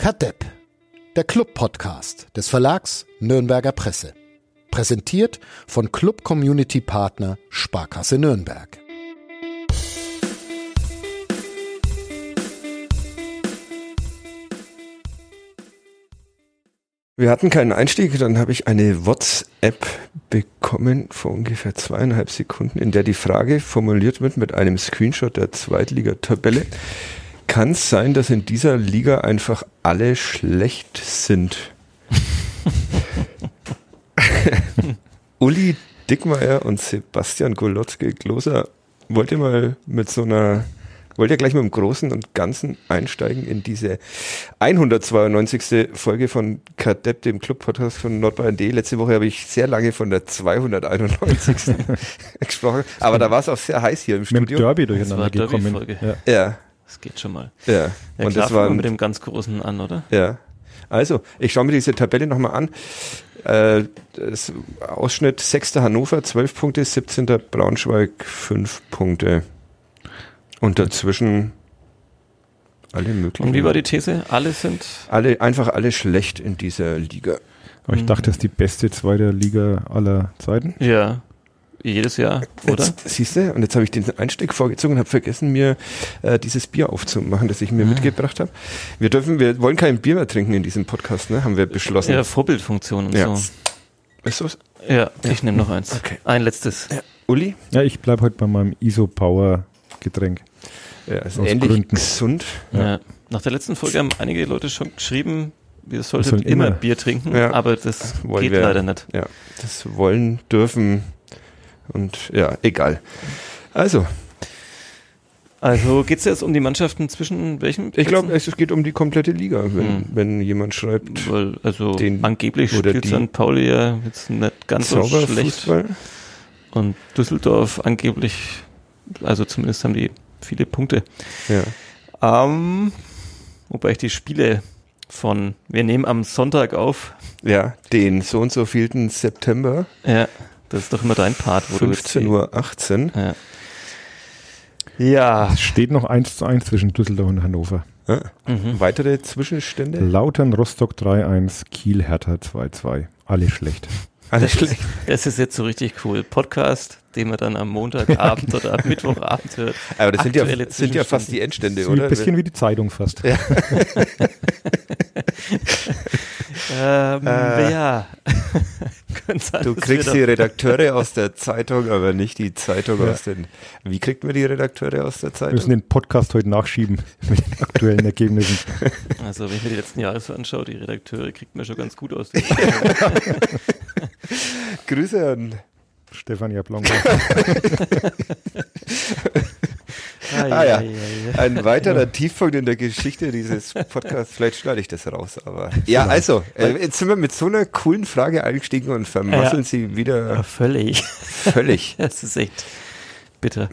Kadepp, der Club-Podcast des Verlags Nürnberger Presse. Präsentiert von Club-Community-Partner Sparkasse Nürnberg. Wir hatten keinen Einstieg, dann habe ich eine WhatsApp bekommen vor ungefähr 2,5 Sekunden, in der die Frage formuliert wird mit einem Screenshot der Zweitligatabelle. Kann es sein, dass in dieser Liga einfach alle schlecht sind? Uli Dickmeyer und Sebastian Golotzke-Gloser wollt ihr gleich mit dem Großen und Ganzen einsteigen in diese 192. Folge von Kadepp, dem Club-Podcast von nordbayern.de. Letzte Woche habe ich sehr lange von der 291. gesprochen, aber da war es auch sehr heiß hier im Studio. Mit dem Derby durcheinander gekommen. Ja. Das geht schon mal. Ja. Ja, und klar, das war mit dem ganz Großen an, oder? Ja. Also, ich schaue mir diese Tabelle nochmal an. Das Ausschnitt 6. Hannover, 12 Punkte, 17. Braunschweig, 5 Punkte. Und dazwischen alle möglichen. Und wie war die These? Einfach alle schlecht in dieser Liga. Aber ich dachte, das ist die beste zweite Liga aller Zeiten. Ja, jedes Jahr, oder? Siehst du, und jetzt habe ich den Einstieg vorgezogen und habe vergessen, mir dieses Bier aufzumachen, das ich mir mitgebracht habe. Wir wollen kein Bier mehr trinken in diesem Podcast, ne? Haben wir beschlossen. Ja, Vorbildfunktion und so. Ist das? Ja, ich nehme noch eins. Okay. Ein letztes. Ja. Uli? Ja, ich bleibe heute bei meinem ISO-Power-Getränk. Ja, ist ähnlich gesund. Ja. Nach der letzten Folge haben einige Leute schon geschrieben, wir sollten immer Bier trinken, aber das geht leider nicht. Ja, das wollen, dürfen und ja, egal. Also geht es jetzt um die Mannschaften zwischen welchen Plätzen? Ich glaube, es geht um die komplette Liga, wenn jemand schreibt. Weil, angeblich spielt St. Pauli ja jetzt nicht ganz so schlecht. Und Düsseldorf angeblich, also zumindest haben die viele Punkte. Ja. Wobei ich die Spiele wir nehmen am Sonntag auf. Ja, den so und so vielten September. Ja, das ist doch immer dein Part, wo 15:18 Uhr. Ja. Es steht noch 1:1 zwischen Düsseldorf und Hannover. Ja. Weitere Zwischenstände? Lautern, Rostock 3:1, Kiel, Hertha 2:2. Alle schlecht. Das ist jetzt so richtig cool. Podcast, den man dann am Montagabend oder am Mittwochabend hört. Aber das sind ja fast die Endstände, oder? Ein bisschen wie die Zeitung fast. Ja. Ja. Du kriegst die Redakteure aus der Zeitung, aber nicht die Zeitung aus den... Wie kriegt man die Redakteure aus der Zeitung? Wir müssen den Podcast heute nachschieben mit den aktuellen Ergebnissen. Also wenn ich mir die letzten Jahre so anschaue, die Redakteure kriegt man schon ganz gut aus. Grüße an Stefan Jablonka. Ein weiterer Tiefpunkt in der Geschichte dieses Podcasts. Vielleicht schneide ich das raus, aber ja, also jetzt sind wir mit so einer coolen Frage eingestiegen und vermasseln sie wieder. Ja, völlig. Das ist echt bitter.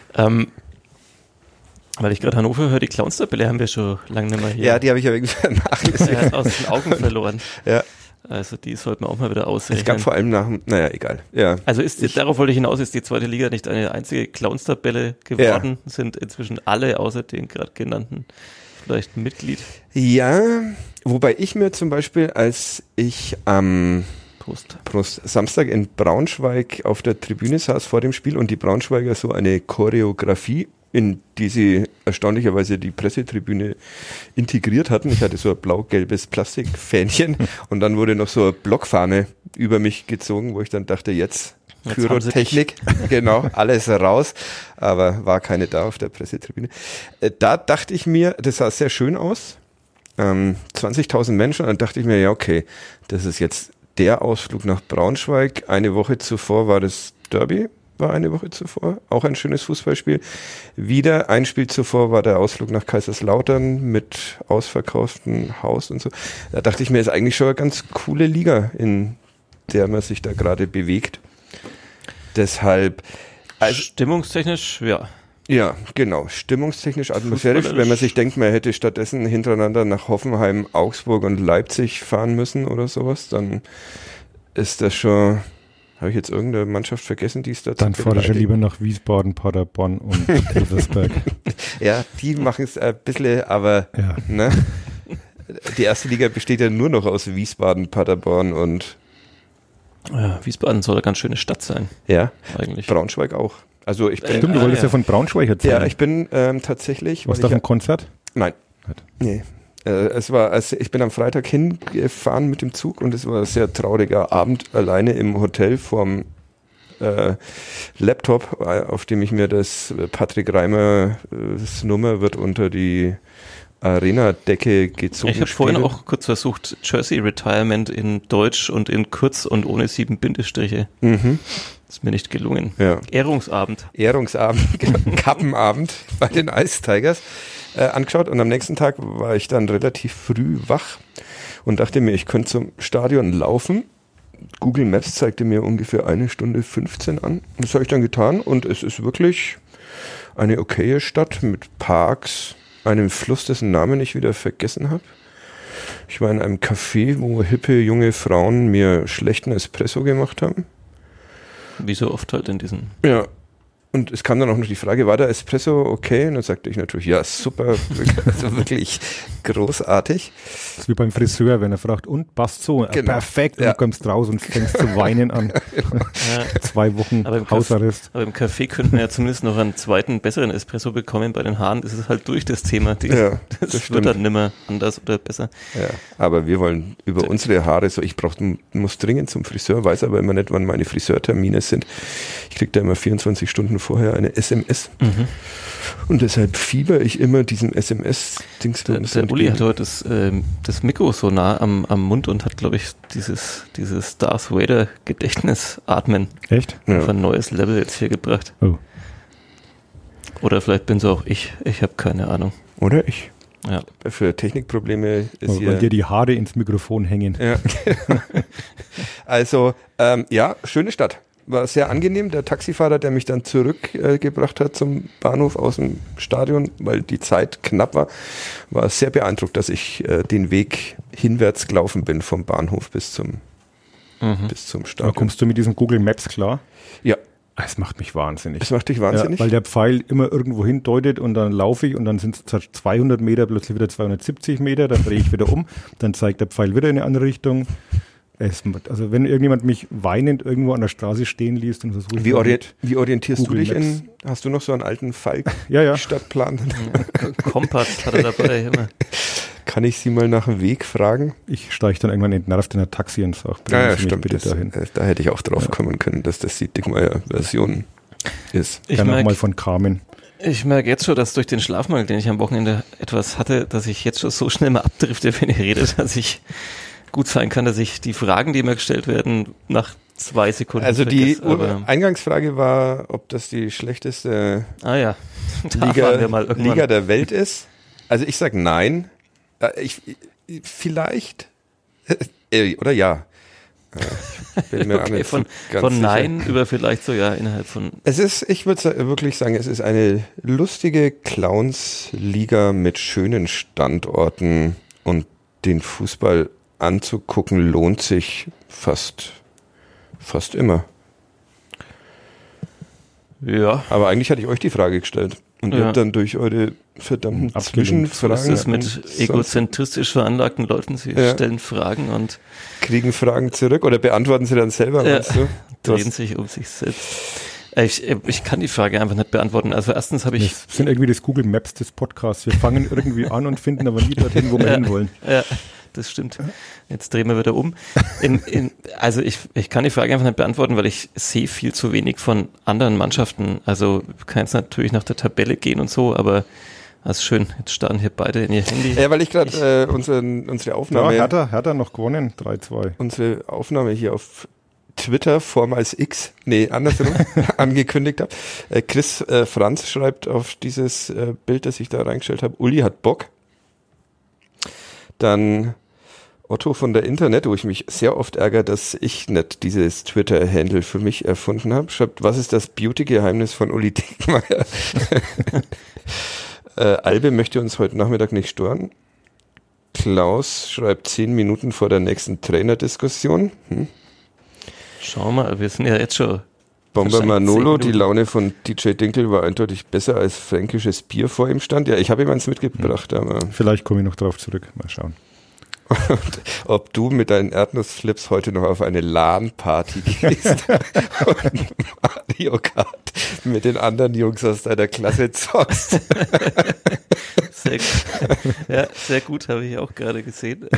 Weil ich gerade Hannover höre, die Clowns-Tabelle haben wir schon lange nicht mehr hier. Ja, die habe ich ja irgendwie vernachlässigt. Aus den Augen verloren. Ja. Also die sollten wir auch mal wieder ausrechnen. Es gab vor allem egal. Ja. Also darauf wollte ich hinaus, ist die zweite Liga nicht eine einzige Clowns-Tabelle geworden? Ja. Sind inzwischen alle außer den gerade genannten vielleicht Mitglied? Ja, wobei ich mir zum Beispiel, als ich am Samstag in Braunschweig auf der Tribüne saß vor dem Spiel und die Braunschweiger so eine Choreografie, in die sie erstaunlicherweise die Pressetribüne integriert hatten. Ich hatte so ein blau-gelbes Plastikfähnchen und dann wurde noch so eine Blockfahne über mich gezogen, wo ich dann dachte, jetzt Pyrotechnik, genau, alles raus, aber war keine da auf der Pressetribüne. Da dachte ich mir, das sah sehr schön aus, 20.000 Menschen, und dann dachte ich mir, ja okay, das ist jetzt der Ausflug nach Braunschweig. Eine Woche zuvor war das Derby, auch ein schönes Fußballspiel. Wieder ein Spiel zuvor war der Ausflug nach Kaiserslautern mit ausverkauftem Haus und so. Da dachte ich mir, ist eigentlich schon eine ganz coole Liga, in der man sich da gerade bewegt. Deshalb... stimmungstechnisch, ja. Ja, genau. Stimmungstechnisch, atmosphärisch. Wenn man sich denkt, man hätte stattdessen hintereinander nach Hoffenheim, Augsburg und Leipzig fahren müssen oder sowas, dann ist das schon... Habe ich jetzt irgendeine Mannschaft vergessen, die es dazu Dann fahre ich ja lieber nach Wiesbaden, Paderborn und Elversberg. Ja, die machen es ein bisschen, aber ja. Ne? Die erste Liga besteht ja nur noch aus Wiesbaden, Paderborn und... Ja, Wiesbaden soll eine ganz schöne Stadt sein. Ja, eigentlich. Braunschweig auch. Also ich bin... Stimmt, du wolltest ja von Braunschweig erzählen. Ja, ich bin tatsächlich... Was, das ein Konzert? Nein. Nee. Ich bin am Freitag hingefahren mit dem Zug und es war ein sehr trauriger Abend alleine im Hotel vorm Laptop, auf dem ich mir das Patrick Reimer Nummer wird unter die Arena-Decke gezogen. Ich habe vorhin auch kurz versucht, Jersey Retirement in Deutsch und in kurz und ohne 7 Bindestriche. Mhm. Ist mir nicht gelungen. Ja. Ehrungsabend, Kappenabend bei den Ice Tigers angeschaut und am nächsten Tag war ich dann relativ früh wach und dachte mir, ich könnte zum Stadion laufen. Google Maps zeigte mir ungefähr 1 Stunde 15 an. Das habe ich dann getan und es ist wirklich eine okaye Stadt mit Parks, einem Fluss, dessen Namen ich wieder vergessen habe. Ich war in einem Café, wo hippe junge Frauen mir schlechten Espresso gemacht haben. wie so oft halt in diesen... Ja. Und es kam dann auch noch die Frage, war der Espresso okay? Und dann sagte ich natürlich, ja, super, also wirklich großartig. Das ist wie beim Friseur, wenn er fragt, und passt so, Genau. Perfekt, und du kommst raus und fängst zu weinen an. 2 Wochen Hausarrest. Aber im Café könnten wir ja zumindest noch einen zweiten, besseren Espresso bekommen. Bei den Haaren ist es halt durch das Thema. Das wird dann nimmer anders oder besser. Ja, aber wir wollen über unsere Haare so, muss dringend zum Friseur, weiß aber immer nicht, wann meine Friseurtermine sind. Ich kriege da immer 24 Stunden vorher eine SMS. Mhm. Und deshalb fieber ich immer diesem SMS-Dingsbums. Der Uli hat heute das Mikro so nah am Mund und hat, glaube ich, dieses Darth Vader Gedächtnisatmen Echt? auf ein neues Level jetzt hier gebracht. Oh. Oder vielleicht bin es auch ich. Ich habe keine Ahnung. Oder ich. Ja. Für Technikprobleme ist Weil dir die Haare ins Mikrofon hängen. Ja. Also, ja, schöne Stadt. War sehr angenehm. Der Taxifahrer, der mich dann zurückgebracht hat zum Bahnhof aus dem Stadion, weil die Zeit knapp war sehr beeindruckt, dass ich den Weg hinwärts gelaufen bin vom Bahnhof bis zum Stadion. Da kommst du mit diesen Google Maps klar? Ja. Es macht mich wahnsinnig. Es macht dich wahnsinnig? Ja, weil der Pfeil immer irgendwo hindeutet und dann laufe ich und dann sind es 200 Meter, plötzlich wieder 270 Meter, dann drehe ich wieder um, dann zeigt der Pfeil wieder in eine andere Richtung. Also wenn irgendjemand mich weinend irgendwo an der Straße stehen liest und versucht... Wie orientierst Google du dich Maps. Hast du noch so einen alten Falk-Stadtplan? Kompass hat er dabei immer. Kann ich Sie mal nach dem Weg fragen? Ich steige dann irgendwann entnervt in ein Taxi und sage, ja, stimmt, bitte dahin. Da hätte ich auch drauf kommen können, dass das die Dickmeyer-Version ist. Ich kann auch mal von Carmen. Ich merke jetzt schon, dass durch den Schlafmangel, den ich am Wochenende etwas hatte, dass ich jetzt schon so schnell mal abdrifte, wenn ihr redet, dass ich gut sein kann, dass ich die Fragen, die mir gestellt werden, nach 2 Sekunden Also die Eingangsfrage war, ob das die schlechteste Liga der Welt ist. Also ich sage nein. Vielleicht oder ja. Ich bin mir okay, von nein über vielleicht so ja innerhalb von... Ich würde wirklich sagen, es ist eine lustige Clowns-Liga mit schönen Standorten und den Fußball anzugucken lohnt sich fast immer. Ja. Aber eigentlich hatte ich euch die Frage gestellt. Und ihr habt dann durch eure verdammten Zwischenfragen... So ist es mit egozentristisch veranlagten Leuten. Sie stellen Fragen und... kriegen Fragen zurück oder beantworten sie dann selber, meinst du? Drehen sich um sich selbst. Ich kann die Frage einfach nicht beantworten. Also erstens habe ich... Das sind irgendwie das Google Maps des Podcasts. Wir fangen irgendwie an und finden aber nie dorthin, wo wir hinwollen. Ja, das stimmt. Jetzt drehen wir wieder um. Also ich kann die Frage einfach nicht beantworten, weil ich sehe viel zu wenig von anderen Mannschaften. Also ich kann jetzt natürlich nach der Tabelle gehen und so, aber das ist schön. Jetzt starren hier beide in ihr Handy. Ja, weil ich gerade unsere Aufnahme... Ja, Hertha noch gewonnen, 3-2. Unsere Aufnahme hier auf Twitter, vormals X, andersrum, angekündigt habe. Chris Franz schreibt auf dieses Bild, das ich da reingestellt habe, Uli hat Bock. Dann Otto von der Internet, wo ich mich sehr oft ärgere, dass ich nicht dieses Twitter-Handle für mich erfunden habe, schreibt, was ist das Beauty-Geheimnis von Uli Dickmeyer? Albe möchte uns heute Nachmittag nicht stören. Klaus schreibt 10 Minuten vor der nächsten Trainerdiskussion. Schau mal, wir sind ja jetzt schon... Bomber Manolo, die Laune von DJ Dinkel war eindeutig besser, als fränkisches Bier vor ihm stand. Ja, ich habe ihm eins mitgebracht. Aber vielleicht komme ich noch drauf zurück, mal schauen. Und ob du mit deinen Erdnussflips heute noch auf eine LAN-Party gehst und Mario Kart mit den anderen Jungs aus deiner Klasse zockst. Sehr gut. Ja, sehr gut, habe ich auch gerade gesehen.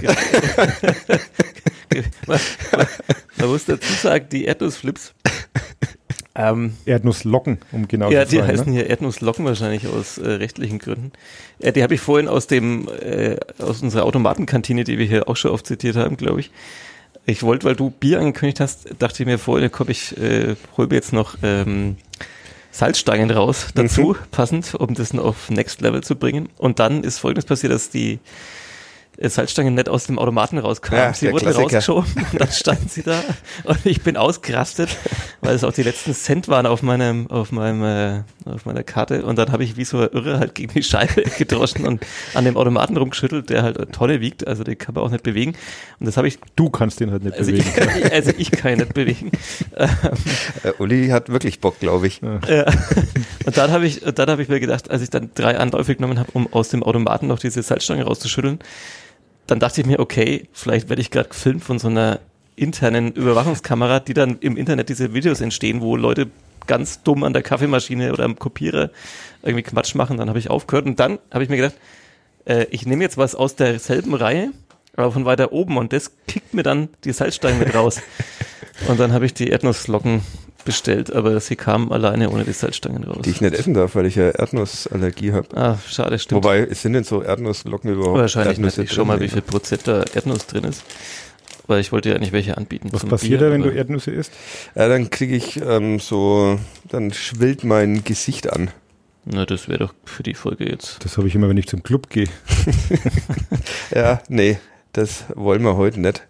Man muss dazu sagen, die Erdnussflips. Erdnusslocken, um genau zu Ja, sein. die heißen hier Erdnusslocken wahrscheinlich aus rechtlichen Gründen. Die habe ich vorhin aus unserer Automatenkantine, die wir hier auch schon oft zitiert haben, glaube ich. Ich wollte, weil du Bier angekündigt hast, dachte ich mir vorhin, komm, ich hol mir jetzt noch Salzstangen raus dazu, passend, um das noch auf Next Level zu bringen. Und dann ist Folgendes passiert, dass die Salzstangen nicht aus dem Automaten rauskamen. Ja, sie wurden rausgeschoben und dann standen sie da und ich bin ausgerastet, weil es auch die letzten Cent waren auf meiner Karte und dann habe ich wie so ein Irre halt gegen die Scheibe gedroschen und an dem Automaten rumgeschüttelt, der halt eine Tonne wiegt, also den kann man auch nicht bewegen und das habe ich... Du kannst den halt nicht bewegen. Ich kann ihn nicht bewegen. Uli hat wirklich Bock, glaube ich. Ja. Und dann habe ich mir gedacht, als ich dann 3 Anläufe genommen habe, um aus dem Automaten noch diese Salzstange rauszuschütteln, dann dachte ich mir, okay, vielleicht werde ich gerade gefilmt von so einer internen Überwachungskamera, die dann im Internet diese Videos entstehen, wo Leute ganz dumm an der Kaffeemaschine oder am Kopierer irgendwie Quatsch machen. Dann habe ich aufgehört und dann habe ich mir gedacht, ich nehme jetzt was aus derselben Reihe, aber von weiter oben und das kickt mir dann die Salzstangen mit raus. Und dann habe ich die Erdnusslocken bestellt, aber sie kamen alleine ohne die Salzstangen raus. Die ich nicht essen darf, weil ich ja Erdnussallergie habe. Ah, schade, stimmt. Wobei, sind denn so Erdnusslocken überhaupt? Wahrscheinlich Erdnüsse nicht. Ich schau mal, drin? wie viel Prozent da Erdnuss drin ist. Weil ich wollte ja nicht welche anbieten. Was zum passiert Bier, da, wenn du aber- Erdnüsse isst? Ja, dann kriege ich dann schwillt mein Gesicht an. Na, das wäre doch für die Folge jetzt. Das habe ich immer, wenn ich zum Club gehe. Ja, nee, das wollen wir heute nicht.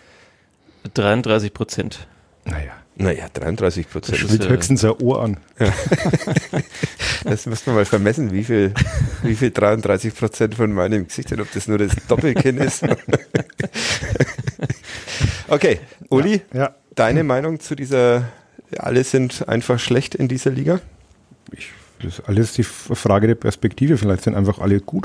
33%. Naja, 33%. Das schwillt höchstens ein Ohr an. Das müssen wir mal vermessen, wie viel 33% von meinem Gesicht sind, ob das nur das Doppelkinn ist. Okay, Uli, Ja. deine Meinung zu dieser, alle sind einfach schlecht in dieser Liga? Das ist alles die Frage der Perspektive. Vielleicht sind einfach alle gut.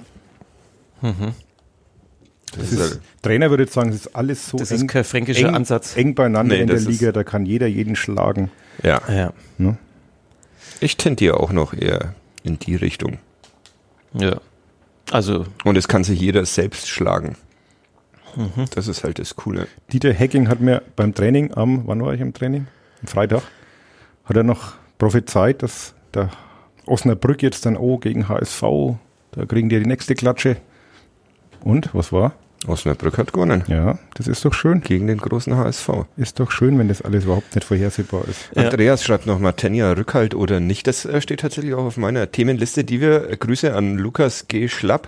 Das ist, Trainer würde jetzt sagen, es ist alles so Das ist kein fränkischer Ansatz. eng beieinander Nee, in der das ist- Liga, da kann jeder jeden schlagen. Ja. Ja. Ne? Ich tendiere auch noch eher in die Richtung. Ja. Also, Und es kann sich jeder selbst schlagen. Das ist halt das Coole. Dieter Hecking hat mir beim Training wann war ich im Training? Am Freitag, hat er noch prophezeit, dass der Osnabrück jetzt dann, gegen HSV, da kriegen die nächste Klatsche. Und, was war? Osnabrück hat gewonnen. Ja, das ist doch schön. Gegen den großen HSV. Ist doch schön, wenn das alles überhaupt nicht vorhersehbar ist. Ja. Andreas schreibt noch Martenia Rückhalt oder nicht. Das steht tatsächlich auch auf meiner Themenliste, die wir, Grüße an Lukas G. Schlapp,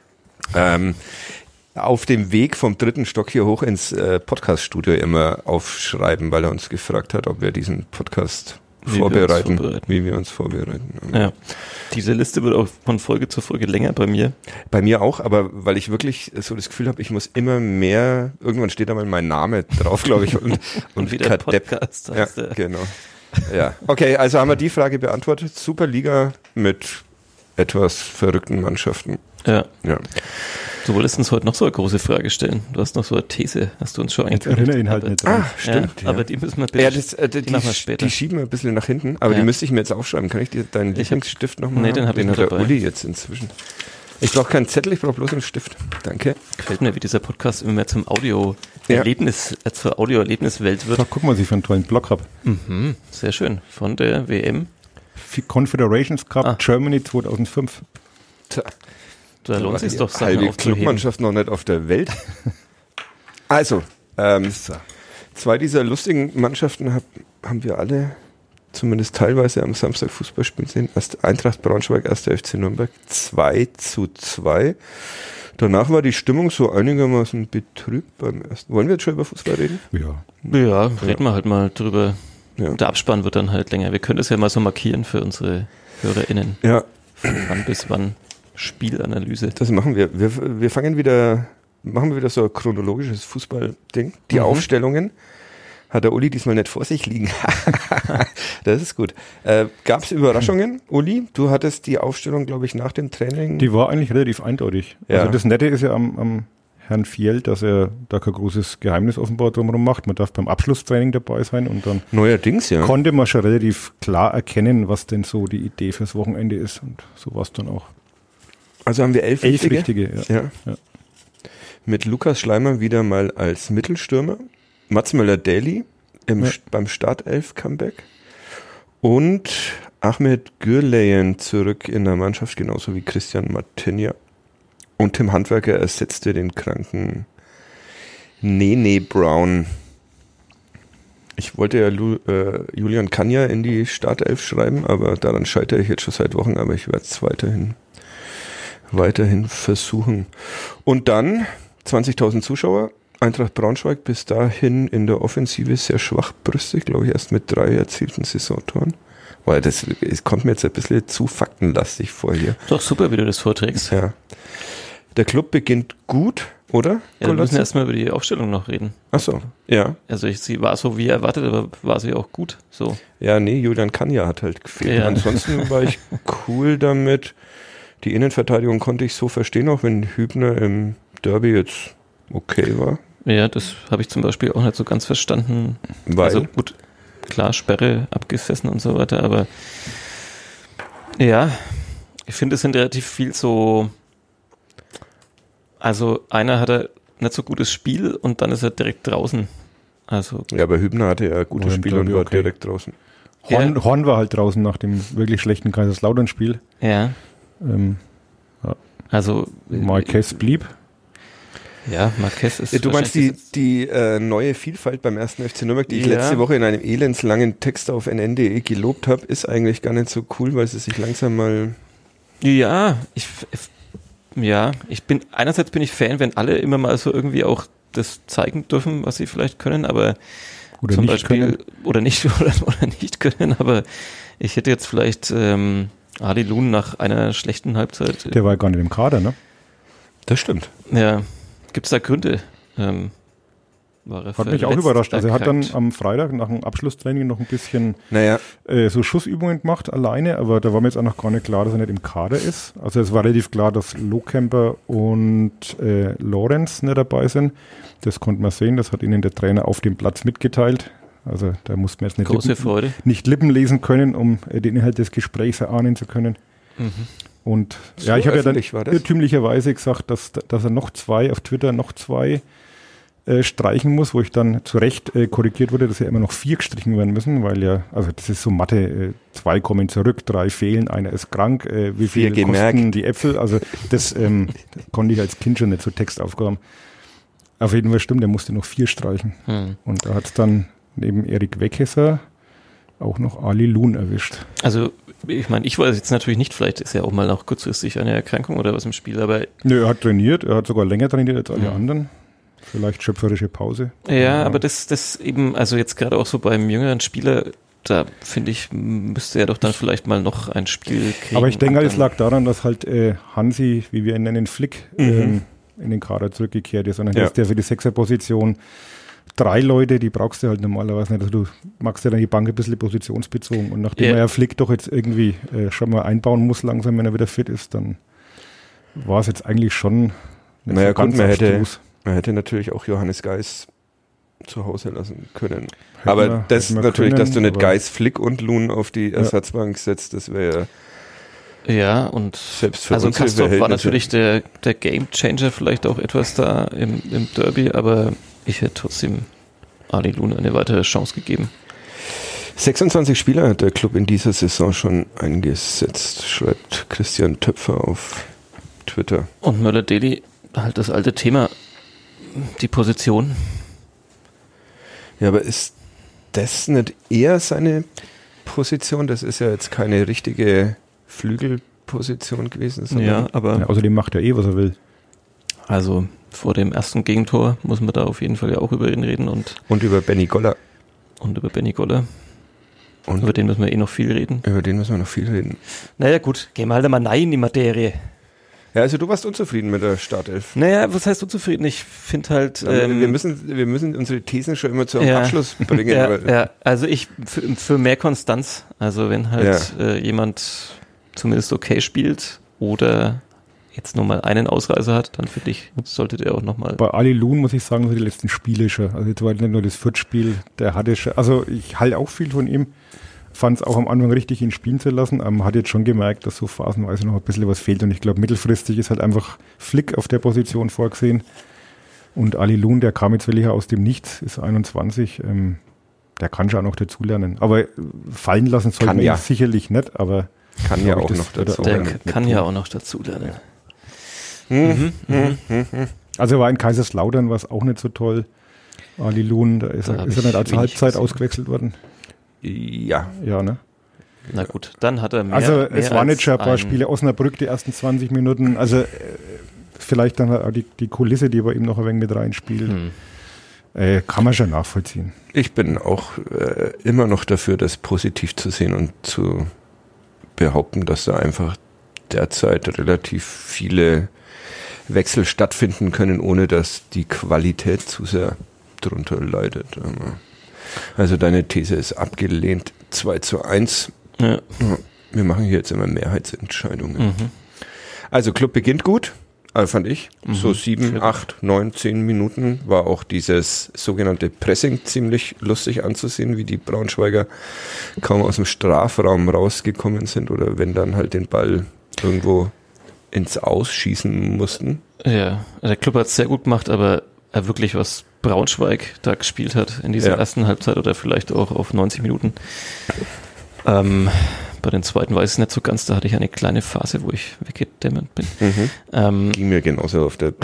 auf dem Weg vom 3. Stock hier hoch ins Podcaststudio immer aufschreiben, weil er uns gefragt hat, ob wir diesen Podcast wie wir uns vorbereiten. ja. Diese Liste wird auch von Folge zu Folge länger bei mir. Bei mir auch, aber weil ich wirklich so das Gefühl habe, ich muss immer mehr, irgendwann steht da mal mein Name drauf, glaube ich, und wieder Kadepp. Podcast Ja, heißt der. genau. Ja, okay, also haben wir die Frage beantwortet. Superliga mit etwas verrückten Mannschaften. Ja. Ja. Du wolltest uns heute noch so eine große Frage stellen. Du hast noch so eine These, hast du uns schon Ich angekündigt. erinnere ihn halt nicht dran. Stimmt. Ja, aber die müssen wir bitte. Ja, die machen wir später. die schieben wir ein bisschen nach hinten, aber Ja. die müsste ich mir jetzt aufschreiben. Kann ich dir deinen Ich hab- Lieblingsstift nochmal? Nee, den hab ich Den noch hat der dabei. Uli jetzt inzwischen. Ich brauche keinen Zettel, ich brauche bloß einen Stift. Danke. Gefällt mir, wie dieser Podcast immer mehr zum zur Audio-Erlebniswelt wird. Da guck mal, was ich für einen tollen Blog habe. Mhm, sehr schön. Von der WM. Confederations Cup Ah. Germany 2005. Tja, Da lohnt es sich doch, Sachen halbe aufzuheben. Clubmannschaft noch nicht auf der Welt. Also, zwei dieser lustigen Mannschaften haben wir alle zumindest teilweise am Samstag Fußball spielen sehen. Erst Eintracht Braunschweig, 1. FC Nürnberg 2:2. Danach war die Stimmung so einigermaßen betrübt beim ersten. Wollen wir jetzt schon über Fußball reden? Ja. Ja, reden wir halt mal drüber. Ja. Der Abspann wird dann halt länger. Wir können das ja mal so markieren für unsere HörerInnen. Ja, Von wann bis wann Spielanalyse. das machen wir. Wir machen wir wieder so ein chronologisches Fußballding. Die Aufstellungen hat der Uli diesmal nicht vor sich liegen. Das ist gut. Gab es Überraschungen, Uli? Du hattest die Aufstellung, glaube ich, nach dem Training. Die war eigentlich relativ eindeutig. Ja. Also das Nette ist ja am Herrn Fiel, dass er da kein großes Geheimnis offenbar drumherum macht. Man darf beim Abschlusstraining dabei sein und dann Neuerdings, ja. konnte man schon relativ klar erkennen, was denn so die Idee fürs Wochenende ist. Und so war es dann auch. Also haben wir 11 Richtige, ja. Mit Lukas Schleimer wieder mal als Mittelstürmer. Mats Möller-Daly beim Startelf-Comeback. Und Ahmed Gürleyen zurück in der Mannschaft, genauso wie Christian Martinia. Und Tim Handwerker ersetzte den kranken Nene Brown. Ich wollte ja Julian Kanja in die Startelf schreiben, aber daran scheitere ich jetzt schon seit Wochen, aber ich werde es weiterhin versuchen. Und dann 20.000 Zuschauer, Eintracht Braunschweig bis dahin in der Offensive sehr schwachbrüstig, glaube ich, erst mit 3 erzielten Saisontoren. Weil es kommt mir jetzt ein bisschen zu faktenlastig vor hier. Doch super, wie du das vorträgst. Ja. Der Club beginnt gut, oder? Ja, wir müssen erstmal über die Aufstellung noch reden. Ach so, ja. Also sie war so wie erwartet, aber war sie auch gut. So. Ja, nee, Julian Kanja hat halt gefehlt. Ja. Ansonsten war ich cool damit. Die Innenverteidigung konnte ich so verstehen, auch wenn Hübner im Derby jetzt okay war. Ja, das habe ich zum Beispiel auch nicht so ganz verstanden. Weil? Also gut, klar, Sperre abgesessen und so weiter, aber ja, ich finde, es sind relativ viel so, also einer hatte nicht so gutes Spiel und dann ist er direkt draußen. Also ja, aber Hübner hatte ja ein gutes Spiel und war direkt draußen. Horn war halt draußen nach dem wirklich schlechten Kaiserslautern-Spiel. Ja. Ja. Also Marquez blieb. Ja, Marquez ist. Du meinst die neue Vielfalt beim 1. FC Nürnberg, die ich letzte Woche in einem elendslangen Text auf nn.de gelobt habe, ist eigentlich gar nicht so cool, weil sie sich langsam mal... Ja, einerseits bin ich Fan, wenn alle immer mal so irgendwie auch das zeigen dürfen, was sie vielleicht können, aber oder zum nicht Beispiel können. oder nicht können, aber ich hätte jetzt vielleicht Ali Loon nach einer schlechten Halbzeit. Der war ja gar nicht im Kader, ne? Das stimmt. Ja, gibt es da Gründe? Hat mich auch überrascht. Also er hat dann am Freitag nach dem Abschlusstraining noch ein bisschen so Schussübungen gemacht alleine, aber da war mir jetzt auch noch gar nicht klar, dass er nicht im Kader ist. Also es war relativ klar, dass Lohkemper und Lorenz nicht dabei sind. Das konnte man sehen, das hat ihnen der Trainer auf dem Platz mitgeteilt. Also da musste man jetzt nicht Lippen lesen können, um den Inhalt des Gesprächs erahnen zu können. Mhm. Und so ja, ich habe ja dann irrtümlicherweise gesagt, dass er auf Twitter noch zwei streichen muss, wo ich dann zu Recht korrigiert wurde, dass ja immer noch 4 gestrichen werden müssen, weil ja, also das ist so Mathe, 2 kommen zurück, 3 fehlen, einer ist krank, wie viel kosten die Äpfel, also das konnte ich als Kind schon nicht so Textaufgaben. Auf jeden Fall stimmt, der musste noch 4 streichen. Und da hat es dann neben Erik Weckesser auch noch Ali Loon erwischt. Also ich meine, ich weiß jetzt natürlich nicht, vielleicht ist ja auch mal noch kurzfristig eine Erkrankung oder was im Spiel, aber... Nö, er hat trainiert, er hat sogar länger trainiert als alle anderen. Vielleicht schöpferische Pause. Ja, aber das eben, also jetzt gerade auch so beim jüngeren Spieler, da finde ich, müsste er doch dann vielleicht mal noch ein Spiel kriegen. Aber ich denke halt, es lag daran, dass halt Hansi, wie wir ihn nennen, Flick, in den Kader zurückgekehrt ist. Und dann ist der für die 6er-Position 3 Leute, die brauchst du halt normalerweise nicht. Also du magst ja dann die Bank ein bisschen positionsbezogen. Und nachdem er ja Flick doch jetzt irgendwie schon mal einbauen muss langsam, wenn er wieder fit ist, dann war es jetzt eigentlich schon nicht so ganz abstrus. Man hätte natürlich auch Johannes Geis zu Hause lassen können. Aber das natürlich, dass du nicht Geis, Flick und Loon auf die Ersatzbank setzt, das wäre ja, und selbst für also Kastorf war natürlich der Game Changer vielleicht auch etwas da im Derby, aber ich hätte trotzdem Ali Loon eine weitere Chance gegeben. 26 Spieler hat der Club in dieser Saison schon eingesetzt, schreibt Christian Töpfer auf Twitter. Und Möller-Daly, halt das alte Thema, die Position. Ja, aber ist das nicht eher seine Position? Das ist ja jetzt keine richtige Flügelposition gewesen. Ja, aber außerdem macht er was er will. Also vor dem ersten Gegentor muss man da auf jeden Fall ja auch über ihn reden. Und über Benny Goller. Und über den müssen wir noch viel reden. Über den müssen wir noch viel reden. Naja gut, gehen wir halt mal rein in die Materie. Ja, also du warst unzufrieden mit der Startelf. Naja, was heißt unzufrieden? Ich finde halt... wir müssen unsere Thesen schon immer zum Abschluss bringen. Also ich für mehr Konstanz, also wenn halt jemand zumindest okay spielt oder jetzt nur mal einen Ausreißer hat, dann finde ich, sollte der auch nochmal. Bei Ali Loon muss ich sagen, so die letzten Spiele schon. Also jetzt war nicht nur das Fürth-Spiel, der hatte schon, also ich halte auch viel von ihm, fand es auch am Anfang richtig, ihn spielen zu lassen, aber man hat jetzt schon gemerkt, dass so phasenweise noch ein bisschen was fehlt und ich glaube, mittelfristig ist halt einfach Flick auf der Position vorgesehen und Ali Loon, der kam jetzt wirklich aus dem Nichts, ist 21, der kann schon auch noch dazulernen, aber fallen lassen sollte man ihn sicherlich nicht, aber kann ja auch noch dazu. Der kann ja auch noch dazu lernen. Also er war in Kaiserslautern, war es auch nicht so toll. Ali Loon, da ist er nicht als Halbzeit ausgewechselt worden. Ja. Ja, ne? Na gut, dann hat er mehr. Also es waren jetzt schon ein paar Spiele, Osnabrück die ersten 20 Minuten, also vielleicht dann auch die Kulisse, die bei ihm noch ein wenig mit reinspielt. Kann man schon nachvollziehen. Ich bin auch immer noch dafür, das positiv zu sehen und zu behaupten, dass da einfach derzeit relativ viele Wechsel stattfinden können, ohne dass die Qualität zu sehr drunter leidet. Also deine These ist abgelehnt, 2:1. Ja. Wir machen hier jetzt immer Mehrheitsentscheidungen. Also Club beginnt gut, fand ich. So 7, 8, 9, 10 Minuten war auch dieses sogenannte Pressing ziemlich lustig anzusehen, wie die Braunschweiger kaum aus dem Strafraum rausgekommen sind oder wenn dann halt den Ball irgendwo ins Ausschießen mussten. Ja, der Club hat es sehr gut gemacht, aber wirklich was Braunschweig da gespielt hat in dieser ersten Halbzeit oder vielleicht auch auf 90 Minuten. Bei den zweiten weiß ich es nicht so ganz, da hatte ich eine kleine Phase, wo ich weggedämmert bin. Ging mir genauso auf der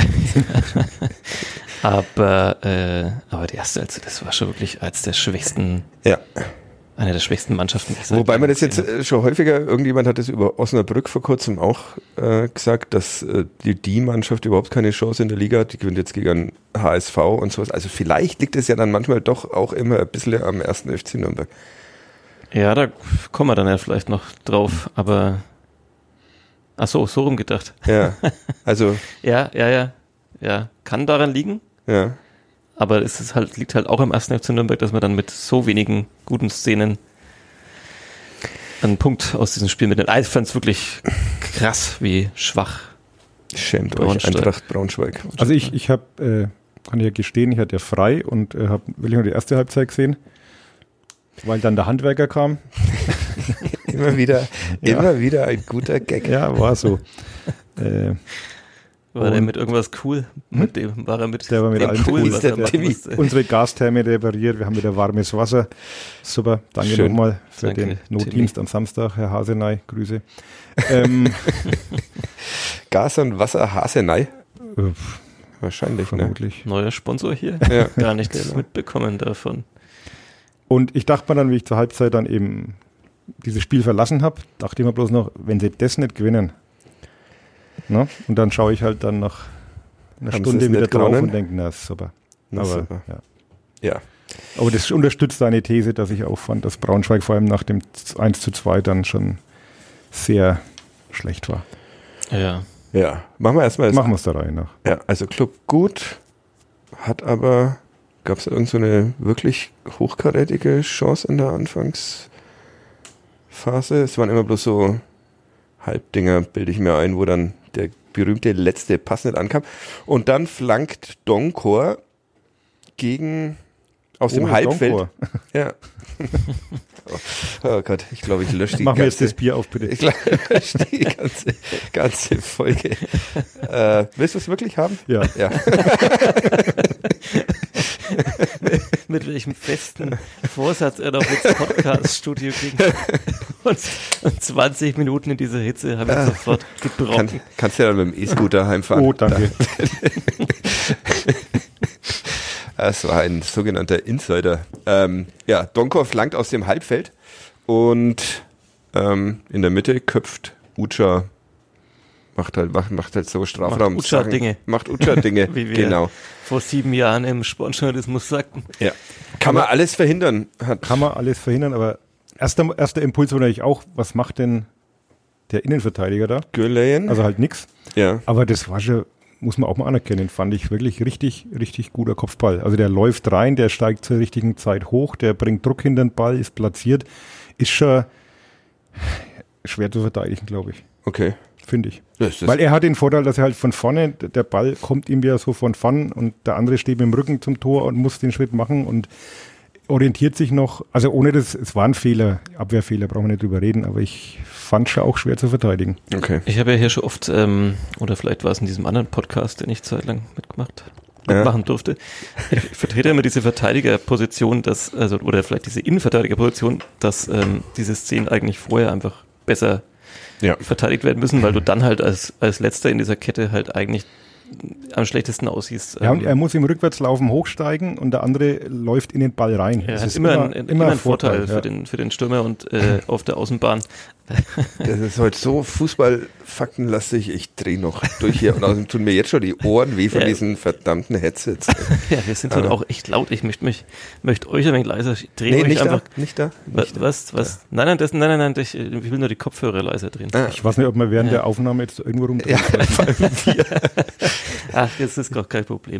aber die erste Halbzeit, das war schon wirklich als der schwächsten, eine der schwächsten Mannschaften. Wobei man das jetzt schon häufiger, irgendjemand hat das über Osnabrück vor kurzem auch gesagt, dass die Mannschaft überhaupt keine Chance in der Liga hat, die gewinnt jetzt gegen HSV und sowas. Also vielleicht liegt es ja dann manchmal doch auch immer ein bisschen am 1. FC Nürnberg. Ja, da kommen wir dann ja vielleicht noch drauf, aber so rum gedacht. Ja, also ja, kann daran liegen. Ja. Aber es ist halt, liegt halt auch am 1. FC Nürnberg, dass man dann mit so wenigen guten Szenen einen Punkt aus diesem Spiel mit den Ich fand es wirklich krass, wie schwach. Schämt euch, Eintracht Braunschweig. Also ich habe, kann ich ja gestehen, ich hatte ja frei und habe wirklich nur die erste Halbzeit gesehen, weil dann der Handwerker kam. immer wieder ein guter Gag. Ja, war so. War der mit irgendwas cool? Mit dem war er mit der war mit allem cool, was er machen musste. Unsere Gastherme repariert, wir haben wieder warmes Wasser. Super, danke nochmal für den Notdienst Timmy. Am Samstag, Herr Hasenay, Grüße. Gas und Wasser Hasenay? Wahrscheinlich, vermutlich. Ne? Neuer Sponsor hier? Ja. Gar nichts mitbekommen davon. Und ich dachte mir dann, wie ich zur Halbzeit dann eben dieses Spiel verlassen habe, dachte ich mir bloß noch, wenn sie das nicht gewinnen, ne? Und dann schaue ich halt dann nach einer Stunde wieder drauf und denke, na super. Aber, super. Ja. Aber das unterstützt deine These, dass ich auch fand, dass Braunschweig vor allem nach dem 1:2 dann schon sehr schlecht war. Ja. Machen wir es da rein nach. Ja, also Club gut, hat aber, gab es irgend so eine wirklich hochkarätige Chance in der Anfangsphase? Es waren immer bloß so Halbdinger, bilde ich mir ein, wo dann der berühmte letzte Pass nicht ankam. Und dann flankt Donkor aus dem Halbfeld. Donkor. Ja. Oh Gott, ich glaube, ich lösche die Mach mir jetzt das Bier auf, bitte. Ich lösche die ganze Folge. Willst du es wirklich haben? Ja. Mit welchem festen Vorsatz er noch ins Podcast-Studio ging. Und 20 Minuten in dieser Hitze habe ich sofort gebrochen. Kannst du ja dann mit dem E-Scooter heimfahren. Oh, danke. Das war ein sogenannter Insider. Donkor flankt aus dem Halbfeld und in der Mitte köpft Ucha, macht halt so Strafraum. Macht Ucha-Dinge. Wie wir genau. vor 7 Jahren im Sportjournalismus sagten. Ja. Kann man alles verhindern. Kann man alles verhindern, aber erster Impuls war natürlich auch, was macht denn der Innenverteidiger da? Gürleyen. Also halt nix. Ja. Aber das war schon, muss man auch mal anerkennen, fand ich wirklich richtig, richtig guter Kopfball. Also der läuft rein, der steigt zur richtigen Zeit hoch, der bringt Druck hinter den Ball, ist platziert, ist schon schwer zu verteidigen, glaube ich. Okay. finde ich. Das Weil er hat den Vorteil, dass er halt von vorne, der Ball kommt ihm ja so von vorn und der andere steht mit dem Rücken zum Tor und muss den Schritt machen und orientiert sich noch, also ohne das, es waren Fehler, Abwehrfehler, brauchen wir nicht drüber reden, aber ich fand schon auch schwer zu verteidigen. Okay. Ich habe ja hier schon oft, oder vielleicht war es in diesem anderen Podcast, den ich zeitlang mitmachen durfte. Ich vertrete immer diese Verteidigerposition, oder vielleicht diese Innenverteidigerposition, dass diese Szenen eigentlich vorher einfach besser verteidigt werden müssen, weil du dann halt als Letzter in dieser Kette halt eigentlich am schlechtesten aussiehst. Ja, und er muss im Rückwärtslaufen hochsteigen und der andere läuft in den Ball rein. Ja, das ist ist immer ein Vorteil ja. für den Stürmer und auf der Außenbahn. Das ist heute so fußballfaktenlastig, ich drehe noch durch hier und außerdem tun mir jetzt schon die Ohren weh von diesen verdammten Headsets. Ja, wir sind heute auch echt laut. Ich möchte euch ein wenig leiser drehen. Nee, Nicht da. Was? Nein, ich will nur die Kopfhörer leiser drehen. Ich weiß nicht, ob wir während der Aufnahme jetzt irgendwo rumdrehen. Ach, jetzt ist gar kein Problem.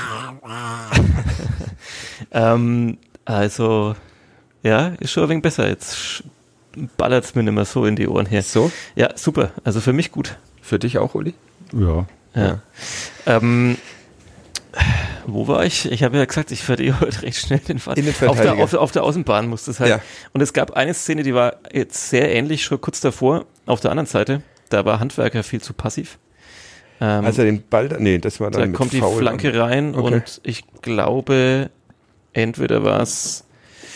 Also, ja, ist schon ein wenig besser. Jetzt ballert es mir nicht mehr so in die Ohren her. So? Ja, super. Also für mich gut. Für dich auch, Uli? Ja. Wo war ich? Ich habe ja gesagt, ich verliere heute recht schnell den Fall. Innenverteidiger. Auf der Außenbahn musste es halt. Ja. Und es gab eine Szene, die war jetzt sehr ähnlich, schon kurz davor. Auf der anderen Seite, da war Handwerker viel zu passiv. Also den Ball, das war dann da mit kommt die Foul Flanke rein und ich glaube, entweder war es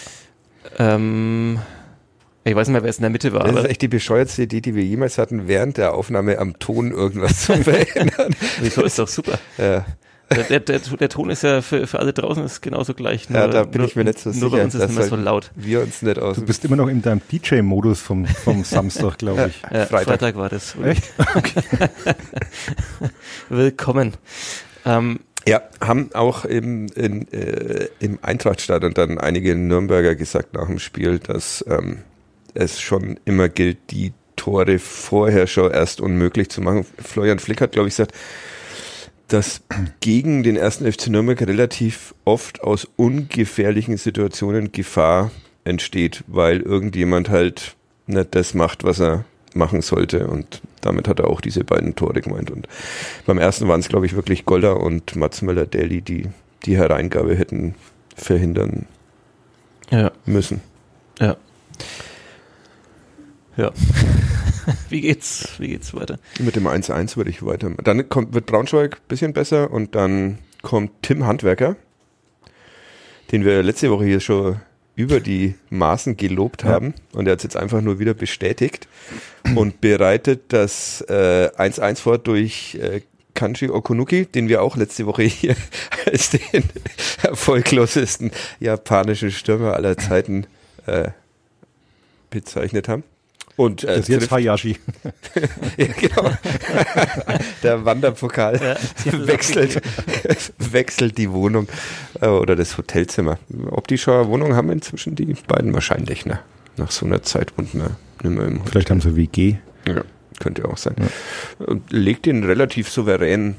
ich weiß nicht mehr, wer es in der Mitte war. Das ist echt die bescheuertste Idee, die wir jemals hatten, während der Aufnahme am Ton irgendwas zu verändern. Wieso, ist doch super. Ja. Der Ton ist ja für alle draußen ist genauso gleich. Nur, da bin ich mir nicht so sicher. Nur bei uns ist es nicht mehr so laut. Wir uns nicht aus. Du bist immer noch in deinem DJ-Modus vom Samstag, glaube ich. Ja, Freitag war das. Echt? Okay. Willkommen. Ja, haben auch im Eintrachtstadion dann einige Nürnberger gesagt nach dem Spiel, dass es schon immer gilt, die Tore vorher schon erst unmöglich zu machen. Florian Flick hat, glaube ich, gesagt, dass gegen den 1. FC Nürnberg relativ oft aus ungefährlichen Situationen Gefahr entsteht, weil irgendjemand halt nicht das macht, was er machen sollte, und damit hat er auch diese beiden Tore gemeint. Und beim ersten waren es, glaube ich, wirklich Golder und Mats Möller-Dähli, die Hereingabe hätten verhindern müssen. Ja. Wie geht's weiter? Mit dem 1-1 würde ich weiter. Dann wird Braunschweig ein bisschen besser und dann kommt Tim Handwerker, den wir letzte Woche hier schon über die Maßen gelobt haben, und er hat es jetzt einfach nur wieder bestätigt und bereitet das 1-1 vor durch Kanji Okunuki, den wir auch letzte Woche hier als den erfolglosesten japanischen Stürmer aller Zeiten bezeichnet haben. Und, das ist jetzt Hayashi. Ja, genau. Der Wanderpokal wechselt die Wohnung oder das Hotelzimmer. Ob die schon eine Wohnung haben inzwischen, die beiden wahrscheinlich, ne? Nach so einer Zeit und nicht mehr im Hotel. Vielleicht haben sie WG. Ja, könnte auch sein. Ja. Und legt den relativ souverän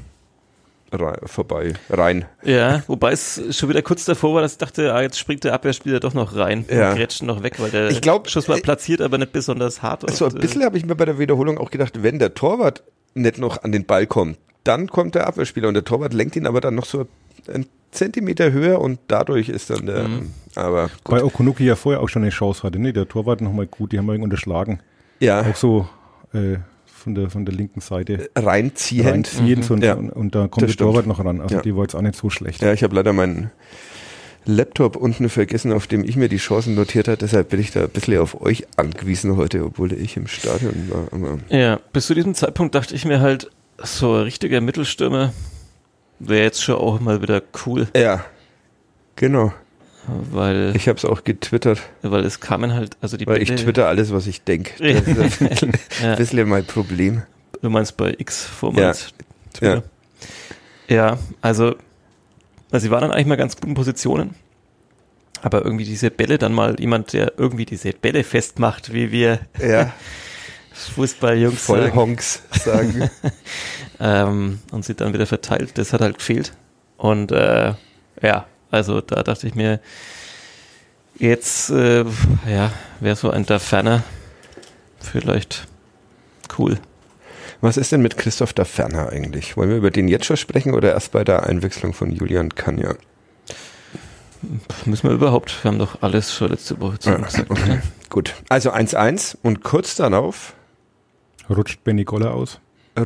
rein. Ja, wobei es schon wieder kurz davor war, dass ich dachte, jetzt springt der Abwehrspieler doch noch rein und grätscht noch weg, weil der Schuss war platziert, aber nicht besonders hart. So ein bisschen habe ich mir bei der Wiederholung auch gedacht, wenn der Torwart nicht noch an den Ball kommt, dann kommt der Abwehrspieler und der Torwart lenkt ihn aber dann noch so einen Zentimeter höher und dadurch ist dann der, aber gut. Bei Okunuki ja vorher auch schon eine Chance hatte, ne? Der Torwart nochmal gut, die haben wir ihn unterschlagen. Ja. Auch so, von der linken Seite reinziehend und da kommt der Torwart noch ran. Also die war jetzt auch nicht so schlecht. Ja, ich habe leider meinen Laptop unten vergessen, auf dem ich mir die Chancen notiert habe. Deshalb bin ich da ein bisschen auf euch angewiesen heute, obwohl ich im Stadion war. Aber bis zu diesem Zeitpunkt dachte ich mir halt, so ein richtiger Mittelstürmer wäre jetzt schon auch mal wieder cool. Ja, genau. Weil ich habe es auch getwittert. Weil es kamen halt, also die Weil ich twitter alles, was ich denke. Das ist ein bisschen mein Problem. Du meinst bei X vormals Twitter? Ja, also sie waren dann eigentlich mal ganz guten Positionen. Aber irgendwie diese Bälle dann mal jemand, der irgendwie diese Bälle festmacht, wie wir Fußballjungs Vollhonks sagen. Und sie dann wieder verteilt. Das hat halt gefehlt. Und also da dachte ich mir, jetzt wäre so ein da ferner vielleicht cool. Was ist denn mit Christoph Daferner eigentlich? Wollen wir über den jetzt schon sprechen oder erst bei der Einwechslung von Julian Kanja? Müssen wir überhaupt? Wir haben doch alles schon letzte Woche gesagt. Okay. Gut, also 1-1 und kurz darauf Rutscht Benny Goller aus.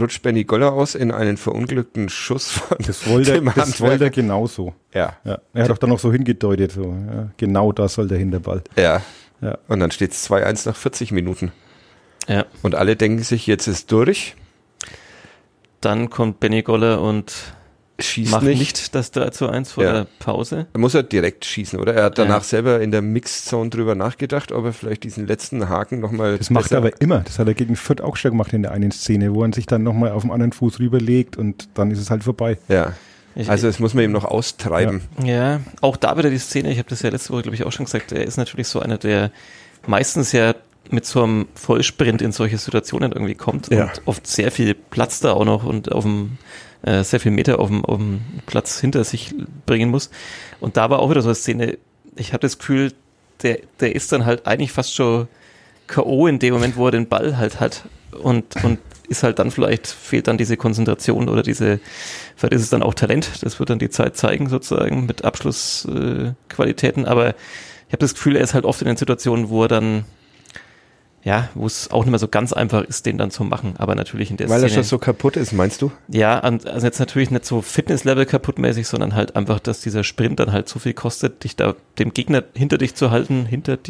In einen verunglückten Schuss von Das wollte er genauso. Ja. Er hat auch dann noch so hingedeutet. So. Ja, genau da soll der Hinterball. Ja. Und dann steht es 2-1 nach 40 Minuten. Ja. Und alle denken sich, jetzt ist durch. Dann kommt Benny Goller und Schießt macht nicht das 3-1 vor der Pause. Er muss direkt schießen, oder? Er hat danach selber in der Mixzone drüber nachgedacht, ob er vielleicht diesen letzten Haken nochmal... Das macht er aber immer. Das hat er gegen Fürth auch schon gemacht in der einen Szene, wo er sich dann nochmal auf den anderen Fuß rüberlegt und dann ist es halt vorbei. Ja. Also das muss man eben noch austreiben. Ja, auch da wieder die Szene, ich habe das ja letzte Woche, glaube ich, auch schon gesagt, er ist natürlich so einer, der meistens ja mit so einem Vollsprint in solche Situationen irgendwie kommt und oft sehr viel Platz da auch noch und auf dem sehr viel Meter auf dem Platz hinter sich bringen muss. Und da war auch wieder so eine Szene, ich habe das Gefühl, der ist dann halt eigentlich fast schon K.O. in dem Moment, wo er den Ball halt hat und ist halt dann fehlt dann diese Konzentration oder vielleicht ist es dann auch Talent, das wird dann die Zeit zeigen sozusagen mit Abschlussqualitäten, aber ich habe das Gefühl, er ist halt oft in den Situationen, wo er dann wo es auch nicht mehr so ganz einfach ist, den dann zu machen, aber natürlich in der Szene. Weil er schon so kaputt ist, meinst du? Ja, also jetzt natürlich nicht so Fitnesslevel kaputtmäßig, sondern halt einfach, dass dieser Sprint dann halt so viel kostet, dich da dem Gegner hinter dir zu halten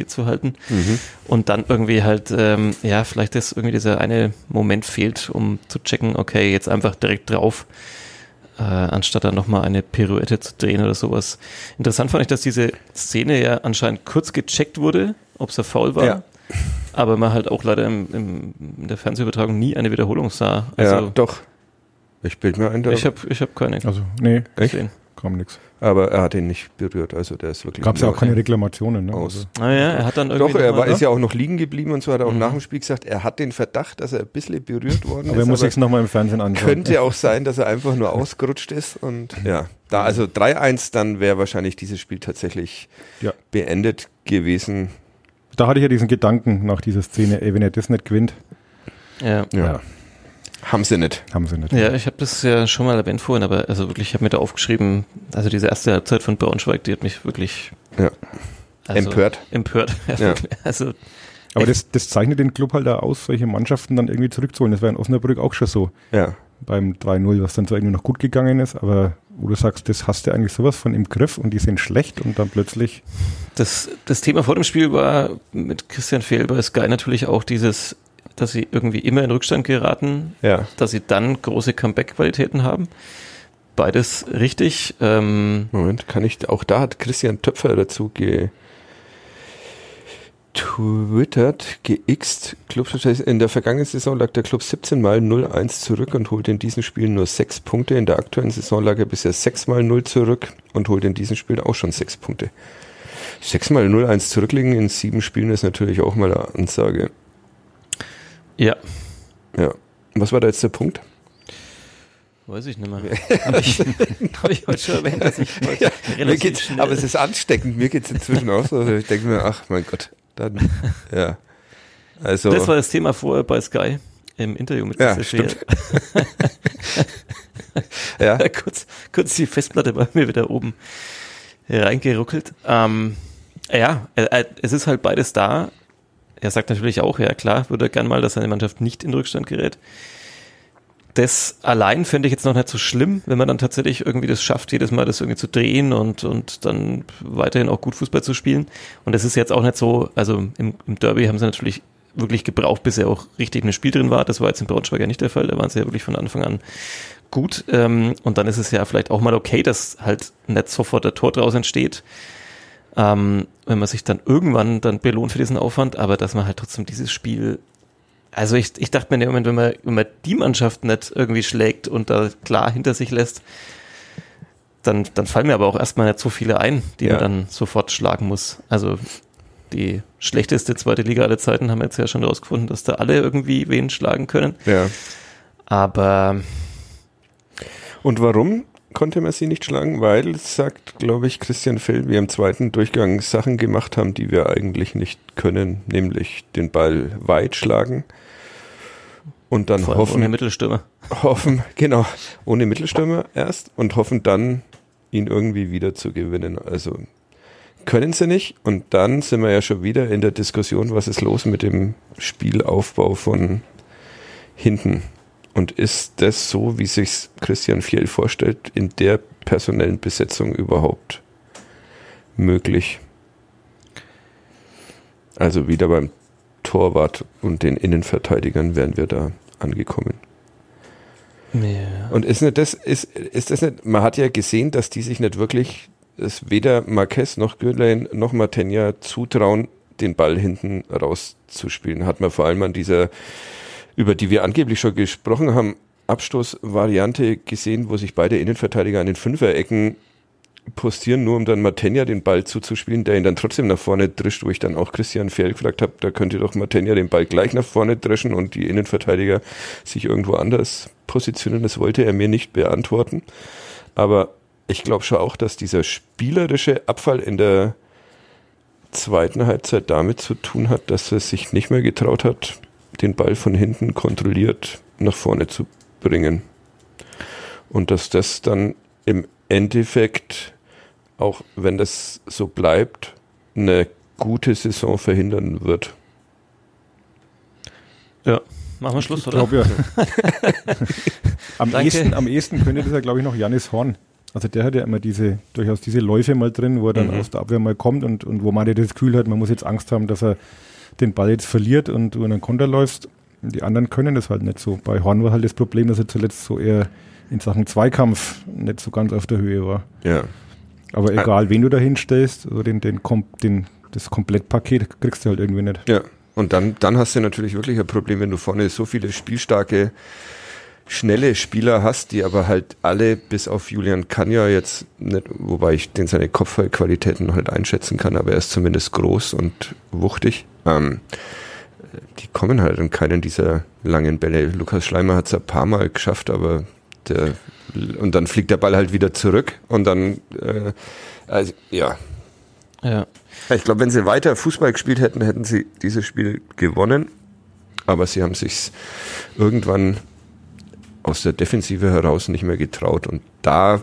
und dann irgendwie halt, vielleicht ist irgendwie dieser eine Moment fehlt, um zu checken, okay, jetzt einfach direkt drauf, anstatt dann nochmal eine Pirouette zu drehen oder sowas. Interessant fand ich, dass diese Szene ja anscheinend kurz gecheckt wurde, ob es ein Foul war. Ja. Aber man halt auch leider in der Fernsehübertragung nie eine Wiederholung sah. Also, ja, doch. Ich bilde mir ein. Ich hab keine. Also, nee, gesehen. Kam nichts. Aber er hat ihn nicht berührt, also der ist wirklich... Gab es ja auch keine Reklamationen, ne? Aus. Er hat dann irgendwie... Doch, er ist ja auch noch liegen geblieben und so hat er auch nach dem Spiel gesagt, er hat den Verdacht, dass er ein bisschen berührt worden ist. Aber er muss sich nochmal im Fernsehen anschauen. Könnte auch sein, dass er einfach nur ausgerutscht ist und also 3-1, dann wäre wahrscheinlich dieses Spiel tatsächlich beendet gewesen. Da hatte ich ja diesen Gedanken nach dieser Szene, wenn er das nicht gewinnt. Ja. Haben sie nicht. Ja, ich habe das ja schon mal erwähnt vorhin, aber also wirklich, ich habe mir da aufgeschrieben, also diese erste Halbzeit von Braunschweig, die hat mich wirklich empört. Ja. Also, aber das zeichnet den Club halt da aus, solche Mannschaften dann irgendwie zurückzuholen. Das war in Osnabrück auch schon so. Ja. Beim 3-0, was dann zwar irgendwie noch gut gegangen ist, aber wo du sagst, das hast du eigentlich sowas von im Griff und die sind schlecht und dann plötzlich... Das Thema vor dem Spiel war mit Christian Fehl bei Sky natürlich auch dieses, dass sie irgendwie immer in Rückstand geraten, dass sie dann große Comeback-Qualitäten haben. Beides richtig. Moment, auch da hat Christian Töpfer dazu geixt. In der vergangenen Saison lag der Club 17 Mal 0-1 zurück und holte in diesen Spielen nur 6 Punkte. In der aktuellen Saison lag er bisher 6 Mal 0 zurück und holte in diesen Spielen auch schon 6 Punkte. 6 Mal 0-1 zurückliegen in 7 Spielen ist natürlich auch mal eine Ansage. Ja. Was war da jetzt der Punkt? Weiß ich nicht mehr. Habe ich heute schon erwähnt, dass ich heute relativ schnell... Aber es ist ansteckend. Mir geht es inzwischen auch so. Ich denke mir, ach mein Gott. Dann, Also, das war das Thema vorher bei Sky im Interview mit Christian Fehl. Kurz die Festplatte bei mir wieder oben reingeruckelt. Es ist halt beides da. Er sagt natürlich auch, ja klar, würde er gern mal, dass seine Mannschaft nicht in Rückstand gerät. Das allein fände ich jetzt noch nicht so schlimm, wenn man dann tatsächlich irgendwie das schafft, jedes Mal das irgendwie zu drehen und dann weiterhin auch gut Fußball zu spielen. Und das ist jetzt auch nicht so, also im Derby haben sie natürlich wirklich gebraucht, bis er auch richtig in das Spiel drin war. Das war jetzt in Braunschweig ja nicht der Fall, da waren sie ja wirklich von Anfang an gut. Und dann ist es ja vielleicht auch mal okay, dass halt nicht sofort der Tor draus entsteht, wenn man sich dann irgendwann dann belohnt für diesen Aufwand, aber dass man halt trotzdem dieses Spiel... Also ich dachte mir in dem Moment, wenn man die Mannschaft nicht irgendwie schlägt und da klar hinter sich lässt, dann fallen mir aber auch erstmal nicht so viele ein, die man dann sofort schlagen muss. Also die schlechteste zweite Liga aller Zeiten haben wir jetzt ja schon rausgefunden, dass da alle irgendwie wen schlagen können. Ja. Aber... Und warum konnte man sie nicht schlagen? Weil, sagt, glaube ich, Christian Fehl, wir im zweiten Durchgang Sachen gemacht haben, die wir eigentlich nicht können, nämlich den Ball weit schlagen. und dann Vor allem ohne Mittelstürmer. Genau, ohne Mittelstürmer erst und hoffen dann, ihn irgendwie wieder zu gewinnen. Also können sie nicht und dann sind wir ja schon wieder in der Diskussion, was ist los mit dem Spielaufbau von hinten. Und ist das so, wie sich Christian Fjell vorstellt, in der personellen Besetzung überhaupt möglich? Also wieder beim Torwart und den Innenverteidigern wären wir da angekommen. Ja. Und ist das nicht, man hat ja gesehen, dass die sich nicht wirklich, dass weder Marquez noch Gürlein noch Martenja zutrauen, den Ball hinten rauszuspielen. Hat man vor allem an dieser, über die wir angeblich schon gesprochen haben, Abstoßvariante gesehen, wo sich beide Innenverteidiger an den Fünferecken postieren, nur um dann Martenja den Ball zuzuspielen, der ihn dann trotzdem nach vorne drischt, wo ich dann auch Christian Fjell gefragt habe, da könnte doch Martenja den Ball gleich nach vorne dreschen und die Innenverteidiger sich irgendwo anders positionieren. Das wollte er mir nicht beantworten. Aber ich glaube schon auch, dass dieser spielerische Abfall in der zweiten Halbzeit damit zu tun hat, dass er sich nicht mehr getraut hat, den Ball von hinten kontrolliert nach vorne zu bringen. Und dass das dann im Endeffekt, auch wenn das so bleibt, eine gute Saison verhindern wird. Ja, machen wir Schluss, oder? Ich glaube ja. Am ehesten könnte das ja, glaube ich, noch Jannis Horn. Also der hat ja immer durchaus diese Läufe mal drin, wo er dann aus der Abwehr mal kommt und wo man ja das Gefühl hat, man muss jetzt Angst haben, dass er den Ball jetzt verliert und du in einen Konter läufst. Die anderen können das halt nicht so. Bei Horn war halt das Problem, dass er zuletzt so eher in Sachen Zweikampf nicht so ganz auf der Höhe war. Ja. Aber egal, wen du da hinstellst, also das Komplettpaket kriegst du halt irgendwie nicht. Ja, und dann hast du natürlich wirklich ein Problem, wenn du vorne so viele spielstarke, schnelle Spieler hast, die aber halt alle, bis auf Julian Kanja jetzt nicht, wobei ich den seine Kopfballqualitäten halt einschätzen kann, aber er ist zumindest groß und wuchtig. Die kommen halt an keinen dieser langen Bälle. Lukas Schleimer hat es ein paar Mal geschafft, aber und dann fliegt der Ball halt wieder zurück und dann ja. Ich glaube, wenn sie weiter Fußball gespielt hätten, hätten sie dieses Spiel gewonnen, aber sie haben sich's irgendwann aus der Defensive heraus nicht mehr getraut und das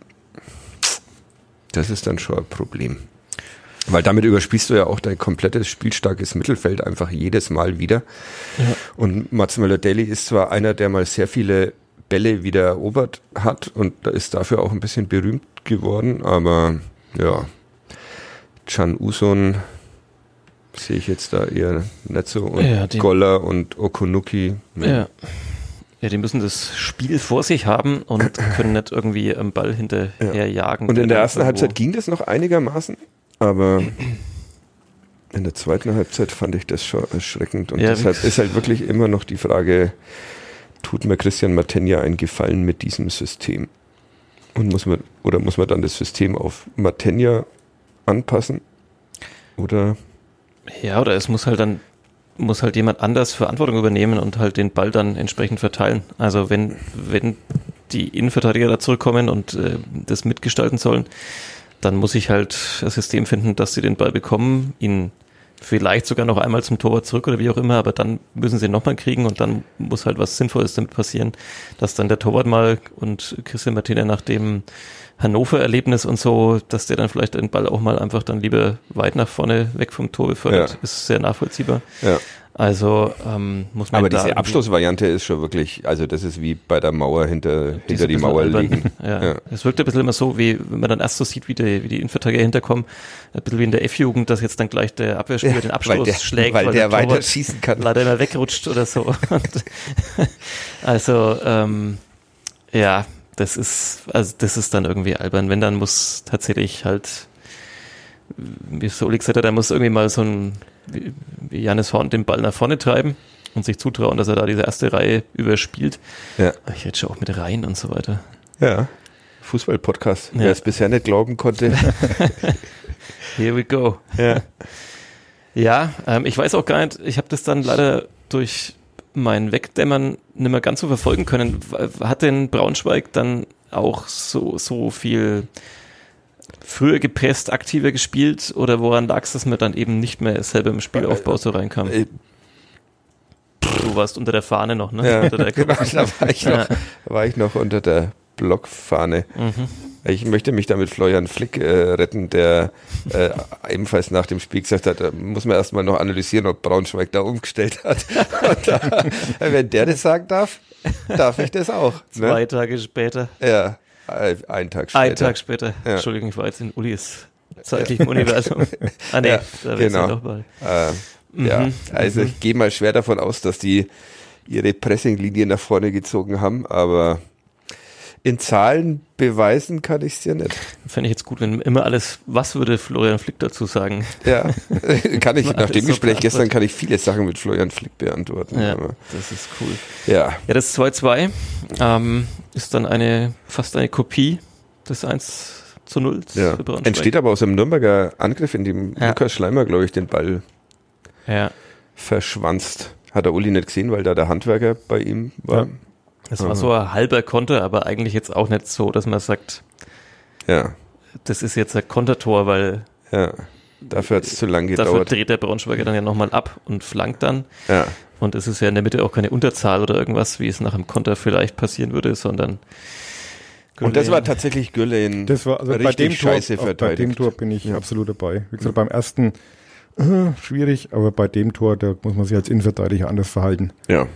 ist dann schon ein Problem. Weil damit überspielst du ja auch dein komplettes spielstarkes Mittelfeld einfach jedes Mal wieder. Ja. Und Mats Möller-Deli ist zwar einer, der mal sehr viele Bälle wieder erobert hat und ist dafür auch ein bisschen berühmt geworden, aber ja, Can Uson sehe ich jetzt da eher nicht so und Goller und Okunuki. Ja. Ja, die müssen das Spiel vor sich haben und können nicht irgendwie am Ball hinterher jagen. Und in der ersten Halbzeit ging das noch einigermaßen, aber in der zweiten Halbzeit fand ich das schon erschreckend. Und deshalb ist halt wirklich immer noch die Frage, tut mir Christian Martenja einen Gefallen mit diesem System? Und muss man dann das System auf Martenja anpassen? Oder? Ja, oder es muss halt jemand anders Verantwortung übernehmen und halt den Ball dann entsprechend verteilen. Also wenn die Innenverteidiger da zurückkommen und das mitgestalten sollen, dann muss ich halt ein System finden, dass sie den Ball bekommen, ihn vielleicht sogar noch einmal zum Torwart zurück oder wie auch immer, aber dann müssen sie ihn nochmal kriegen und dann muss halt was Sinnvolles damit passieren, dass dann der Torwart mal und Christian Martenja nach dem Hannover-Erlebnis und so, dass der dann vielleicht den Ball auch mal einfach dann lieber weit nach vorne weg vom Tor befördert, ist sehr nachvollziehbar. Ja. Also muss man. Aber diese Abschlussvariante ist schon wirklich, also das ist wie bei der Mauer hinter die Mauer liegen. Ja. Es wirkt ein bisschen immer so, wie wenn man dann erst so sieht, wie die Innenverteidiger hinterkommen, ein bisschen wie in der F-Jugend, dass jetzt dann gleich der Abwehrspieler den Abschluss schlägt, weil der weiter schießen kann. Leider immer wegrutscht oder so. Also ja, das ist dann irgendwie albern. Wenn, dann muss tatsächlich halt, wie Solik gesagt hat, da muss irgendwie mal so ein wie Jannis Horn den Ball nach vorne treiben und sich zutrauen, dass er da diese erste Reihe überspielt. Ja. Ich rede schon auch mit Reihen und so weiter. Ja, Fußball-Podcast. Wer es bisher nicht glauben konnte. Here we go. Ja, ich weiß auch gar nicht, ich habe das dann leider durch mein Wegdämmern nicht mehr ganz so verfolgen können. Hat denn Braunschweig dann auch so viel früher gepresst, aktiver gespielt oder woran lag es, dass man dann eben nicht mehr selber im Spielaufbau so reinkam? du warst unter der Fahne noch, ne? Ja, unter der genau, da war ich noch unter der Blockfahne. Ich möchte mich da mit Florian Flick retten, der ebenfalls nach dem Spiel gesagt hat, da muss man erstmal noch analysieren, ob Braunschweig da umgestellt hat. Und da, wenn der das sagen darf ich das auch. Ne? 2 Tage später. Ja, einen Tag später. Einen Tag später. Ja. Entschuldigung, ich war jetzt in Ulis zeitlichem Universum. Ah nee, Ja, da wird's genau. ja noch mal. Ja, also ich gehe mal schwer davon aus, dass die ihre Pressinglinie nach vorne gezogen haben, aber in Zahlen beweisen kann ich es ja nicht. Fände ich jetzt gut, wenn immer alles, was würde Florian Flick dazu sagen? Ja, kann ich, nach dem so Gespräch gestern beantworten. kann ich viele Sachen mit Florian Flick beantworten. Ja, Aber, das ist cool. ja. Ja, das 2-2 ist dann fast eine Kopie des 1-0 Ja. für Braunschweig. Entsteht aber aus einem Nürnberger Angriff, in dem Ja. Lukas Schleimer, glaube ich, den Ball Ja, verschwanzt. Hat der Uli nicht gesehen, weil da der Handwerker bei ihm war. das war so ein halber Konter, aber eigentlich jetzt auch nicht so, dass man sagt, Ja, das ist jetzt ein Kontertor, weil ja. Dafür hat es zu lang dafür gedauert. dreht der Braunschweiger dann ja nochmal ab und flankt dann. Ja. Und es ist ja in der Mitte auch keine Unterzahl oder irgendwas, wie es nach einem Konter vielleicht passieren würde, sondern Und das war tatsächlich Gürlen Das war, also bei richtig dem Tor, scheiße auch bei verteidigt. dem Tor bin ich absolut dabei. Wie gesagt, beim ersten schwierig, aber bei dem Tor, da muss man sich als Innenverteidiger anders verhalten. Ja.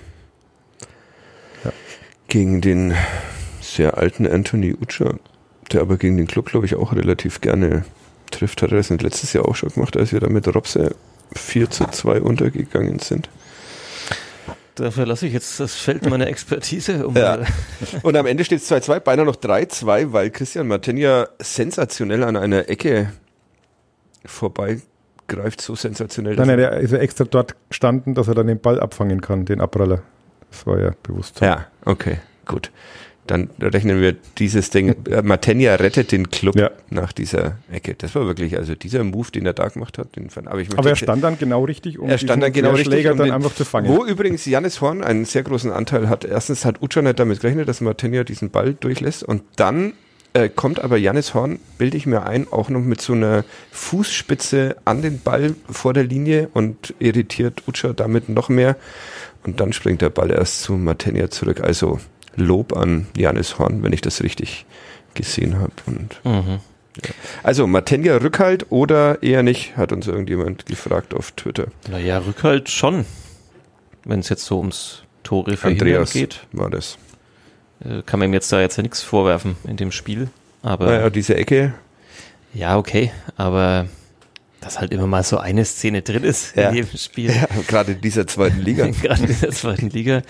Ja. Gegen den sehr alten Anthony Utscher, der aber gegen den Club, glaube ich, auch relativ gerne trifft, hat er das nicht letztes Jahr auch schon gemacht, als wir da mit Robse 4-2 untergegangen sind. da verlasse ich jetzt das Feld meiner Expertise. Ja. Und am Ende steht es 2-2, beinahe noch 3-2, weil Christian Martinia sensationell an einer Ecke vorbeigreift, so sensationell. Nein, der ist ja extra dort gestanden, dass er dann den Ball abfangen kann, den Abpraller. Das war ja bewusst so. Ja, okay, gut. Dann rechnen wir dieses Ding. Martinia rettet den Club Ja. nach dieser Ecke. Das war wirklich, also dieser Move, den er da gemacht hat, den fand ich Aber er stand dann genau richtig, um er stand dann genau richtig, Schläger um dann den- einfach zu fangen. Wo übrigens Jannis Horn einen sehr großen Anteil hat. Erstens hat Utscher nicht damit gerechnet, dass Martinia diesen Ball durchlässt und dann kommt aber Jannis Horn, bilde ich mir ein, auch noch mit so einer Fußspitze an den Ball vor der Linie und irritiert Utscher damit noch mehr und dann springt der Ball erst zu Martinia zurück. Also Lob an Jannis Horn, wenn ich das richtig gesehen habe. Und also Martinia Rückhalt oder eher nicht, hat uns irgendjemand gefragt auf Twitter. Naja, Rückhalt schon. Wenn es jetzt so ums Tore verhindern Andreas geht, war das. kann man ihm jetzt da jetzt ja nichts vorwerfen in dem Spiel. Aber Naja, diese Ecke. ja, okay, aber dass halt immer mal so eine Szene drin ist Ja. in jedem Spiel. Ja, gerade in dieser zweiten Liga. Gerade in der zweiten Liga.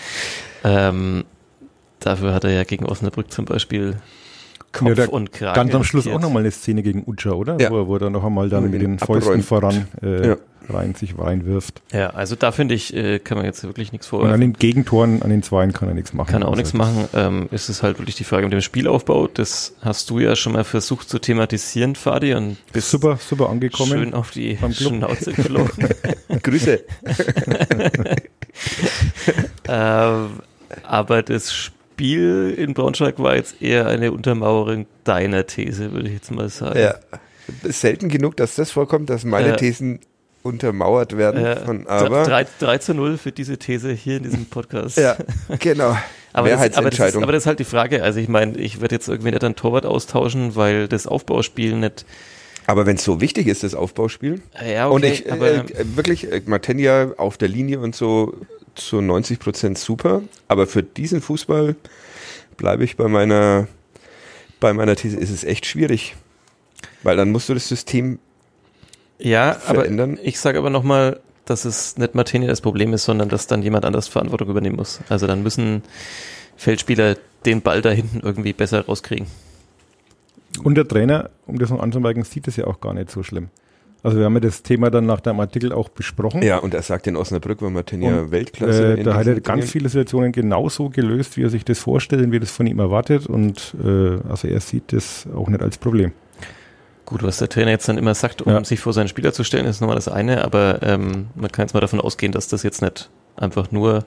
Dafür hat er ja gegen Osnabrück zum Beispiel Kopf da und Kragen. Ganz am Schluss auch riskiert. nochmal eine Szene gegen Utscher, oder? Ja. Wo er noch einmal dann Mit mit dem den Fäusten Abräumen. voran Ja. sich reinwirft. Ja, also da finde ich, kann man jetzt wirklich nichts Und an vorwerfen. den Gegentoren, an den Zweien kann er nichts machen. Kann er auch Also nichts machen. Ist es halt wirklich die Frage mit dem Spielaufbau. Das hast du ja schon mal versucht zu thematisieren, Fadi, und bist Super angekommen. schön auf die beim Club. Schnauze geflogen. Grüße. Aber das Spiel in Braunschweig war jetzt eher eine Untermauerung deiner These, würde ich jetzt mal sagen. Ja. Ist selten genug, dass das vorkommt, dass meine Ja. Thesen untermauert werden. Aber 3-0 für diese These hier in diesem Podcast. ja, genau. Aber das Mehrheitsentscheidung. ist halt die Frage. Also ich meine, ich werde jetzt irgendwie nicht einen Torwart austauschen, weil das Aufbauspiel nicht. Aber wenn es so wichtig ist, das Aufbauspiel. Ja, okay, Und ich aber wirklich, Martinia auf der Linie und so zu 90% super. Aber für diesen Fußball bleibe ich bei meiner These, ist es echt schwierig. Weil dann musst du das System ja, aber verändern. ich sage aber nochmal, dass es nicht Martini das Problem ist, sondern dass dann jemand anders Verantwortung übernehmen muss. Also dann müssen Feldspieler den Ball da hinten irgendwie besser rauskriegen. Und der Trainer, um das noch anzumerken, sieht es ja auch gar nicht so schlimm. Also wir haben ja das Thema dann nach dem Artikel auch besprochen. Ja, und er sagt in Osnabrück war Martinia Und, Weltklasse. in da hat er diesen ganz Dingen. viele Situationen genauso gelöst, wie er sich das vorstellt und wie er das von ihm erwartet. Und also er sieht das auch nicht als Problem. Gut, was der Trainer jetzt dann immer sagt, um Ja. sich vor seinen Spieler zu stellen, ist nochmal das eine, aber man kann jetzt mal davon ausgehen, dass das jetzt nicht einfach nur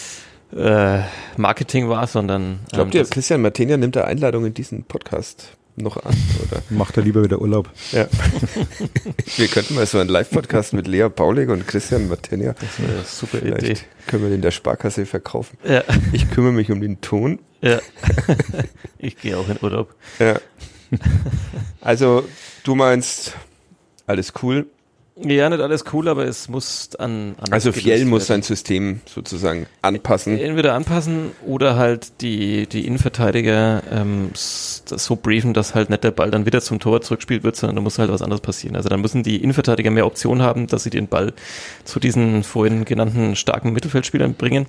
Marketing war, sondern Glaubt ihr, dass- Christian Martinia nimmt der Einladung in diesen Podcast noch an, oder? Macht er lieber wieder Urlaub. Ja. Wir könnten mal so einen Live-Podcast mit Lea Paulig und Christian Martinia. Das wäre eine super Vielleicht Idee. können wir den der Sparkasse verkaufen. Ja. Ich kümmere mich um den Ton. Ja. Ich gehe auch in Urlaub. Ja. Also, du meinst, alles cool. Ja, nicht alles cool, aber es muss Also Fjell muss sein System sozusagen anpassen. Entweder anpassen oder halt die Innenverteidiger so briefen, dass halt nicht der Ball dann wieder zum Torwart zurückgespielt wird, sondern da muss halt was anderes passieren. Also dann müssen die Innenverteidiger mehr Optionen haben, dass sie den Ball zu diesen vorhin genannten starken Mittelfeldspielern bringen.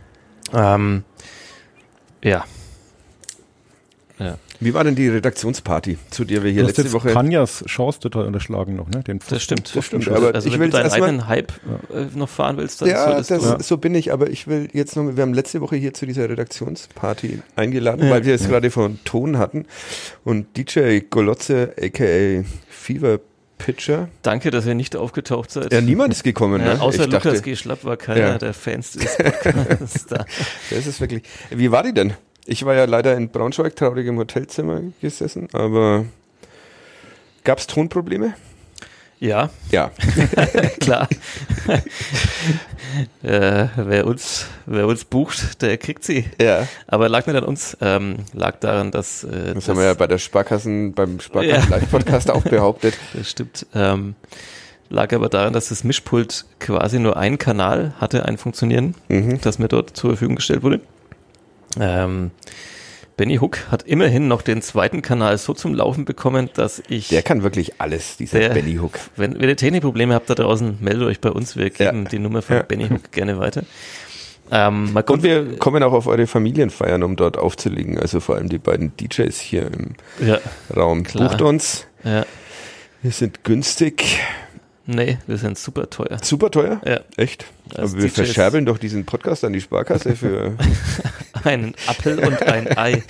Ja. Wie war denn die Redaktionsparty, zu der wir hier letzte Woche... Kanjas Chance total unterschlagen noch, ne? Das stimmt. Aber also ich wenn will du deinen erstmal eigenen Hype noch fahren willst, dann Ja, solltest du... so bin ich, aber ich will jetzt noch, wir haben letzte Woche hier zu dieser Redaktionsparty eingeladen, weil wir es gerade von Ton hatten und DJ Golotze, aka Fever Pitcher. Danke, dass ihr nicht aufgetaucht seid. Ja, niemand ist gekommen. Ja, ne? außer Ich dachte, Lukas G. Schlapp war keiner der Fans des Podcasts da. Das ist wirklich... Wie war die denn? Ich war ja leider in Braunschweig traurig im Hotelzimmer gesessen, aber gab es Tonprobleme? Ja, Ja. klar. Wer uns bucht, der kriegt sie. Ja. Aber lag nicht an uns, lag daran, dass... Das haben wir ja beim Sparkassen Live-Podcast auch behauptet. Das stimmt. Lag aber daran, dass das Mischpult quasi nur einen Kanal hatte, einen funktionieren, das mir dort zur Verfügung gestellt wurde. Benny Hook hat immerhin noch den zweiten Kanal so zum Laufen bekommen, dass ich... Der kann wirklich alles, dieser Benny Hook. Wenn ihr Technikprobleme habt da draußen, meldet euch bei uns. Wir geben die Nummer von Benny Hook gerne weiter. Und wir kommen auch auf eure Familienfeiern, um dort aufzulegen. Also vor allem die beiden DJs hier im Raum. Klar. Bucht uns. Ja. Wir sind günstig. Nee, wir sind super teuer. Super teuer? Ja. Echt? Als Aber wir DJs verscherbeln doch diesen Podcast an die Sparkasse für... Einen Apfel und ein Ei.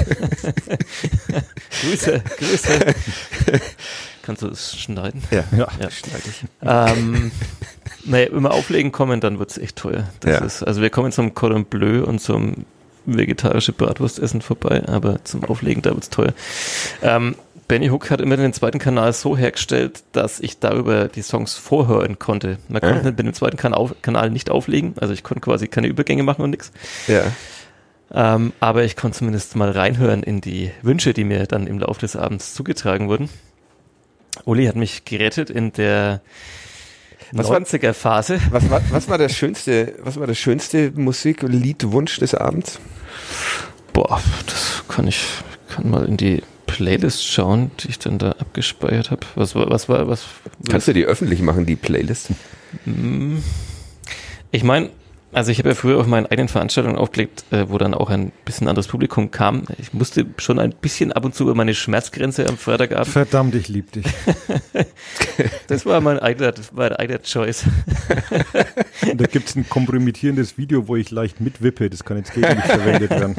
Grüße. Kannst du es schneiden? Ja. Schneide ich. Wenn wir auflegen kommen, dann wird es echt teuer. Also wir kommen zum Cordon Bleu und zum vegetarische Bratwurstessen vorbei, aber zum Auflegen, da wird es teuer. Benny Hook hat immer den zweiten Kanal so hergestellt, dass ich darüber die Songs vorhören konnte. Man konnte mit dem zweiten Kanal nicht auflegen, also ich konnte quasi keine Übergänge machen und nichts. Ja. Aber ich konnte zumindest mal reinhören in die Wünsche, die mir dann im Laufe des Abends zugetragen wurden. Uli hat mich gerettet in der 90er-Phase. Was war der schönste Musik-Liedwunsch des Abends? Boah, das kann mal in die Playlist schauen, die ich dann da abgespeichert habe. Was Kannst du die öffentlich machen, die Playlist? Ich meine, also ich habe ja früher auf meinen eigenen Veranstaltungen aufgelegt, wo dann auch ein bisschen anderes Publikum kam. Ich musste schon ein bisschen ab und zu über meine Schmerzgrenze am Freitagabend. Verdammt, ich lieb dich. Das war mein eigener Choice. Und da gibt es ein kompromittierendes Video, wo ich leicht mitwippe. Das kann jetzt gegen mich verwendet werden.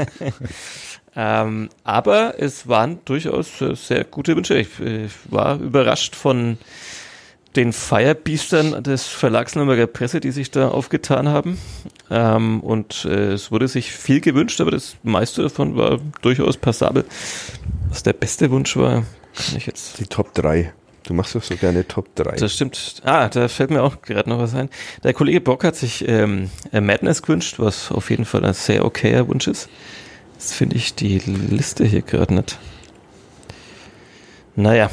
Aber es waren durchaus sehr gute Wünsche. Ich war überrascht von den Firebeastern des Verlags Nürnberger Presse, die sich da aufgetan haben. Und es wurde sich viel gewünscht, aber das meiste davon war durchaus passabel. Was der beste Wunsch war, kann ich jetzt... Die Top 3. Du machst doch so gerne Top 3. Das stimmt. Da fällt mir auch gerade noch was ein. Der Kollege Bock hat sich Madness gewünscht, was auf jeden Fall ein sehr okayer Wunsch ist. Jetzt finde ich die Liste hier gerade nicht. Naja.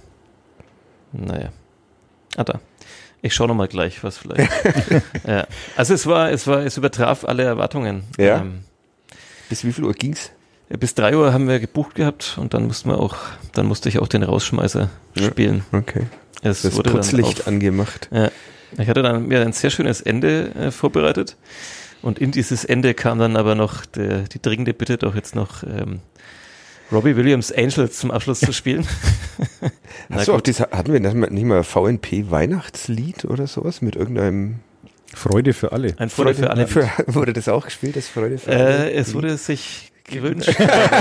Da. Ich schaue nochmal gleich, was vielleicht. Ja. Also es übertraf alle Erwartungen. Ja. Bis wie viel Uhr ging's? Bis 3 Uhr haben wir gebucht gehabt und dann musste ich auch den Rausschmeißer spielen. Okay. Das wurde Putzlicht angemacht. Ja. Ich hatte dann mir ein sehr schönes Ende vorbereitet und in dieses Ende kam dann aber noch die dringende Bitte, doch jetzt noch Robbie Williams Angels zum Abschluss zu spielen. Hatten wir nicht mal VNP Weihnachtslied oder sowas mit irgendeinem Freude für alle. Ein Freude für alle. Wurde das auch gespielt, das Freude für alle? Es wurde sich gewünscht.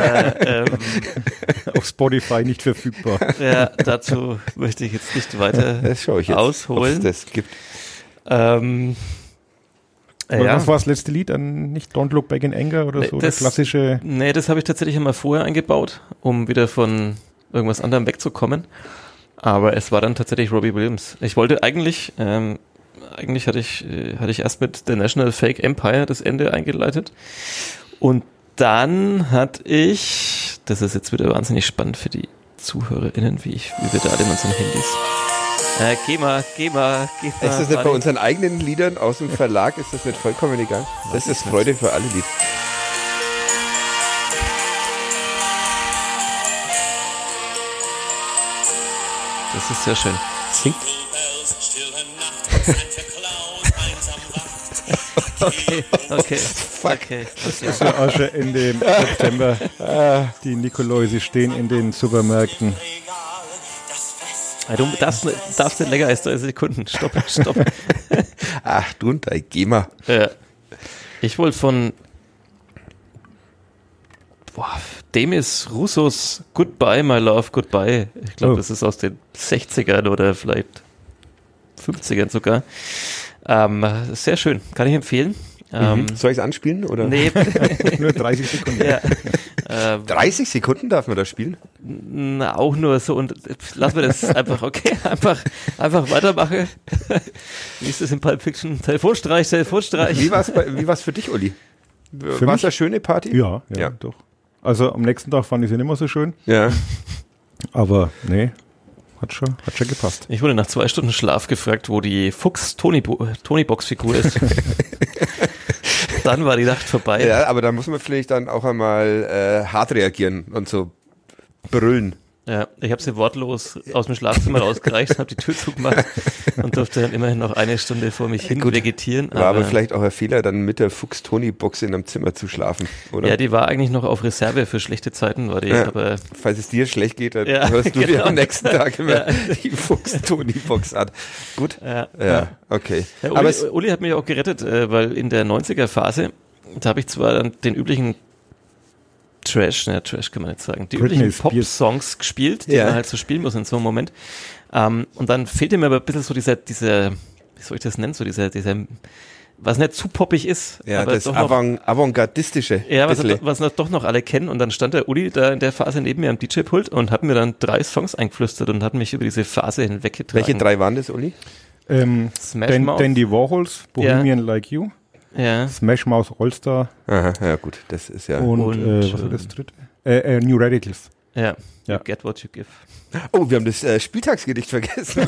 Auf Spotify nicht verfügbar. Ja, dazu möchte ich jetzt nicht weiter ausholen. Ob es das gibt. Was war das letzte Lied? Nicht Don't Look Back in Anger oder so? Das klassische. Nee, das habe ich tatsächlich einmal vorher eingebaut, um wieder von irgendwas anderem wegzukommen. Aber es war dann tatsächlich Robbie Williams. Ich wollte eigentlich hatte ich erst mit The National Fake Empire das Ende eingeleitet. Und dann hatte ich, das ist jetzt wieder wahnsinnig spannend für die ZuhörerInnen, wie wir da alle mit unseren Handys. Geh mal. Ist das nicht bei unseren eigenen Liedern aus dem Verlag, ist das nicht vollkommen egal? Das ist Freude für alle Lied. Das ist sehr schön. Singt. Okay. Fuck. Okay. Das ist ja auch schon Ende September. Die Nikoläuse stehen in den Supermärkten. Du darfst nicht länger als 30 Sekunden. Stopp. Ach, du und dein GEMA. Ich wollte von Demis Roussos Goodbye, My Love, Goodbye. Ich glaube, das ist aus den 60ern oder vielleicht 50ern sogar. Sehr schön, kann ich empfehlen. Soll ich es anspielen? Oder? Nee. Nur 30 Sekunden. Ja. 30 Sekunden darf man da spielen? Auch nur so und lassen wir das einfach, okay, einfach weitermachen. Wie ist das in Pulp Fiction? Telefonstreich. Wie war's für dich, Uli? War es eine schöne Party? Ja, doch. Also am nächsten Tag fand ich sie nicht mehr so schön. Ja. Aber nee, hat schon gepasst. Ich wurde nach 2 Stunden Schlaf gefragt, wo die Fuchs-Tony-Box-Figur ist. Dann war die Nacht vorbei. Ja, aber da muss man vielleicht dann auch einmal hart reagieren und so brüllen. Ja, ich habe sie wortlos aus dem Schlafzimmer rausgereicht, habe die Tür zugemacht und durfte dann immerhin noch 1 Stunde vor mich hin vegetieren. War aber vielleicht auch ein Fehler, dann mit der Fuchs-Tony-Box in einem Zimmer zu schlafen, oder? Ja, die war eigentlich noch auf Reserve für schlechte Zeiten, war die. Ja, aber falls es dir schlecht geht, dann hörst du dir am nächsten Tag immer die Fuchs-Tony-Box an. Gut? Ja, okay. Ja, Aber Uli hat mich auch gerettet, weil in der 90er-Phase, da habe ich zwar dann den üblichen Trash kann man nicht sagen, die üblichen Pop-Songs gespielt, die man halt so spielen muss in so einem Moment. Und dann fehlte mir aber ein bisschen so dieser, wie soll ich das nennen, so dieser, was nicht zu poppig ist. Ja, aber das Avantgardistische. Ja, was doch noch alle kennen. Und dann stand der Uli da in der Phase neben mir am DJ-Pult und hat mir dann 3 Songs eingeflüstert und hat mich über diese Phase hinweggetragen. Welche 3 waren das, Uli? Smash Mouth. Dandy Warhols, Bohemian Like You. Ja. Smash Mouth All-Star. Aha, ja gut, das ist ja... Und was war das dritte? New Radicals. Ja. You get what you give. Oh, wir haben das Spieltagsgedicht vergessen.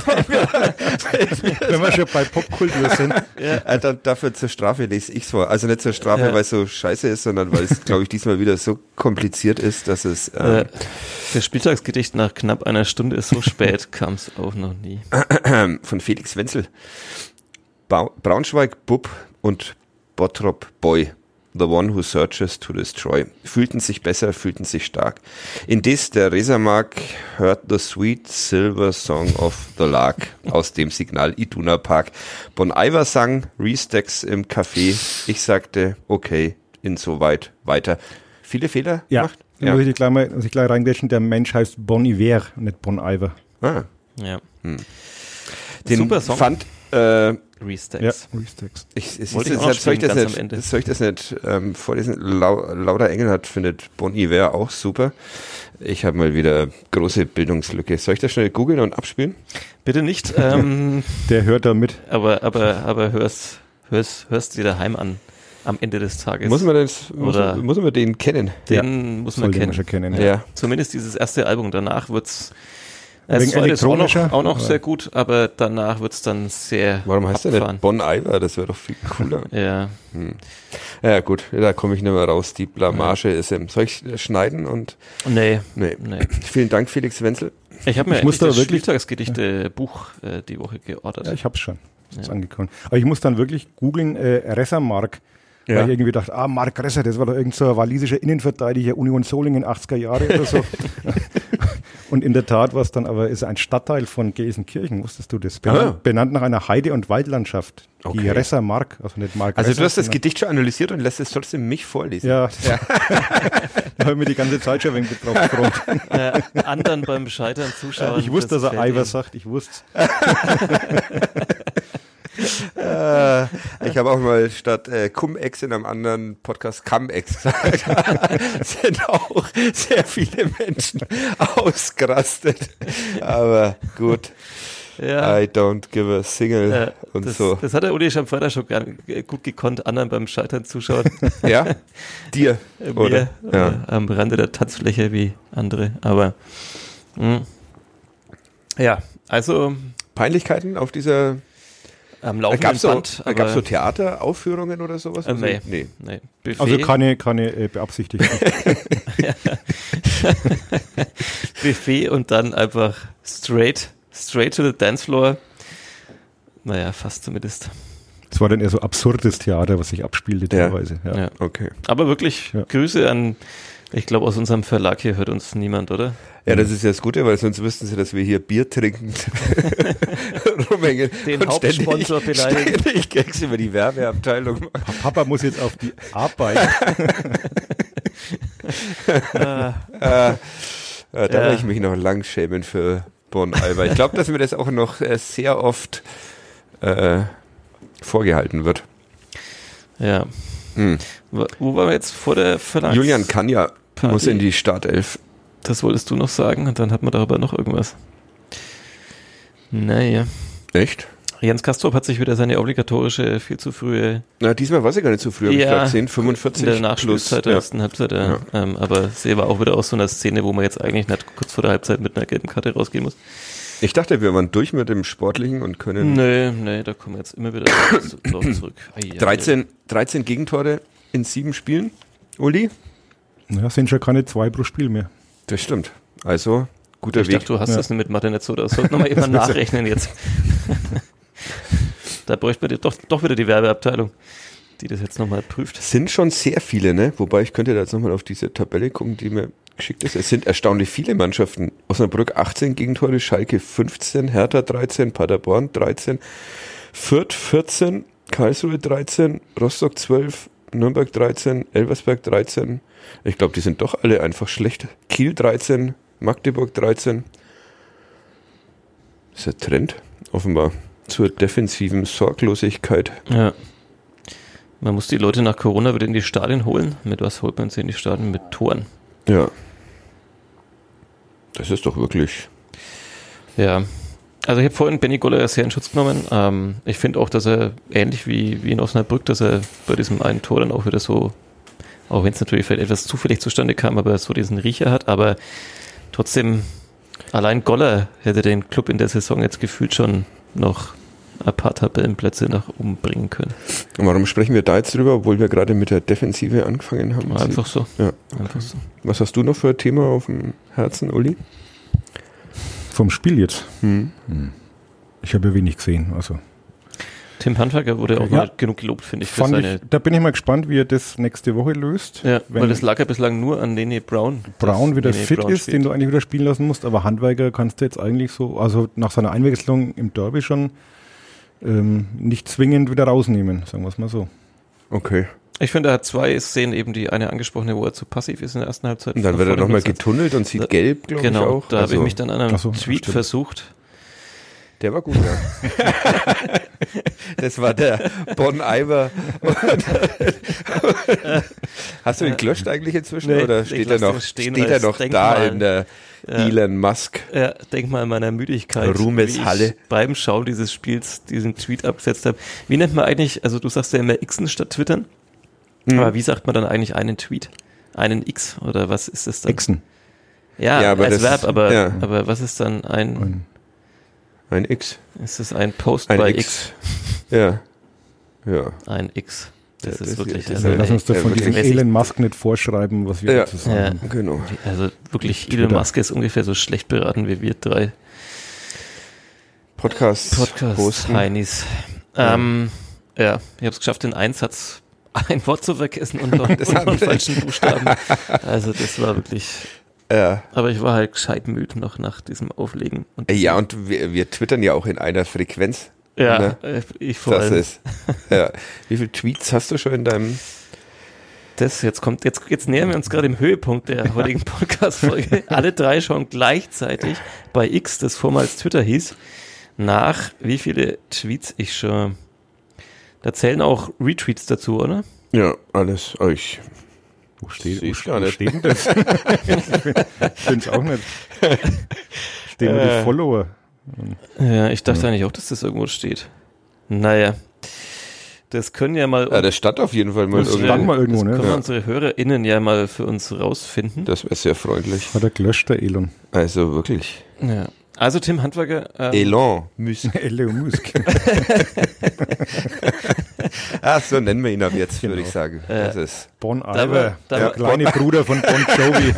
Wenn wir schon bei Popkultur sind. Dafür zur Strafe lese ich es vor. Also nicht zur Strafe, weil es so scheiße ist, sondern weil es, glaube ich, diesmal wieder so kompliziert ist, dass es... das Spieltagsgedicht nach knapp 1 Stunde ist so spät, kam es auch noch nie. Von Felix Wenzel. Braunschweig, Bub und Bottrop Boy. The one who searches to destroy. Fühlten sich besser, fühlten sich stark. Indes der Resermark hört the sweet silver song of the lark aus dem Signal Iduna Park. Bon Iver sang Restacks im Café. Ich sagte, okay, insoweit weiter. Viele Fehler gemacht? Ja, muss ich gleich reingrätschen. Der Mensch heißt Bon Iver, nicht Bon Iver. Ah. Ja. Den super Song. Fand Restacks. Ja, Restacks. Soll ich das nicht vorlesen? Laura Engelhardt findet Bon Iver auch super. Ich habe mal wieder große Bildungslücke. Soll ich das schnell googeln und abspielen? Bitte nicht. Der hört da mit. Aber hörst dir daheim an am Ende des Tages. Muss man den kennen? Den muss man kennen. Schon kennen. Ja. Zumindest dieses erste Album. Danach wird's auch noch sehr gut, aber danach wird's dann sehr Warum heißt der nicht Bon Iver? Das wäre doch viel cooler. Ja. Ja gut, da komme ich nicht mehr raus. Die Blamage ist Soll ich schneiden? Nee. Vielen Dank, Felix Wenzel. Ich habe mir das Spieltagsgedichte-Buch die Woche geordert. Ja, ich hab's schon. Das ist angekommen. Aber ich muss dann wirklich googeln, Resermark. Weil ich irgendwie dachte, Mark Resser, das war doch irgend so ein walisischer Innenverteidiger, Union Solingen, 80er Jahre oder so. Und in der Tat war es dann aber ist ein Stadtteil von Gelsenkirchen, wusstest du das? Benannt nach einer Heide- und Waldlandschaft. Die Resermark, also nicht Mark Also Resser, du hast das Gedicht schon analysiert und lässt es trotzdem mich vorlesen. Ja. Da habe ich mir die ganze Zeit schon ein wenig drauf gefreut. Anderen beim Scheitern zuschauen. Ich wusste, dass er Iver sagt, ich wusste Ich habe auch mal statt Cum-Ex in einem anderen Podcast Cum-Ex gesagt. Sind auch sehr viele Menschen ausgerastet. Aber gut. Ja. I don't give a single und das, so. Das hat der Uli schon vorher schon gut gekonnt, anderen beim Scheitern zuschauen. Ja? Dir? Oder? Oder am Rande der Tanzfläche wie andere. Aber ja, also Peinlichkeiten auf dieser... am laufenden Gab es Band. so Theateraufführungen oder sowas? Nee. Buffet. Also keine beabsichtigten. Buffet und dann einfach straight to the dance floor. Naja, fast zumindest. Es war dann eher so absurdes Theater, was sich abspielte teilweise. Ja. Okay. Aber wirklich Grüße an, ich glaube aus unserem Verlag hier hört uns niemand, oder? Ja, das ist ja das Gute, weil sonst wüssten sie, dass wir hier Bier trinkend rumhängen. Den Hauptsponsor beleidigen. Ständig Gags über die Werbeabteilung machen. Papa muss jetzt auf die Arbeit. Da werde ich mich noch lang schämen für Bon-Alba. Ich glaube, dass mir das auch noch sehr oft vorgehalten wird. Ja. Wo waren wir jetzt vor der Verlags... Julian Kanja muss in die Startelf. Das wolltest du noch sagen und dann hat man darüber noch irgendwas. Naja. Echt? Jens Kastrop hat sich wieder seine obligatorische, viel zu frühe... Na, diesmal war sie gar nicht so früh, habe ich gerade gesehen, 45 in der Nachspielzeit der ersten Halbzeit. Aber sie war auch wieder aus so einer Szene, wo man jetzt eigentlich nicht kurz vor der Halbzeit mit einer gelben Karte rausgehen muss. Ich dachte, wir waren durch mit dem Sportlichen und können... Nee, da kommen wir jetzt immer wieder drauf zurück. 13 Gegentore in 7 Spielen, Uli? Ja, sind schon keine 2 pro Spiel mehr. Das stimmt. Also, guter Weg. Ich dachte, du hast das nicht mit Mathe nicht so. Das sollte nochmal jemand nachrechnen jetzt. Da bräuchte man doch wieder die Werbeabteilung, die das jetzt nochmal prüft. Es sind schon sehr viele, ne? Wobei ich könnte da jetzt nochmal auf diese Tabelle gucken, die mir geschickt ist. Es sind erstaunlich viele Mannschaften. Osnabrück 18 Gegentore, Schalke 15, Hertha 13, Paderborn 13, Fürth 14, Karlsruhe 13, Rostock 12, Nürnberg 13, Elversberg 13. Ich glaube, die sind doch alle einfach schlecht. Kiel 13, Magdeburg 13. Das ist ein Trend, offenbar, zur defensiven Sorglosigkeit. Ja. Man muss die Leute nach Corona wieder in die Stadien holen. Mit was holt man sie in die Stadien? Mit Toren. Ja. Das ist doch wirklich... Ja. Also ich habe vorhin Benny Goller sehr in Schutz genommen. Ich finde auch, dass er ähnlich wie in Osnabrück, dass er bei diesem einen Tor dann auch wieder so, auch wenn es natürlich vielleicht etwas zufällig zustande kam, aber so diesen Riecher hat, aber trotzdem, allein Goller hätte den Club in der Saison jetzt gefühlt schon noch ein paar Tabellenplätze nach oben bringen können. Und warum sprechen wir da jetzt drüber, obwohl wir gerade mit der Defensive angefangen haben? Einfach so. Ja, okay. Einfach so. Was hast du noch für ein Thema auf dem Herzen, Uli? Vom Spiel jetzt? Ich habe ja wenig gesehen. Also. Tim Handwerker wurde auch mal genug gelobt, finde ich. Da bin ich mal gespannt, wie er das nächste Woche löst. Ja, weil das lag ja bislang nur an Lene Brown. Brown wieder fit ist, den du eigentlich wieder spielen lassen musst, aber Handwerker kannst du jetzt eigentlich so, also nach seiner Einwechslung im Derby schon nicht zwingend wieder rausnehmen, sagen wir es mal so. Okay. Ich finde, er hat 2 Szenen, eben die eine angesprochene, wo er zu passiv ist in der ersten Halbzeit. Und dann wird er nochmal getunnelt und sieht gelb, glaube ich auch. Genau, da habe ich mich dann an einem Tweet versucht. Der war gut, ja. Das war der Bon-Iver. Hast du ihn gelöscht eigentlich inzwischen? Nee, oder steht er noch da in der Elon Musk? Ja, denk mal an meiner Müdigkeit. Ruhmeshalle. Wie ich beim Schauen dieses Spiels diesen Tweet abgesetzt habe. Wie nennt man eigentlich, also du sagst ja immer Xen statt Twittern, aber wie sagt man dann eigentlich einen Tweet? Einen X oder was ist das dann? Xen. Ja, aber als Verb, aber was ist dann ein X. Ist das ein Post ein bei X? Ja. Ein X. Das ist wirklich... lass uns doch von diesem Elon Musk nicht vorschreiben, was wir dazu sagen. Ja, genau. Also wirklich, Elon Musk ist ungefähr so schlecht beraten wie wir 3. Podcast-Heinis. Ich habe es geschafft, in einen Satz ein Wort zu vergessen und noch einen falschen Buchstaben. Also das war wirklich... Ja. Aber ich war halt gescheit müde noch nach diesem Auflegen. Und ja, und wir twittern ja auch in einer Frequenz. Ja, ne? Ich vor allem. Ja. Wie viele Tweets hast du schon in deinem... Jetzt nähern wir uns gerade im Höhepunkt der heutigen Podcast-Folge. Alle 3 schauen gleichzeitig bei X, das vormals Twitter hieß, nach, wie viele Tweets ich schon Da zählen auch Retweets dazu, oder? Ja, alles euch. Wo steht denn das? Ich finde es auch nicht. Stehen nur die Follower. Ja, ich dachte eigentlich auch, dass das irgendwo steht. Naja. Das können ja mal... Ja, das stand auf jeden Fall mal irgendwo. Das Ne? können unsere HörerInnen ja mal für uns rausfinden. Das wäre sehr freundlich. Hat er gelöscht, der Elon. Also wirklich. Ja. Also Tim Handwerker... Elon Musk. Elon Musk. So nennen wir ihn ab jetzt, würde ich sagen. Das ist Bon Iver, der war- kleine Bruder von Bon Jovi.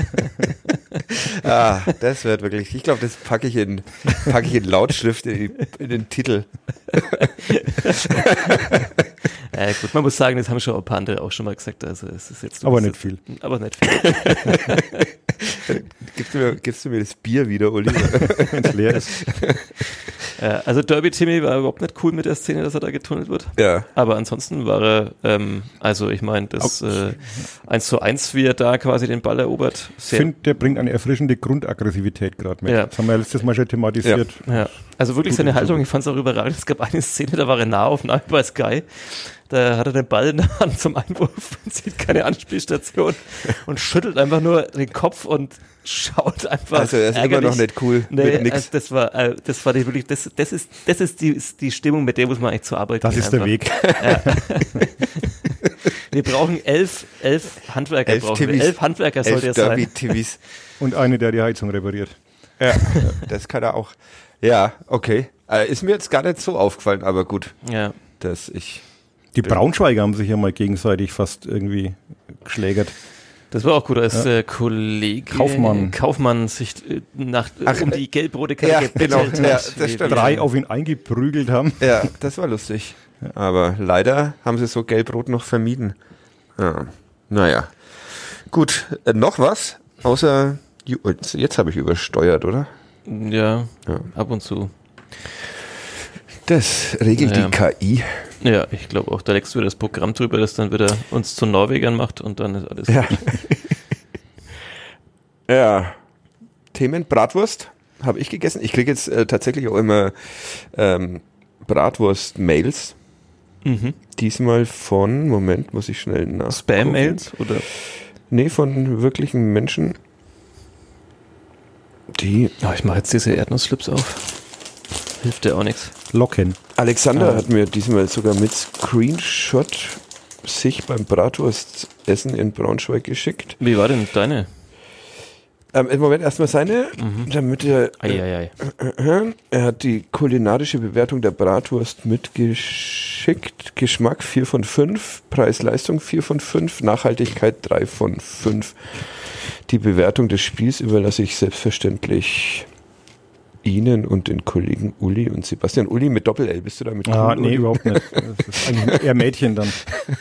das wird wirklich, ich glaube, das packe ich in Lautschrift in den Titel. Gut, man muss sagen, das haben schon ein paar andere auch schon mal gesagt. Also es ist jetzt Aber nicht viel. Aber nicht viel. Gibst du mir das Bier wieder, Uli? Wenn es leer ist. Also Derby Timmy war überhaupt nicht cool mit der Szene, dass er da getunnelt wird. Ja. Aber ansonsten war er, also ich meine, das 1:1, wie er da quasi den Ball erobert. Ich finde, der bringt eine erfrischende Grundaggressivität gerade mit. Ja. Das haben wir ja letztes Mal schon thematisiert. Ja. Also wirklich seine Haltung, ich fand es auch überragend. Es gab eine Szene, da war er Nahaufnahme bei Sky. Da hat er den Ball in der Hand zum Einwurf und sieht keine Anspielstation und schüttelt einfach nur den Kopf und schaut einfach. Also er ist ärgerlich. immer noch nicht cool Nee, mit nix. also das war die wirklich, das ist die Stimmung, mit der muss man eigentlich zur Arbeit Das gehen. ist der Weg. Wir brauchen 11 Handwerker. 11 brauchen wir. TVs. 11 Handwerker sollte es sein. Derby-TVs. Und eine, der die Heizung repariert. Ja, das kann er auch. Ja, okay. Ist mir jetzt gar nicht so aufgefallen, aber gut, Ja. dass ich... Die Braunschweiger haben sich ja mal gegenseitig fast irgendwie geschlägert. Das war auch gut, als Kollege Kaufmann sich um die gelb-rote Karte Ja, gebettelt genau. hat. Ja, das stimmt. 3 auf ihn eingeprügelt haben. Ja, das war lustig. Aber leider haben sie so gelb-rot noch vermieden. Ja. Naja. Gut, noch was? Außer, jetzt habe ich übersteuert, oder? Ja, ab und zu. Das regelt die KI. Ja, ich glaube auch, da legst du wieder das Programm drüber, das dann wieder uns zu Norwegern macht und dann ist alles Ja. gut. Ja. Themen Bratwurst habe ich gegessen. Ich kriege jetzt tatsächlich auch immer Bratwurst-Mails. Mhm. Diesmal von, Moment, muss ich schnell nachgucken. Spam-Mails oder? Nee, von wirklichen Menschen, die... Ja, ich mache jetzt diese Erdnussflips auf. Hilft dir auch nichts. Locken. Alexander hat mir diesmal sogar mit Screenshot sich beim Bratwurstessen in Braunschweig geschickt. Wie war denn deine? Im Moment erstmal seine, damit er... Eieiei. Er hat die kulinarische Bewertung der Bratwurst mitgeschickt. Geschmack 4 von 5, Preis-Leistung 4 von 5, Nachhaltigkeit 3 von 5. Die Bewertung des Spiels überlasse ich selbstverständlich Ihnen und den Kollegen Uli und Sebastian. Uli mit Doppel-L, bist du da mit Ah, cool, nee, Uli? überhaupt nicht. Das ist eigentlich eher Mädchen dann.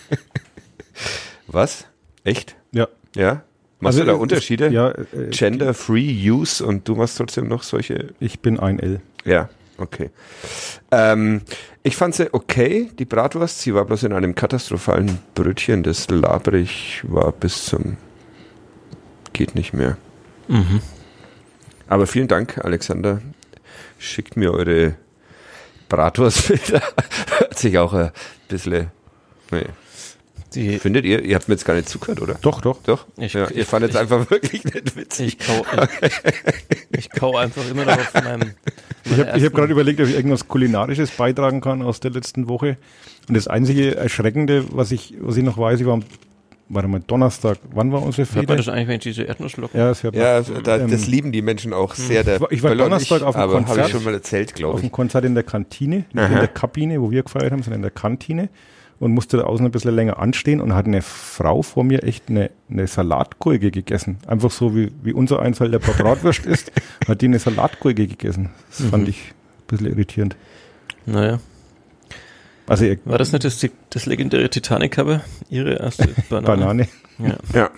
Was? Echt? Ja. Ja? Machst du da Unterschiede? Ja, Gender-Free Use und du machst trotzdem noch solche... ich bin ein L. Ja, okay. Ich fand sie okay, die Bratwurst. Sie war bloß in einem katastrophalen Brötchen, das labrig war bis zum geht nicht mehr. Mhm. Aber vielen Dank, Alexander. Schickt mir eure Bratwurstbilder. Hört sich auch ein bisschen... Nee. Findet ihr habt mir jetzt gar nicht zugehört, oder? Doch. Doch? Ihr fandet es einfach wirklich nicht witzig. Ich kau einfach immer noch auf meinem... Ich hab gerade überlegt, ob ich irgendwas Kulinarisches beitragen kann aus der letzten Woche. Und das einzige Erschreckende, was ich noch weiß, ich war am Donnerstag. Wann war unsere Hört man Fete? das eigentlich, wenn ich diese Erdnussschlucken? Ja, das hört man. Ja, das lieben die Menschen auch sehr. Ich war Donnerstag auf dem aber Konzert. habe ich schon mal erzählt, Auf glaube ich. dem Konzert in der Kantine, nicht in der Kabine, wo wir gefeiert haben, sondern in der Kantine. Und musste da außen ein bisschen länger anstehen und hat eine Frau vor mir echt eine Salatgurke gegessen. Einfach so, wie unser eins halt der Bratwurst ist, hat die eine Salatgurke gegessen. Das fand ich ein bisschen irritierend. Naja. Also War das nicht das legendäre Titanic-Cover? Ihre erste Banane? Ja.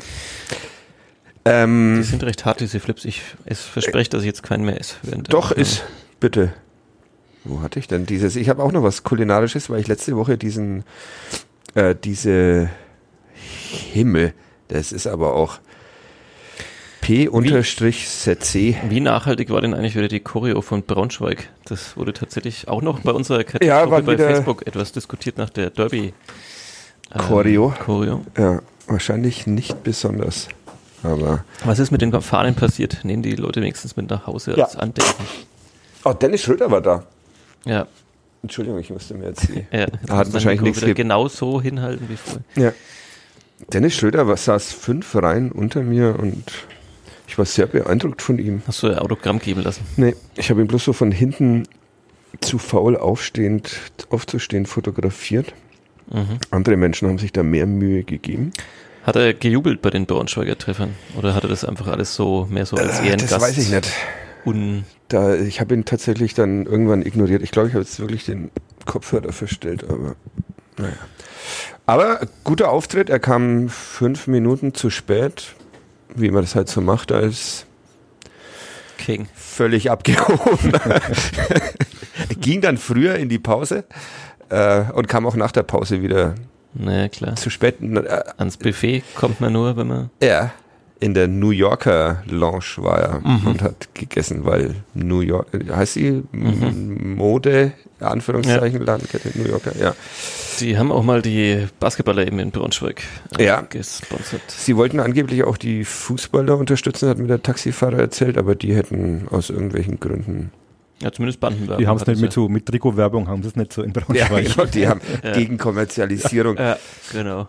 Die sind recht hart, diese Flips. Es verspreche, dass ich jetzt keinen mehr esse. Doch, bitte. Wo hatte ich denn dieses? Ich habe auch noch was Kulinarisches, weil ich letzte Woche diese Himmel, das ist aber auch, P_ZC. Wie nachhaltig war denn eigentlich wieder die Choreo von Braunschweig? Das wurde tatsächlich auch noch bei unserer Kritikgruppe Ja, bei Facebook etwas diskutiert nach der Derby. Choreo. Choreo. Ja, wahrscheinlich nicht besonders. Aber Was ist mit den Fahnen passiert? Nehmen die Leute wenigstens mit nach Hause als Andenken? oh, Dennis Schröder war da. Ja. Entschuldigung, ich musste mir jetzt die... Ja, Er hat wahrscheinlich nichts genau so hinhalten wie vorher. Ja. Dennis Schröder saß 5 Reihen unter mir und ich war sehr beeindruckt von ihm. Hast du ein Autogramm geben lassen? Nee, ich habe ihn bloß so von hinten zu faul aufzustehen fotografiert. Andere Menschen haben sich da mehr Mühe gegeben. Hat er gejubelt bei den Braunschweiger Treffern? Oder hat er das einfach alles so mehr so als Ehrengast? Das weiß ich nicht. Ich habe ihn tatsächlich dann irgendwann ignoriert. Ich glaube, ich habe jetzt wirklich den Kopfhörer verstellt, aber naja. Aber guter Auftritt, er kam 5 Minuten zu spät, wie man das halt so macht als King. Völlig abgehoben. Er ging dann früher in die Pause und kam auch nach der Pause wieder Naja, klar. zu spät. Ans Buffet kommt man nur, wenn man... Ja, in der New Yorker Lounge war er und hat gegessen, weil New York, heißt sie Mode, Anführungszeichen, Ladenkette New Yorker, ja. Die haben auch mal die Basketballer eben in Braunschweig gesponsert. Sie wollten angeblich auch die Fußballer unterstützen, hat mir der Taxifahrer erzählt, aber die hätten aus irgendwelchen Gründen... Ja, zumindest Bandenwerbung. Die haben es nicht mit Trikotwerbung, haben sie es nicht so in Braunschweig. Ja, genau, die haben gegen Kommerzialisierung. Ja, genau.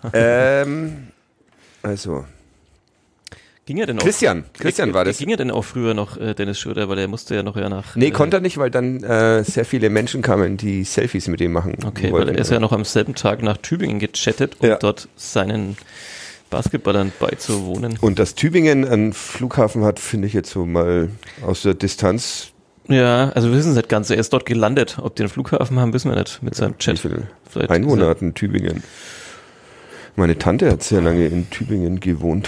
Also... Ging er denn auch? Christian war das. Ging er denn auch früher noch, Dennis Schröder, weil er musste ja noch nach... Nee, konnte er nicht, weil dann sehr viele Menschen kamen, die Selfies mit ihm machen Okay, wollten. weil er ist ja noch am selben Tag nach Tübingen gechattet, um dort seinen Basketballern beizuwohnen. Und dass Tübingen einen Flughafen hat, finde ich jetzt so mal aus der Distanz. Ja, also wir wissen es nicht ganz. Er ist dort gelandet. Ob die einen Flughafen haben, wissen wir nicht mit seinem Chat. Wie viele Einwohner hat in Tübingen? Meine Tante hat sehr lange in Tübingen gewohnt.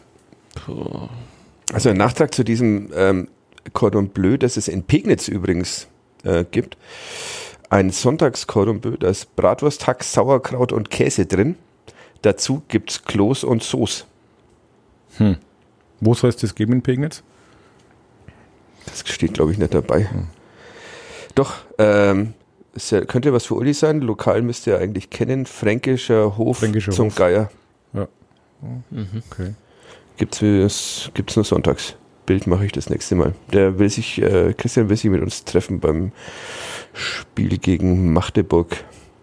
Also ein Nachtrag zu diesem Cordon Bleu, das es in Pegnitz übrigens gibt. Ein Sonntags-Cordon Bleu, da ist Bratwurst, Hack, Sauerkraut und Käse drin. Dazu gibt's Kloß und Soße. Wo soll es das geben in Pegnitz? Das steht, glaube ich, nicht dabei. Doch, könnte was für Uli sein. Lokal müsst ihr eigentlich kennen. Fränkischer Hof zum Hof. Geier. Ja. Okay. Gibt's nur sonntags. Bild mache ich das nächste Mal. Christian will sich mit uns treffen beim Spiel gegen Magdeburg.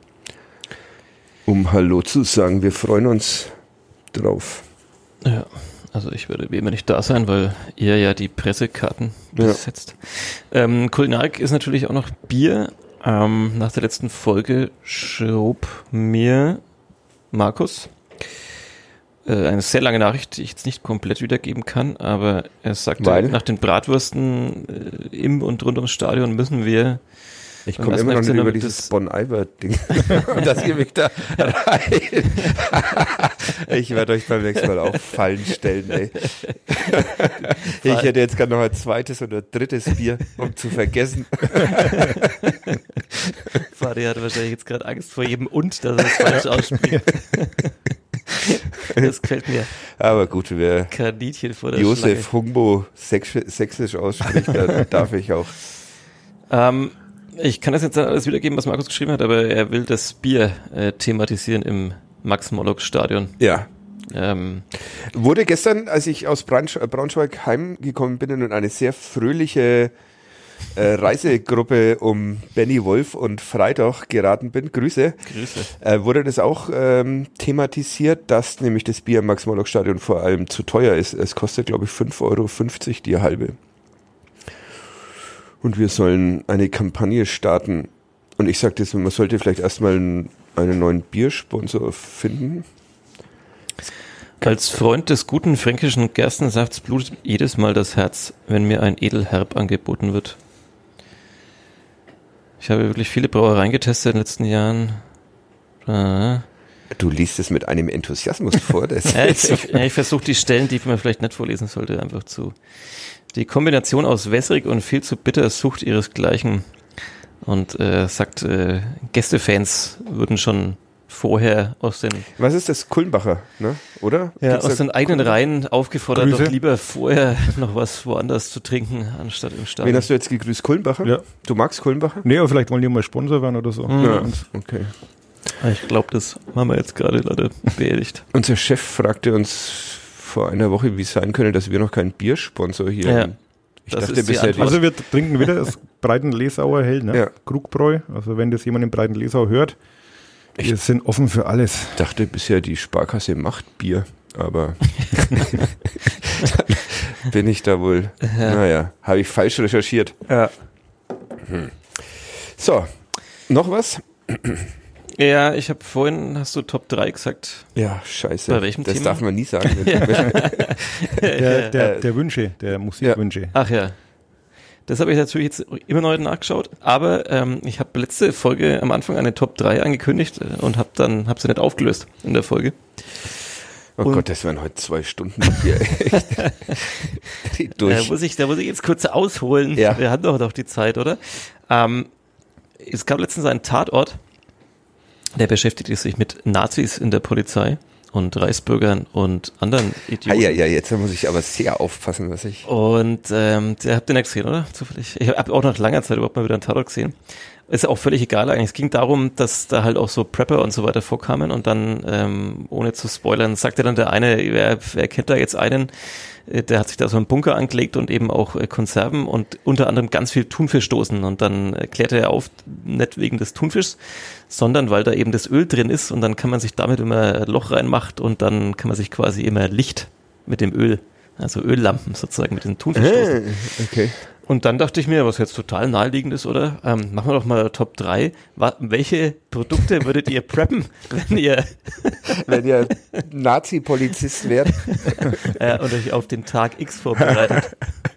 Um Hallo zu sagen. Wir freuen uns drauf. Ja, also ich werde wie immer nicht da sein, weil ihr ja die Pressekarten besetzt. Kulinarik ist natürlich auch noch Bier. Nach der letzten Folge schrob mir Markus eine sehr lange Nachricht, die ich jetzt nicht komplett wiedergeben kann, aber er sagte, nach den Bratwürsten im und rund ums Stadion müssen wir... Ich komme immer noch nicht über dieses Bon-Iver-Ding, dass ihr mich da rein... Ich werde euch beim nächsten Mal auch Fallen stellen, ey. Ich hätte jetzt gerade noch ein zweites oder drittes Bier, um zu vergessen. Fadi hat wahrscheinlich jetzt gerade Angst vor jedem dass er es falsch ausspricht. Das gefällt mir. Aber gut, wer Kaninchen vor der Josef Schlange. Humbo sächsisch ausspricht, dann darf ich auch. Ich kann das jetzt alles wiedergeben, was Markus geschrieben hat, aber er will das Bier thematisieren im Max-Morlock-Stadion. Ja. Wurde gestern, als ich aus Braunschweig heimgekommen bin und eine sehr fröhliche Reisegruppe um Benny Wolf und Freitag geraten bin, Grüße. Wurde das auch thematisiert, dass nämlich das Bier im Max-Morlock-Stadion vor allem zu teuer ist. Es kostet, glaube ich, 5,50 € die halbe. Und wir sollen eine Kampagne starten. Und ich sagte, man sollte vielleicht erstmal einen neuen Biersponsor finden. Als Freund des guten fränkischen Gerstensafts blutet jedes Mal das Herz, wenn mir ein Edelherb angeboten wird. Ich habe wirklich viele Brauereien getestet in den letzten Jahren. Du liest es mit einem Enthusiasmus vor. Ich versuche die Stellen, die man vielleicht nicht vorlesen sollte, einfach zu... Die Kombination aus wässrig und viel zu bitter sucht ihresgleichen und sagt, Gästefans würden schon vorher aus den... Was ist das? Kulmbacher, ne? Oder? Ja, Gibt's aus da den eigenen Reihen aufgefordert, Grüße. doch lieber vorher noch was woanders zu trinken, anstatt im Stadion. Wen hast du jetzt gegrüßt? Kulmbacher? Ja. Du magst Kulmbacher? Nee, aber vielleicht wollen die mal Sponsor werden oder so. Ja, okay. Ich glaube, das haben wir jetzt gerade leider beerdigt. Unser Chef fragte uns vor einer Woche, wie es sein könnte, dass wir noch keinen Biersponsor hier Ja. haben. Ich Das dachte ist die bisher, Antwort. Also wir trinken wieder das Breiten-Lesauer Hell, ne? Ja. Krugbräu. Also wenn das jemand in Breiten-Lesau hört, wir sind offen für alles. dachte bisher, die Sparkasse macht Bier, aber bin ich da wohl, naja, habe ich falsch recherchiert. Ja. So, noch was? Ja, ich habe vorhin, hast du Top 3 gesagt. Ja, scheiße. Bei welchem das Thema? darf man nie sagen. Der Wünsche, der Musikwünsche. Ach ja. Das habe ich natürlich jetzt immer noch nachgeschaut, aber ich habe letzte Folge am Anfang eine Top 3 angekündigt und habe sie nicht aufgelöst in der Folge. Oh Und- Gott, das wären heute 2 Stunden hier. Da muss ich jetzt kurz ausholen. Ja. Wir hatten doch noch die Zeit, oder? Es gab letztens einen Tatort, der beschäftigte sich mit Nazis in der Polizei und Reichsbürgern und anderen Idioten. Ja, jetzt muss ich aber sehr aufpassen, was ich... Und ihr habt den nicht gesehen, oder? Zufällig. Ich habe auch nach langer Zeit überhaupt mal wieder einen Tatort gesehen. Ist auch völlig egal eigentlich. Es ging darum, dass da halt auch so Prepper und so weiter vorkamen und dann, ohne zu spoilern, sagte dann der eine, wer kennt da jetzt einen, der hat sich da so einen Bunker angelegt und eben auch Konserven und unter anderem ganz viel Thunfischdosen und dann klärte er auf, nicht wegen des Thunfischs, sondern weil da eben das Öl drin ist und dann kann man sich damit immer ein Loch reinmacht und dann kann man sich quasi immer Licht mit dem Öl, also Öllampen sozusagen mit den Thunfischdosen. Okay. Und dann dachte ich mir, was jetzt total naheliegend ist, oder? Machen wir doch mal Top 3. Welche Produkte würdet ihr preppen, Wenn ihr Nazi-Polizist wärt. und euch auf den Tag X vorbereitet?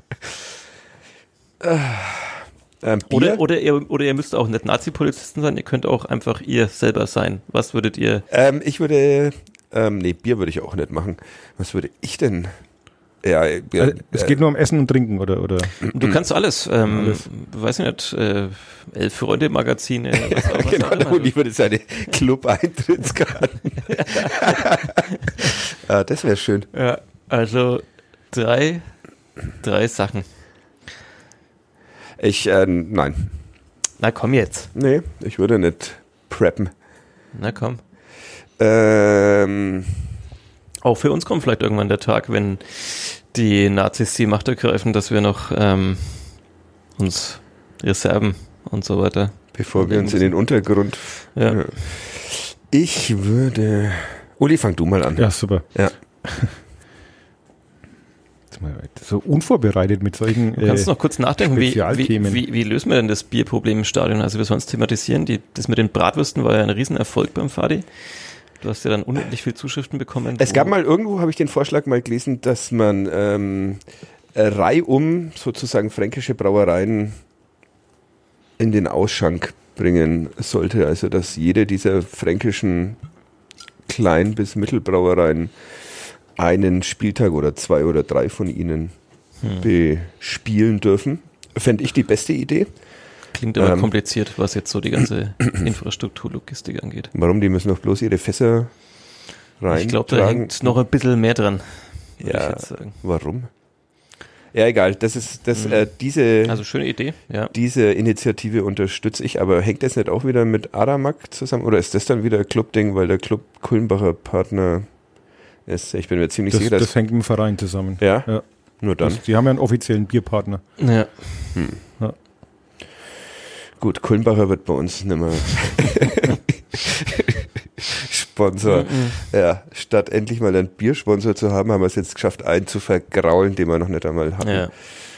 Bier? Oder ihr müsst auch nicht Nazi-Polizisten sein, ihr könnt auch einfach ihr selber sein. Was würdet ihr? Ich würde... Bier würde ich auch nicht machen. Was würde ich denn... Ja, Es geht nur um Essen und Trinken, oder? Du kannst alles. Weiß ich nicht, 11 Freunde-Magazine. Was genau, auch immer. und ich würde seine Club-Eintrittskarten. Das wäre schön. Ja, also drei Sachen. Nein. Na komm jetzt. Nee, ich würde nicht preppen. Na komm. Auch für uns kommt vielleicht irgendwann der Tag, wenn die Nazis die Macht ergreifen, dass wir noch uns Reserven und so weiter. Bevor wir uns in den Untergrund... Ja. Ich würde... Uli, fang du mal an. Ja, super. Ja. So unvorbereitet mit solchen Du kannst noch kurz nachdenken, Spezialthemen. wie lösen wir denn das Bierproblem im Stadion? Also wir sollen es thematisieren. Das mit den Bratwürsten war ja ein Riesenerfolg beim Fadi. Du hast ja dann unendlich viel Zuschriften bekommen. Es gab mal irgendwo, habe ich den Vorschlag mal gelesen, dass man reihum sozusagen fränkische Brauereien in den Ausschank bringen sollte. Also dass jede dieser fränkischen Klein- bis Mittelbrauereien einen Spieltag oder 2 oder 3 von ihnen bespielen dürfen. Fände ich die beste Idee. Klingt aber kompliziert, was jetzt so die ganze Infrastruktur-Logistik angeht. Warum? Die müssen doch bloß ihre Fässer rein. Ich glaube, da hängt noch ein bisschen mehr dran. Würde ich Ja, jetzt sagen. warum? Ja, egal. Also schöne Idee, ja. Diese Initiative unterstütze ich, aber hängt das nicht auch wieder mit Aramak zusammen? Oder ist das dann wieder ein Club-Ding, weil der Club Kulmbacher Partner ist? Ich bin mir ziemlich sicher, dass... Das hängt mit dem Verein zusammen. Ja? Ja. Nur dann. Die haben ja einen offiziellen Bierpartner. Ja. Ja. Gut, Kulmbacher wird bei uns nicht mehr Sponsor. Ja, statt endlich mal einen Biersponsor zu haben, haben wir es jetzt geschafft, einen zu vergraulen, den wir noch nicht einmal hatten. Ja.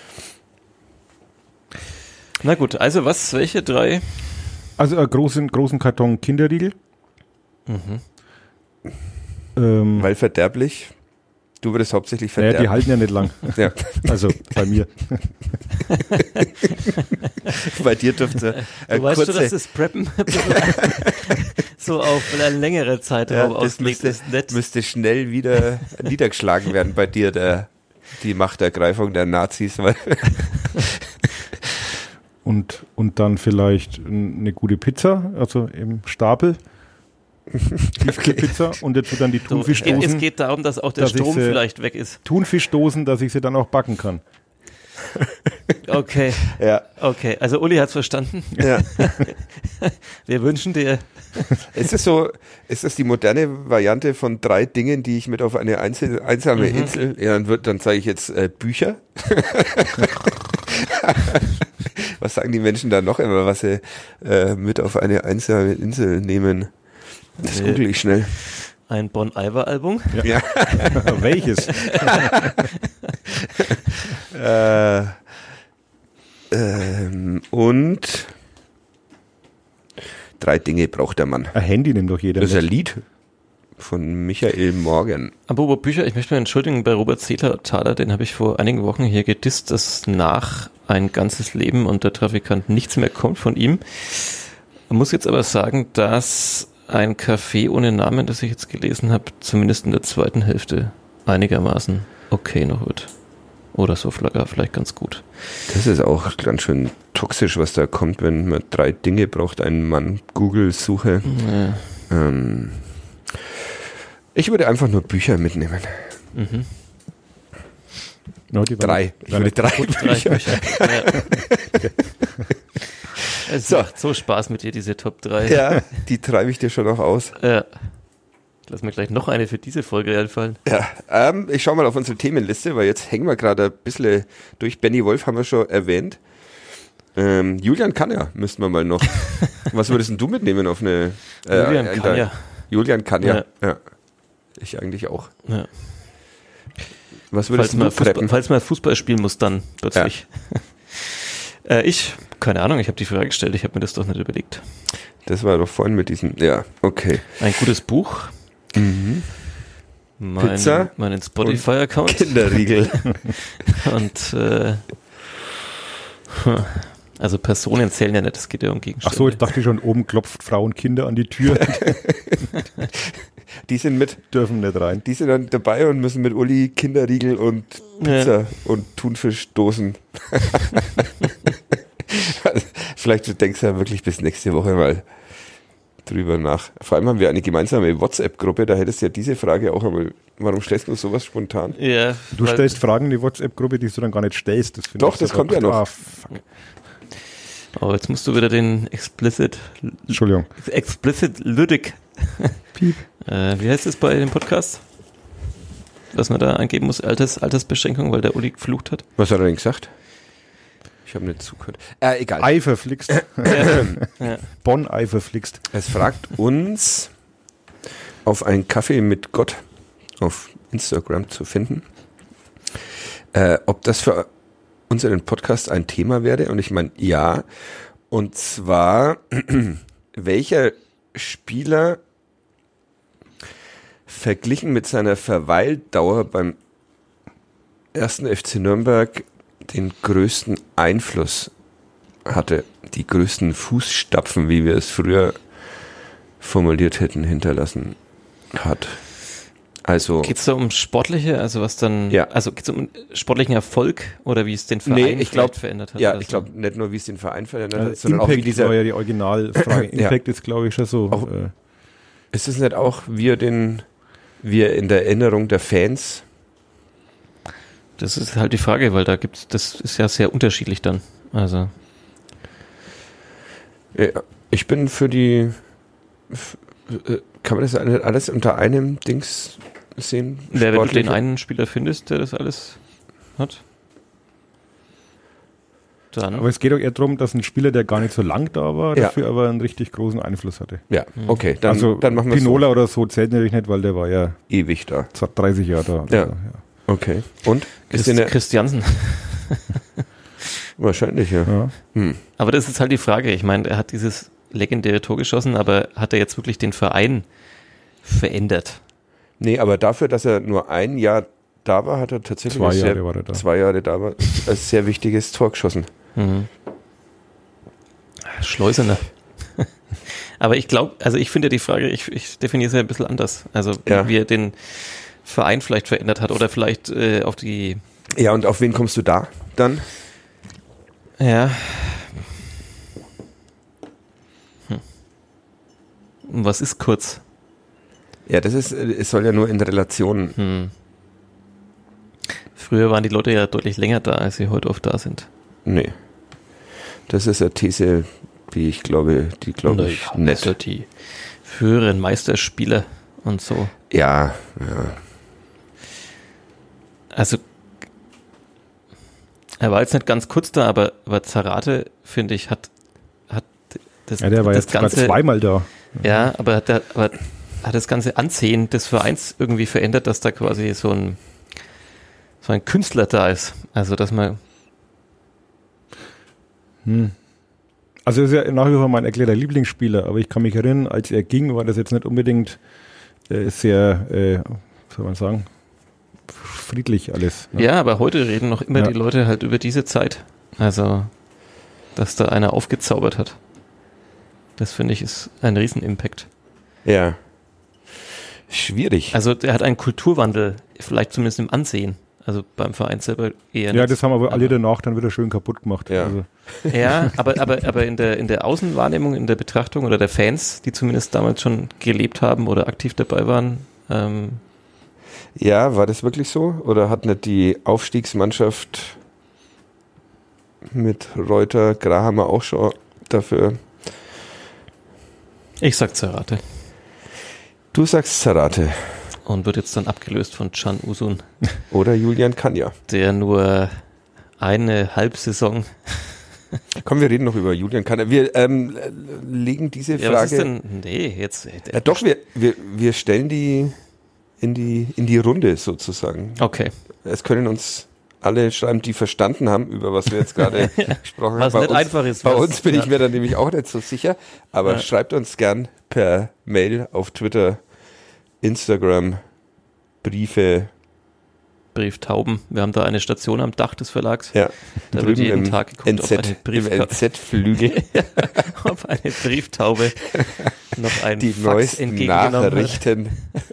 Na gut, also welche 3? Also einen großen Karton Kinderriegel. Weil verderblich. Du würdest hauptsächlich Naja, verderben. die halten ja nicht lang. Ja. Also bei mir. Bei dir dürfte Du weißt schon, dass das Preppen so auf eine längere Zeitraum das auslegt ist. Nett. müsste schnell wieder niedergeschlagen werden bei dir, die Machtergreifung der Nazis. Weil Und dann vielleicht eine gute Pizza, also im Stapel. Tiefkühlpizza und dazu dann die Es Thunfischdosen. geht darum, dass auch der Dass ich Strom sie- vielleicht weg ist. Thunfischdosen, dass ich sie dann auch backen kann. Okay, Ja. okay. Also Uli hat's verstanden. Ja. Wir wünschen dir... Ist das die moderne Variante von 3 Dingen, die ich mit auf eine einsame Insel, ja, dann sage ich jetzt Bücher. Was sagen die Menschen da noch immer, was sie mit auf eine einsame Insel nehmen? Das google ich schnell. Ein Bon-Iver-Album. Ja. Welches? Und 3 Dinge braucht der Mann. Ein Handy nimmt doch jeder Das ist ein mit. Lied von Michael Morgan. Apropos Bücher, ich möchte mich entschuldigen bei Robert Zetaler, den habe ich vor einigen Wochen hier gedisst, dass nach Ein ganzes Leben und der Trafikant nichts mehr kommt von ihm. Man muss jetzt aber sagen, dass Ein Café ohne Namen, das ich jetzt gelesen habe, zumindest in der zweiten Hälfte einigermaßen okay noch wird. Oder so vielleicht ganz gut. Das ist auch ganz schön toxisch, was da kommt, wenn man 3 Dinge braucht, einen Mann Google-Suche. Ja. Ich würde einfach nur Bücher mitnehmen. Mhm. No, die waren- 3. Ich würde 3 3 Bücher. Bücher. Ja. Es macht so Spaß mit dir, diese Top 3. Ja, die treibe ich dir schon noch aus. Ja. Lass mir gleich noch eine für diese Folge einfallen. Ja, ich schaue mal auf unsere Themenliste, weil jetzt hängen wir gerade ein bisschen durch. Benny Wolf haben wir schon erwähnt. Julian Kanja müssten wir mal noch. Was würdest denn du mitnehmen auf eine... Julian Kanja. Julian Kanja, Ja. ja. Ich eigentlich auch. Ja. Was würdest du preppen? Falls man Fußball spielen muss, dann plötzlich. Keine Ahnung, ich habe die Frage gestellt, ich habe mir das doch nicht überlegt. Das war doch vorhin mit diesem... Ja, okay. Ein gutes Buch. Pizza Meinen Spotify-Account. Kinderriegel. Und also Personen zählen ja nicht, es geht ja um Ach Gegenstände. so, ich dachte schon, oben klopft Frau und Kinder an die Tür, Die sind mit. dürfen nicht rein. Die sind dann dabei und müssen mit Uli Kinderriegel und Pizza und Thunfischdosen. Vielleicht denkst du ja wirklich bis nächste Woche mal drüber nach. Vor allem haben wir eine gemeinsame WhatsApp-Gruppe, da hättest du ja diese Frage auch einmal, warum stellst du sowas spontan? Ja, Du weil- stellst Fragen in die WhatsApp-Gruppe, die du dann gar nicht stellst. Das finde Doch, ich das so kommt ja noch. Ah, fuck. Oh, jetzt musst du wieder den Entschuldigung. Explicit Lyric. Piep. Wie heißt es bei dem Podcast? Was man da eingeben muss, Altersbeschränkung, weil der Uli geflucht hat. Was hat er denn gesagt? Ich habe nicht zugehört. Egal. Ei verflixt. Ja. Bonn Ei verflixt. Es fragt uns, auf einen Kaffee mit Gott auf Instagram zu finden, ob das für unseren Podcast ein Thema wäre. Und ich meine, ja. Und zwar, welcher Spieler verglichen mit seiner Verweildauer beim 1. FC Nürnberg den größten Einfluss hatte, die größten Fußstapfen, wie wir es früher formuliert hätten, hinterlassen hat. Also Geht es da um sportliche, also was dann, Ja. also geht es um sportlichen Erfolg oder wie es den Verein Nee, ich glaub- vielleicht verändert hat? ja, oder ich so? glaube nicht nur, wie es den Verein verändert hat, Also sondern auch wie Impact dieser... war ja die Originalfrage. Ja. Impact ist, glaube ich, schon so. Auch- Ist es nicht auch, wie er in der Erinnerung der Fans... Das ist halt die Frage, weil das ist ja sehr unterschiedlich dann. Also, Ja, ich bin für die... Kann man das alles unter einem Dings sehen? wenn du den Sportliche? einen Spieler findest, der das alles hat, dann. Aber es geht auch eher darum, dass ein Spieler, der gar nicht so lang da war, Ja. dafür aber einen richtig großen Einfluss hatte. Ja, okay, dann machen wir es so. Pinola oder so zählt natürlich nicht, weil der war ja Ewig da. 30 Jahre da. oder Ja. so, Okay. Und? Ist denn Christiansen. wahrscheinlich, ja. Ja. Hm. Aber das ist halt die Frage. Ich meine, er hat dieses legendäre Tor geschossen, aber hat er jetzt wirklich den Verein verändert? Nee, aber dafür, dass er nur ein Jahr da war, hat er tatsächlich 2 Jahre war er da. 2 Jahre da war, ein sehr wichtiges Tor geschossen. Mhm. Schleusener. Aber ich glaube, also ich finde die Frage, ich definiere es ja ein bisschen anders. Also Ja. wie er den Verein vielleicht verändert hat oder vielleicht auf die, Ja, und auf wen kommst du da dann? ja. Was ist kurz? Ja, es soll ja nur in Relation. Früher waren die Leute ja deutlich länger da, als sie heute oft da sind. Nee. Das ist eine These, die glaube ich nicht. Also die früheren Meisterspieler und so. Ja. Also er war jetzt nicht ganz kurz da, aber Zarate, finde ich, hat das Ja, der war das jetzt sogar Ganze, zweimal da. Ja, aber hat das ganze Ansehen des Vereins irgendwie verändert, dass da quasi so ein Künstler da ist. Also, dass man... Also er ist ja nach wie vor mein erklärter Lieblingsspieler, aber ich kann mich erinnern, als er ging, war das jetzt nicht unbedingt sehr, soll man sagen, friedlich alles. Ne? Ja, aber heute reden noch immer die Leute halt über diese Zeit. Also, dass da einer aufgezaubert hat. Das finde ich ist ein Riesenimpact. Ja. Schwierig. Also der hat einen Kulturwandel, vielleicht zumindest im Ansehen. Also beim Verein selber eher nicht. Ja, das haben aber alle danach dann wieder schön kaputt gemacht. Ja, also. Ja, aber in der Außenwahrnehmung, in der Betrachtung oder der Fans, die zumindest damals schon gelebt haben oder aktiv dabei waren. Ja, war das wirklich so? Oder hat nicht die Aufstiegsmannschaft mit Reuter, Grahammer auch schon dafür... Ich sag Zarate. Du sagst Zarate. Und wird jetzt dann abgelöst von Can Usun. Oder Julian Kanja. Der nur eine Halbsaison. Komm, wir reden noch über Julian Kanja. Wir legen diese Frage... Was ist denn? Nee, jetzt... doch, wir stellen die in die Runde sozusagen. Okay. Es können uns alle schreiben, die verstanden haben, über was wir jetzt gerade gesprochen haben. Was nicht einfach ist. Bei uns bin ich mir dann nämlich auch nicht so sicher. Aber schreibt uns gern per Mail, auf Twitter, Instagram, Briefe. Brieftauben. Wir haben da eine Station am Dach des Verlags. Ja. Da wird jeden Tag geguckt, im NZ-Flügel. ob eine Brieftaube noch einen die Fax neuesten entgegengenommen Nachrichten.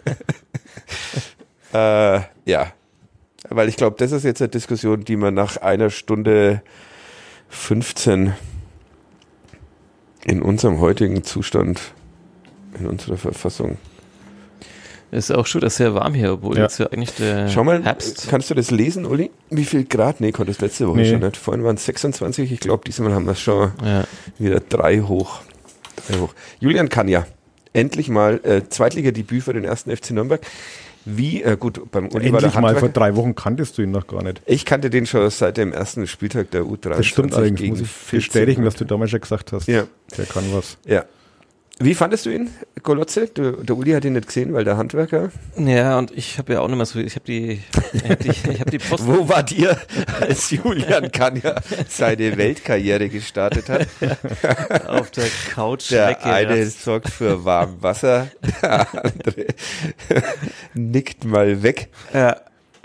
Ja. Weil ich glaube, das ist jetzt eine Diskussion, die man nach 1 Stunde 15 in unserem heutigen Zustand, in unserer Verfassung. Es ist auch schon sehr warm hier, obwohl jetzt ja eigentlich der Schau mal, Herbst... kannst du das lesen, Uli? Wie viel Grad? Nee, konntest letzte Woche schon nicht. Vorhin waren es 26, ich glaube, diesmal haben wir es schon wieder 3 hoch. Julian Kanja, endlich mal Zweitligadebüt für den 1. FC Nürnberg. Wie, gut, beim Uli war der Endlich mal, vor 3 Wochen kanntest du ihn noch gar nicht. Ich kannte den schon seit dem ersten Spieltag der U23. Das stimmt allerdings, muss ich bestätigen, was du damals schon gesagt hast. Ja. Der kann was. Ja. Wie fandest du ihn, Golotze? Der Uli hat ihn nicht gesehen, weil der Handwerker. Ja, und ich habe ja auch nicht mehr so viel. Ich habe die Post. Wo war dir, als Julian Kanja seine Weltkarriere gestartet hat? Auf der Couch Der weggeratzt. eine sorgt für warm Wasser, der andere nickt mal weg. Ja,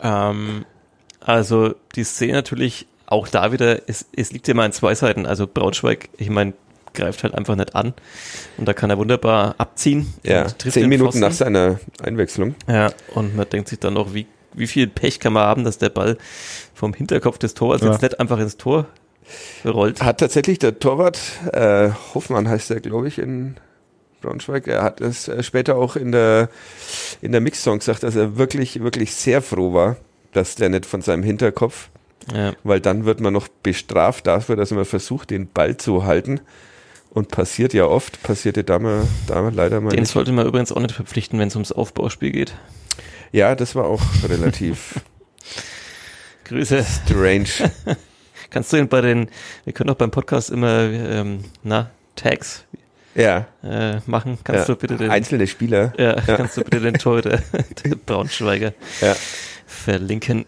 also die Szene natürlich auch da wieder, es liegt ja mal an 2 Seiten. Also Braunschweig, ich meine, greift halt einfach nicht an und da kann er wunderbar abziehen. Ja, 10 Minuten nach seiner Einwechslung. Ja, und man denkt sich dann noch, wie viel Pech kann man haben, dass der Ball vom Hinterkopf des Torwarts jetzt nicht einfach ins Tor rollt. Hat tatsächlich der Torwart, Hoffmann heißt er, glaube ich, in Braunschweig, er hat es später auch in der Mix-Song gesagt, dass er wirklich, wirklich sehr froh war, dass der nicht von seinem Hinterkopf, weil dann wird man noch bestraft dafür, dass man versucht, den Ball zu halten. Und passiert ja oft, passierte da leider mal Den nicht. sollte man übrigens auch nicht verpflichten, wenn es ums Aufbauspiel geht. Ja, das war auch relativ Grüße. strange. Kannst du ihn wir können auch beim Podcast immer, Tags machen. Kannst du bitte den einzelne Spieler. Kannst du bitte den Torhüter, der Braunschweiger, verlinken.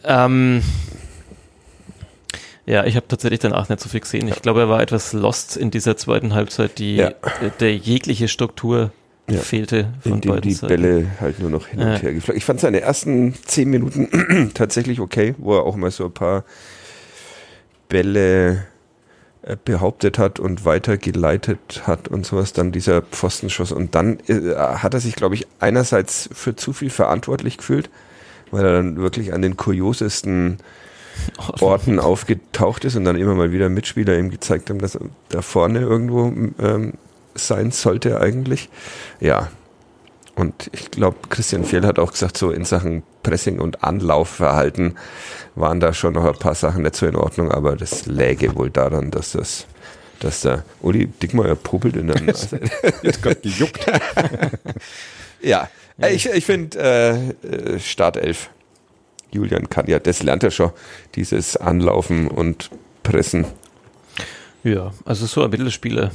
Ja, ich habe tatsächlich danach nicht so viel gesehen. Ich glaube, er war etwas lost in dieser zweiten Halbzeit, der jegliche Struktur fehlte von beiden die Seiten. Bälle halt nur noch hin und her geflogen. Ich fand seine ersten 10 Minuten tatsächlich okay, wo er auch mal so ein paar Bälle behauptet hat und weitergeleitet hat und sowas, dann dieser Pfostenschuss. Und dann hat er sich, glaube ich, einerseits für zu viel verantwortlich gefühlt, weil er dann wirklich an den kuriosesten Orten aufgetaucht ist und dann immer mal wieder Mitspieler ihm gezeigt haben, dass er da vorne irgendwo sein sollte eigentlich. Ja. Und ich glaube, Christian Fjell hat auch gesagt, so in Sachen Pressing und Anlaufverhalten waren da schon noch ein paar Sachen nicht so in Ordnung, aber das läge wohl daran, dass der Uli Dickmeyer popelt in der Nase. Jetzt gerade gejuckt. Ja, ich finde Startelf. Julian kann ja, das lernt er schon, dieses Anlaufen und Pressen. Ja, also so ein Mittelstürmer.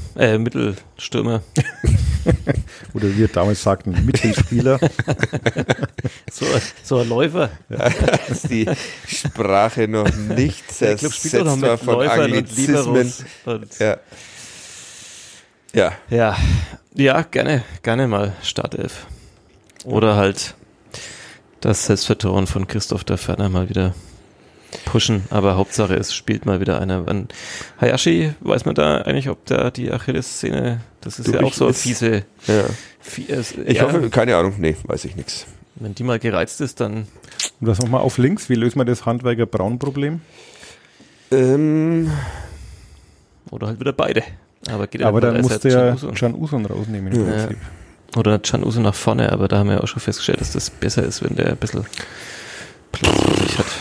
Oder wir damals sagten, Mittelspieler. so ein Läufer. Ja, dass die Sprache noch nicht zersetzt war von Anglizismen. Ja, gerne mal Startelf. Oder halt das Selbstvertrauen von Christoph der Ferner mal wieder pushen, aber Hauptsache es spielt mal wieder einer. Hayashi, weiß man da eigentlich, ob da die Achillessehne, das ist ja auch so eine fiese. Ja. Ich hoffe, keine Ahnung, nee, weiß ich nichts. Wenn die mal gereizt ist, dann. Und was nochmal auf links, wie löst man das Handwerker-Braun-Problem? Oder halt wieder beide. Aber dann musste ja Can Usun rausnehmen im Prinzip. Oder Can Usun nach vorne, aber da haben wir auch schon festgestellt, dass das besser ist, wenn der ein bisschen Platz für sich hat.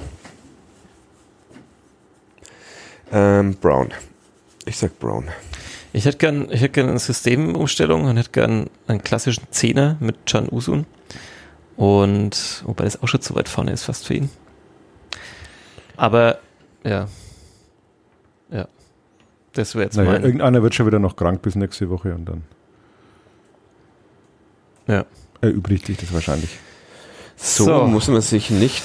Brown. Ich sag Brown. Ich hätte gern eine Systemumstellung und hätte gern einen klassischen Zehner mit Can Usun. Und wobei das auch schon zu weit vorne ist, fast für ihn. Aber ja. Das wäre jetzt mein. Irgendeiner wird schon wieder noch krank bis nächste Woche und dann erübrigt sich das wahrscheinlich. So muss man sich nicht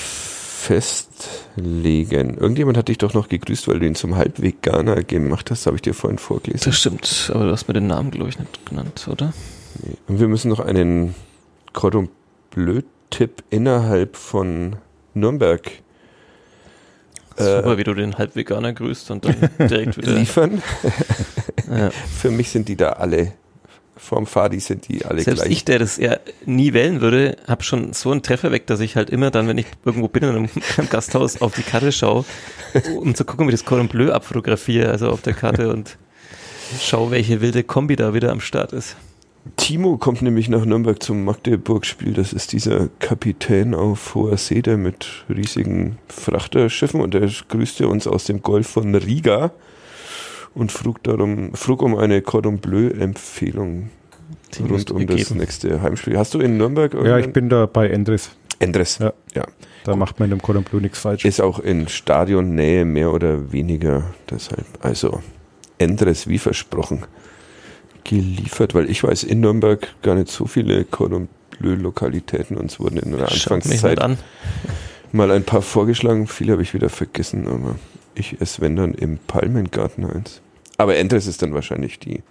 festlegen. Irgendjemand hat dich doch noch gegrüßt, weil du ihn zum Halbveganer gemacht hast, habe ich dir vorhin vorgelesen. Das stimmt, aber du hast mir den Namen, glaube ich, nicht genannt, oder? Nee. Und wir müssen noch einen Cordon Bleu-Tipp innerhalb von Nürnberg super, wie du den Halbveganer grüßt und dann direkt wieder liefern. Ja. Für mich sind die da alle, vorm Fadi sind die alle selbst gleich. Ich, der das ja nie wählen würde, habe schon so einen Treffer weg, dass ich halt immer dann, wenn ich irgendwo bin in einem Gasthaus, auf die Karte schaue, um zu gucken, wie das Cordon Bleu abfotografiere, also auf der Karte und schaue, welche wilde Kombi da wieder am Start ist. Timo kommt nämlich nach Nürnberg zum Magdeburg-Spiel. Das ist dieser Kapitän auf hoher See, der mit riesigen Frachterschiffen, und der grüßte uns aus dem Golf von Riga und frug um eine Cordon Bleu-Empfehlung rund um das nächste Heimspiel. Hast du in Nürnberg Ja, ich bin da bei Endres. Ja. Da macht man in dem Cordon Bleu nichts falsch. Ist auch in Stadionnähe mehr oder weniger. Deshalb, also Endres wie versprochen geliefert, weil ich weiß in Nürnberg gar nicht so viele Cordon Bleu Lokalitäten, uns wurden in der Anfangszeit mal ein paar vorgeschlagen, viele habe ich wieder vergessen, aber ich esse wenn dann im Palmengarten eins. Aber Endres ist dann wahrscheinlich die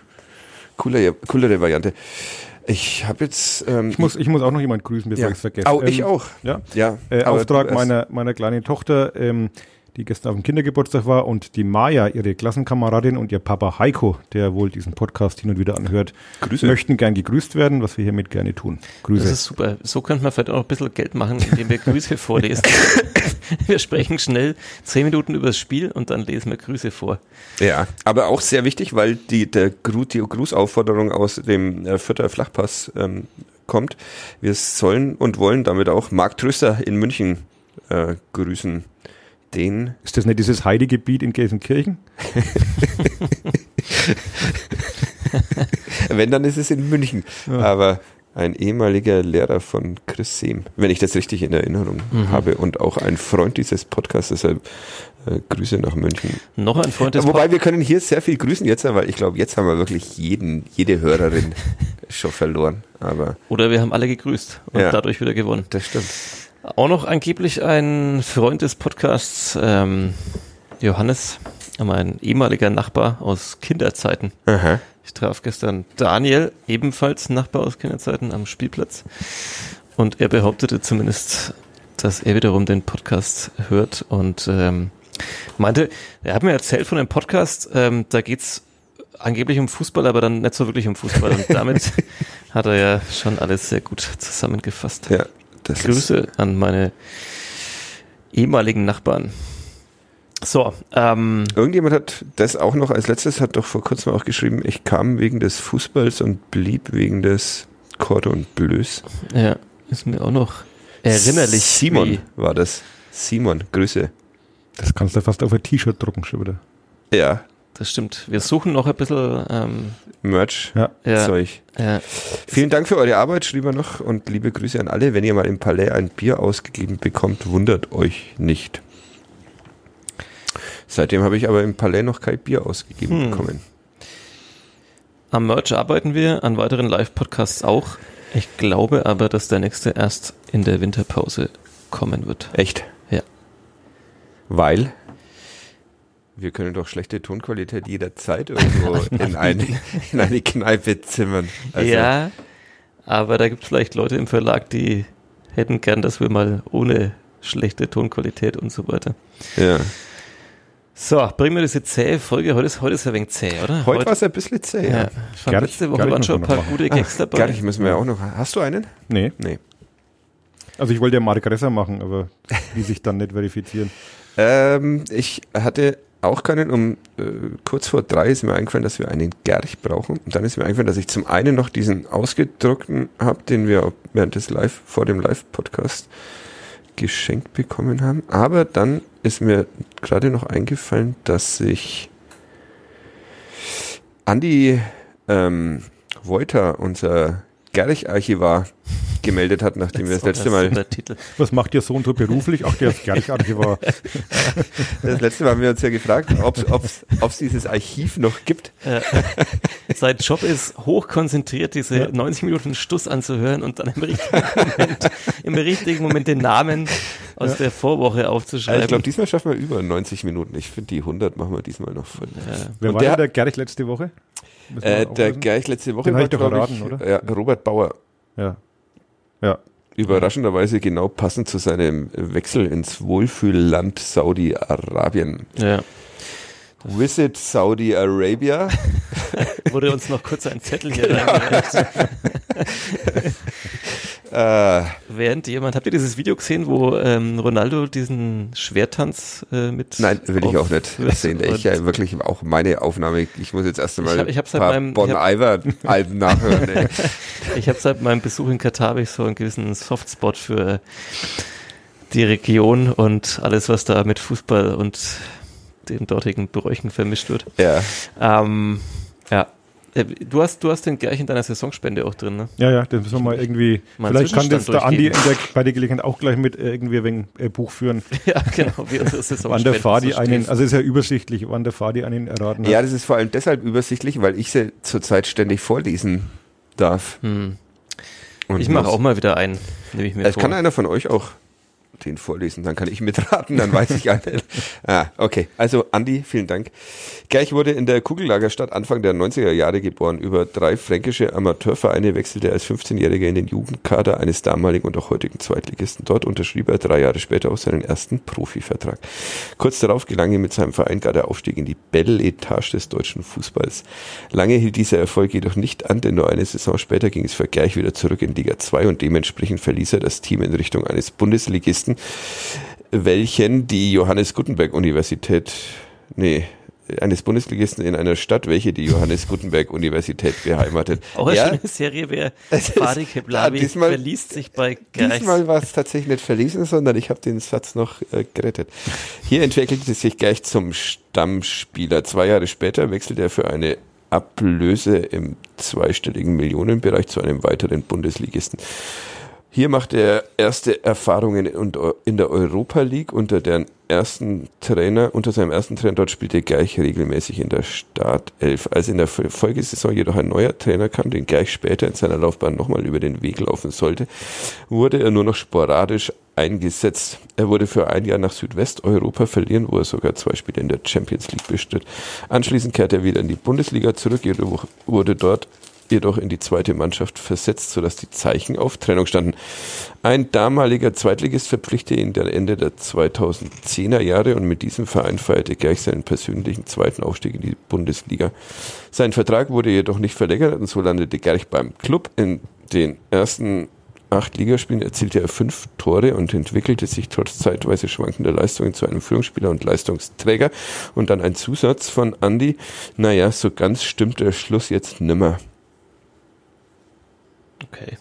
coolere Variante. Ich habe jetzt ich muss auch noch jemand grüßen, bevor ich es vergesse. Ich auch. Ja. Auftrag meiner kleinen Tochter, die gestern auf dem Kindergeburtstag war, und die Maja, ihre Klassenkameradin, und ihr Papa Heiko, der wohl diesen Podcast hin und wieder anhört, möchten gern gegrüßt werden, was wir hiermit gerne tun. Grüße. Das ist super. So könnte man vielleicht auch noch ein bisschen Geld machen, indem wir Grüße vorlesen. Wir sprechen schnell 10 Minuten über das Spiel und dann lesen wir Grüße vor. Ja, aber auch sehr wichtig, weil die Grußaufforderung aus dem Fürther Flachpass kommt. Wir sollen und wollen damit auch Marc Tröster in München grüßen. Ist das nicht dieses Heidegebiet in Gelsenkirchen? Wenn, dann ist es in München. Ja. Aber ein ehemaliger Lehrer von Chris Sehm, wenn ich das richtig in Erinnerung habe, und auch ein Freund dieses Podcasts, deshalb Grüße nach München. Noch ein Freund des Wobei wir können hier sehr viel grüßen jetzt, weil ich glaube, jetzt haben wir wirklich jede Hörerin schon verloren. Oder wir haben alle gegrüßt und dadurch wieder gewonnen. Das stimmt. Auch noch angeblich ein Freund des Podcasts, Johannes, mein ehemaliger Nachbar aus Kinderzeiten. Aha. Ich traf gestern Daniel, ebenfalls Nachbar aus Kinderzeiten, am Spielplatz. Und er behauptete zumindest, dass er wiederum den Podcast hört und meinte, er hat mir erzählt von dem Podcast, da geht's angeblich um Fußball, aber dann nicht so wirklich um Fußball. Und damit hat er ja schon alles sehr gut zusammengefasst. Ja. Grüße an meine ehemaligen Nachbarn. So, irgendjemand hat das auch noch als letztes, hat doch vor kurzem auch geschrieben, ich kam wegen des Fußballs und blieb wegen des Cordon Bleus. Ja, ist mir auch noch erinnerlich. Simon war das. Simon, Grüße. Das kannst du fast auf ein T-Shirt drucken schon wieder. Ja. Das stimmt. Wir suchen noch ein bisschen Merch-Zeug. Ja. Vielen Dank für eure Arbeit, schrieb er noch, und liebe Grüße an alle. Wenn ihr mal im Palais ein Bier ausgegeben bekommt, wundert euch nicht. Seitdem habe ich aber im Palais noch kein Bier ausgegeben bekommen. Am Merch arbeiten wir, an weiteren Live-Podcasts auch. Ich glaube aber, dass der nächste erst in der Winterpause kommen wird. Echt? Ja. Weil? Wir können doch schlechte Tonqualität jederzeit irgendwo in eine Kneipe zimmern. Also, ja, aber da gibt es vielleicht Leute im Verlag, die hätten gern, dass wir mal ohne schlechte Tonqualität und so weiter. Ja. So, bringen wir diese zähe Folge. Heute ist ein wenig zäh, oder? Heute war es ein bisschen zäh. Ja. Ich fand, letzte Woche waren schon ein paar gute Gags dabei. Gar nicht, müssen wir ja auch noch. Hast du einen? Nee. Nee. Also ich wollte ja Marek Resser machen, aber die sich dann nicht verifizieren. Ich hatte auch keinen. Kurz vor 3 ist mir eingefallen, dass wir einen Gerch brauchen. Und dann ist mir eingefallen, dass ich zum einen noch diesen ausgedruckten habe, den wir vor dem Live-Podcast geschenkt bekommen haben. Aber dann ist mir gerade noch eingefallen, dass sich Andi Wolter, unser Gerch-Archivar, gemeldet hat, nachdem wir das letzte Mal... Was macht Ihr Sohn so beruflich? Ach, der ist Gerch-Archivar. Das letzte Mal haben wir uns ja gefragt, ob es dieses Archiv noch gibt. Sein Job ist, hochkonzentriert diese 90 Minuten Stuss anzuhören und dann im richtigen Moment den Namen aus der Vorwoche aufzuschreiben. Ich glaube, diesmal schaffen wir über 90 Minuten. Ich finde, die 100 machen wir diesmal noch voll. Wer war der Gerch letzte Woche? Der Gerch letzte Woche war, glaube ich, oder? Robert Bauer. Ja. Überraschenderweise genau passend zu seinem Wechsel ins Wohlfühlland Saudi-Arabien. Ja. Visit Saudi Arabia. Wurde uns noch kurz ein Zettel hier reingereicht. Habt ihr dieses Video gesehen, wo Ronaldo diesen Schwertanz mit... Nein, will ich auch nicht sehen. Ich ja wirklich auch meine Aufnahme, ich muss jetzt erst einmal ein paar Bon-Iver-Alben nachhören. Ey. Ich habe seit meinem Besuch in Katar habe ich so einen gewissen Softspot für die Region und alles, was da mit Fußball und den dortigen Bräuchen vermischt wird. Ja. Du hast den Gerch in deiner Saisonspende auch drin, ne? Ja, das müssen wir mal irgendwie, vielleicht kann das der Andi bei der Gelegenheit auch gleich mit irgendwie ein Buch führen. Ja, genau, wie unsere Saisonspende. Wann der Fadi also ist ja übersichtlich, wann der Fadi einen erraten hat. Ja, das ist vor allem deshalb übersichtlich, weil ich sie zurzeit ständig vorlesen darf. Ich mache auch mal wieder einen, nehme ich mir vor. Kann einer von euch auch den vorlesen, dann kann ich mitraten, dann weiß ich einen. Okay. Also Andi, vielen Dank. Gerch wurde in der Kugellagerstadt Anfang der 90er Jahre geboren. Über 3 fränkische Amateurvereine wechselte er als 15-Jähriger in den Jugendkader eines damaligen und auch heutigen Zweitligisten. Dort unterschrieb er 3 Jahre später auch seinen ersten Profivertrag. Kurz darauf gelang ihm mit seinem Verein gar der Aufstieg in die Bell-Etage des deutschen Fußballs. Lange hielt dieser Erfolg jedoch nicht an, denn nur eine Saison später ging es für Gerch wieder zurück in Liga 2 und dementsprechend verließ er das Team in Richtung eines Bundesligisten, welchen die Johannes Gutenberg Universität, eines Bundesligisten in einer Stadt, welche die Johannes Gutenberg Universität beheimatet. Auch eine schöne Serie wäre Fadi Keblavi verliest sich bei Gerch. Diesmal war es tatsächlich nicht verließen, sondern ich habe den Satz noch gerettet. Hier entwickelte sich Gerch zum Stammspieler. 2 Jahre später wechselte er für eine Ablöse im zweistelligen Millionenbereich zu einem weiteren Bundesligisten. Hier macht er erste Erfahrungen in der Europa League unter seinem ersten Trainer. Dort spielte Gerch regelmäßig in der Startelf. Als in der Folgesaison jedoch ein neuer Trainer kam, den Gerch später in seiner Laufbahn nochmal über den Weg laufen sollte, wurde er nur noch sporadisch eingesetzt. Er wurde für ein Jahr nach Südwesteuropa verliehen, wo er sogar 2 Spiele in der Champions League bestritt. Anschließend kehrte er wieder in die Bundesliga zurück, wurde dort jedoch in die zweite Mannschaft versetzt, sodass die Zeichen auf Trennung standen. Ein damaliger Zweitligist verpflichtete ihn dann Ende der 2010er Jahre und mit diesem Verein feierte Gerch seinen persönlichen zweiten Aufstieg in die Bundesliga. Sein Vertrag wurde jedoch nicht verlängert und so landete Gerch beim Klub. In den ersten 8 Ligaspielen erzielte er 5 Tore und entwickelte sich trotz zeitweise schwankender Leistungen zu einem Führungsspieler und Leistungsträger. Und dann ein Zusatz von Andi: so ganz stimmt der Schluss jetzt nimmer. Okay.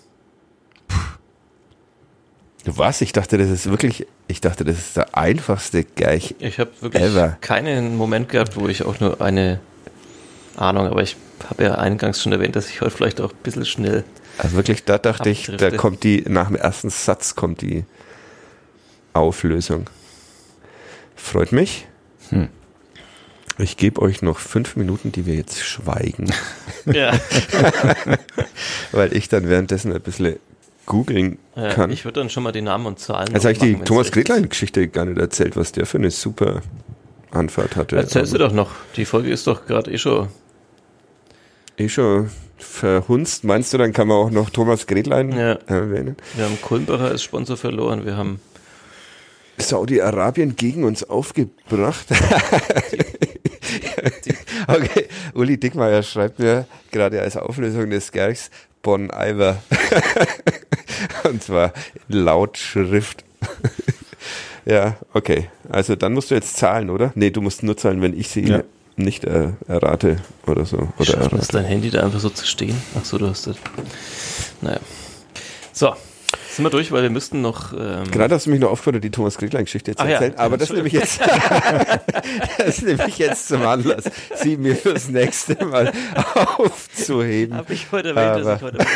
Was? Ich dachte, das ist der einfachste Gleich. Ich habe wirklich ever. keinen Moment gehabt, wo ich auch nur eine Ahnung, aber ich habe ja eingangs schon erwähnt, dass ich heute vielleicht auch ein bisschen schnell. Also wirklich, da dachte ich, abdrifte. da kommt nach dem ersten Satz kommt die Auflösung. Freut mich. Ich gebe euch noch 5 Minuten, die wir jetzt schweigen. Ja. Weil ich dann währenddessen ein bisschen googeln kann. Ich würde dann schon mal die Namen und Zahlen. Jetzt habe ich die machen, Thomas wenn's recht ist. Gretlein-Geschichte gar nicht erzählt, was der für eine super Anfahrt hatte. Erzählst du doch noch. Die Folge ist doch gerade schon. Schon verhunzt. Meinst du, dann kann man auch noch Thomas Gretlein erwähnen? Wir haben Kulmbacher als Sponsor verloren. Wir haben Saudi-Arabien gegen uns aufgebracht. Okay, Uli Dickmeyer schreibt mir gerade als Auflösung des Gerchs Bonn-Iver. Und zwar in Lautschrift. Ja, okay. Also dann musst du jetzt zahlen, oder? Nee, du musst nur zahlen, wenn ich sie nicht errate oder so. Oder Schafft das dein Handy da einfach so zu stehen? Ach so, du hast das. Naja. So, sind wir durch, weil wir müssten noch... Gerade hast du mich noch aufgefordert, die Thomas Gretlein-Geschichte zu erzählen, aber das nehme ich jetzt zum Anlass, sie mir fürs nächste Mal aufzuheben. Habe ich heute erwähnt, dass ich heute...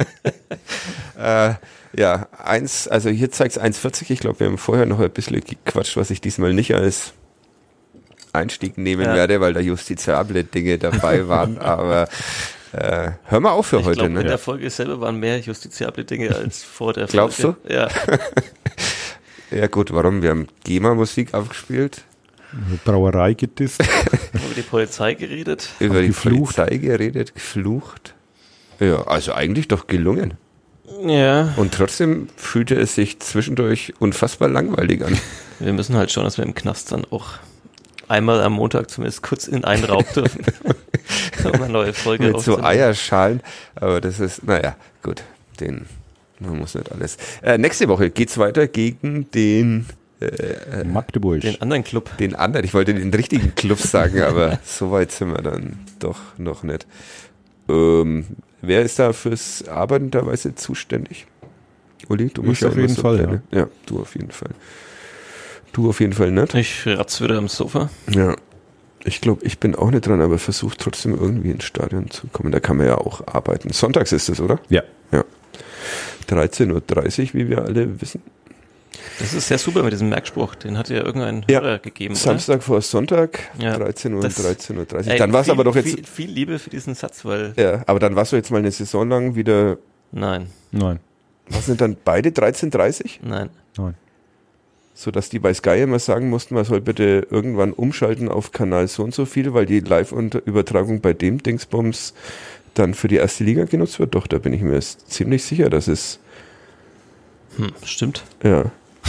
Ja, also hier zeigt es 1,40. Ich glaube, wir haben vorher noch ein bisschen gequatscht, was ich diesmal nicht als Einstieg nehmen werde, weil da justiziable Dinge dabei waren, aber hör mal auf für heute. Glaub, ne? In der Folge selber waren mehr justiziable Dinge als vor der Glaubst Folge. Glaubst du? Ja. Ja gut, warum? Wir haben GEMA-Musik aufgespielt. Brauerei gedisst. Über die Polizei geredet. Über die Polizei geredet, geflucht. Ja, also eigentlich doch gelungen. Ja. Und trotzdem fühlte es sich zwischendurch unfassbar langweilig an. Wir müssen halt schauen, dass wir im Knast dann auch einmal am Montag zumindest kurz in einen Raum dürfen. Um eine neue Folge Mit so aufzunehmen. Eierschalen. Aber das ist, naja, gut. Man muss nicht alles. Nächste Woche geht's weiter gegen den Magdeburg. Den anderen Club. Den anderen. Ich wollte den richtigen Club sagen, aber so weit sind wir dann doch noch nicht. Wer ist da fürs Arbeitenderweise zuständig? Uli, du musst Ich auf jeden Fall, ja. Ja, du auf jeden Fall. Du auf jeden Fall nicht. Ich ratz wieder am Sofa. Ja. Ich glaube, ich bin auch nicht dran, aber versuche trotzdem irgendwie ins Stadion zu kommen. Da kann man ja auch arbeiten. Sonntags ist es, oder? Ja. Ja. 13.30 Uhr, wie wir alle wissen. Das ist sehr super mit diesem Merkspruch. Den hat ja irgendein Hörer gegeben. Samstag oder? vor Sonntag, Ja. 13 Uhr und 13.30 Uhr. Ey, Dann war es aber doch jetzt. Viel Liebe für diesen Satz, weil. Ja, aber dann warst du jetzt mal eine Saison lang wieder. Nein. Was sind dann beide 13.30 Uhr? Nein. Sodass die bei Sky immer sagen mussten, man soll bitte irgendwann umschalten auf Kanal so und so viel, weil die Live-Übertragung bei dem Dingsbums dann für die erste Liga genutzt wird. Doch, da bin ich mir jetzt ziemlich sicher, dass es. Stimmt. Ja.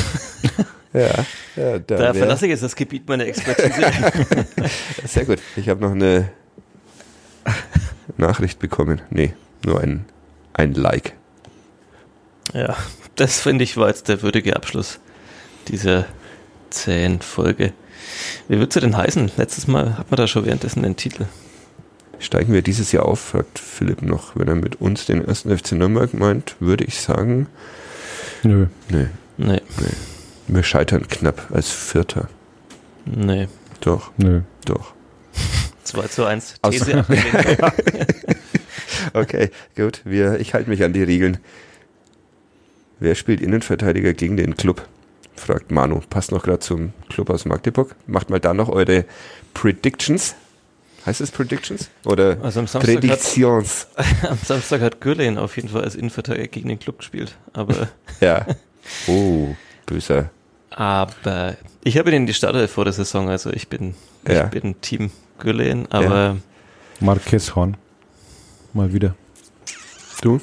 Da verlasse ich jetzt das Gebiet meiner Expertise. Sehr gut. Ich habe noch eine Nachricht bekommen. Nee, nur ein Like. Ja, das finde ich war jetzt der würdige Abschluss dieser zähen Folge. Wie wird sie denn heißen? Letztes Mal hat man da schon währenddessen den Titel. Steigen wir dieses Jahr auf, fragt Philipp noch. Wenn er mit uns den 1. FC Nürnberg meint, würde ich sagen, Nö. Nee. Wir scheitern knapp als Vierter. Nee. Doch. Nö. Doch. 2:1. These abgelehnt. Okay, gut. Ich halte mich an die Regeln. Wer spielt Innenverteidiger gegen den Club? Fragt Manu. Passt noch gerade zum Club aus Magdeburg. Macht mal da noch eure Predictions. Heißt es Predictions? Oder Also am Samstag Predictions? Am Samstag hat Gürlen auf jeden Fall als Innenverteidiger gegen den Club gespielt. Aber Ja. Oh, böser. Aber ich habe ihn in die Startelf vor der Saison, also ich bin Team Gürlen, aber Marquez Horn. Mal wieder. Du?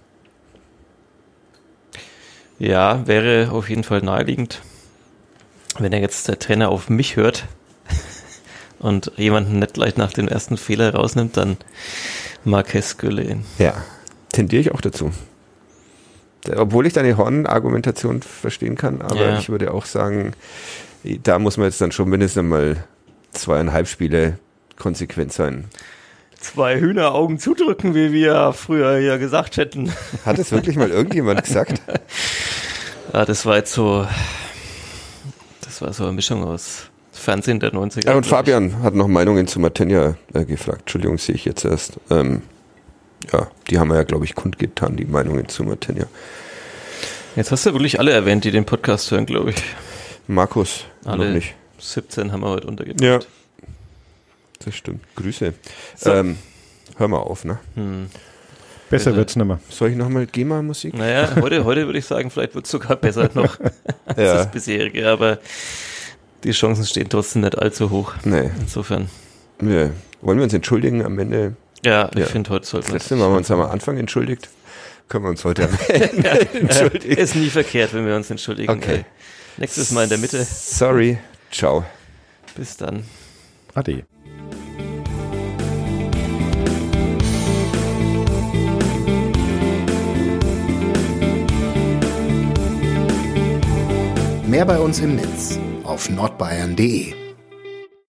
ja, wäre auf jeden Fall naheliegend, wenn er jetzt der Trainer auf mich hört und jemanden nicht gleich nach dem ersten Fehler rausnimmt, dann Marquez Gürlen. Ja, tendiere ich auch dazu. Obwohl ich deine Horn-Argumentation verstehen kann, aber ich würde auch sagen, da muss man jetzt dann schon mindestens mal 2,5 Spiele konsequent sein. 2 Hühneraugen zudrücken, wie wir früher hier gesagt hätten. Hat es wirklich mal irgendjemand gesagt? Ja, das war so eine Mischung aus Fernsehen der 90er. Ja, und Fabian hat noch Meinungen zu Martinia gefragt. Entschuldigung, sehe ich jetzt erst. Ja, die haben wir ja, glaube ich, kundgetan, die Meinungen zu Martinia. Jetzt hast du wirklich alle erwähnt, die den Podcast hören, glaube ich. Markus, alle noch nicht. 17 haben wir heute untergebracht. Ja, das stimmt. Grüße. So. Hör mal auf, ne? Besser wird's nicht mehr. Soll ich nochmal GEMA-Musik? Naja, heute würde ich sagen, vielleicht wird es sogar besser noch als das bisherige, aber die Chancen stehen trotzdem nicht allzu hoch. Nee. Insofern. Wollen wir uns entschuldigen am Ende? Ja, ich finde, heute sollten wir das letzte Mal haben wir uns am Anfang entschuldigt. Können wir uns heute am Ende entschuldigen. Ist nie verkehrt, wenn wir uns entschuldigen. Okay. Nächstes Mal in der Mitte. Sorry. Ciao. Bis dann. Ade. Mehr bei uns im Netz auf nordbayern.de.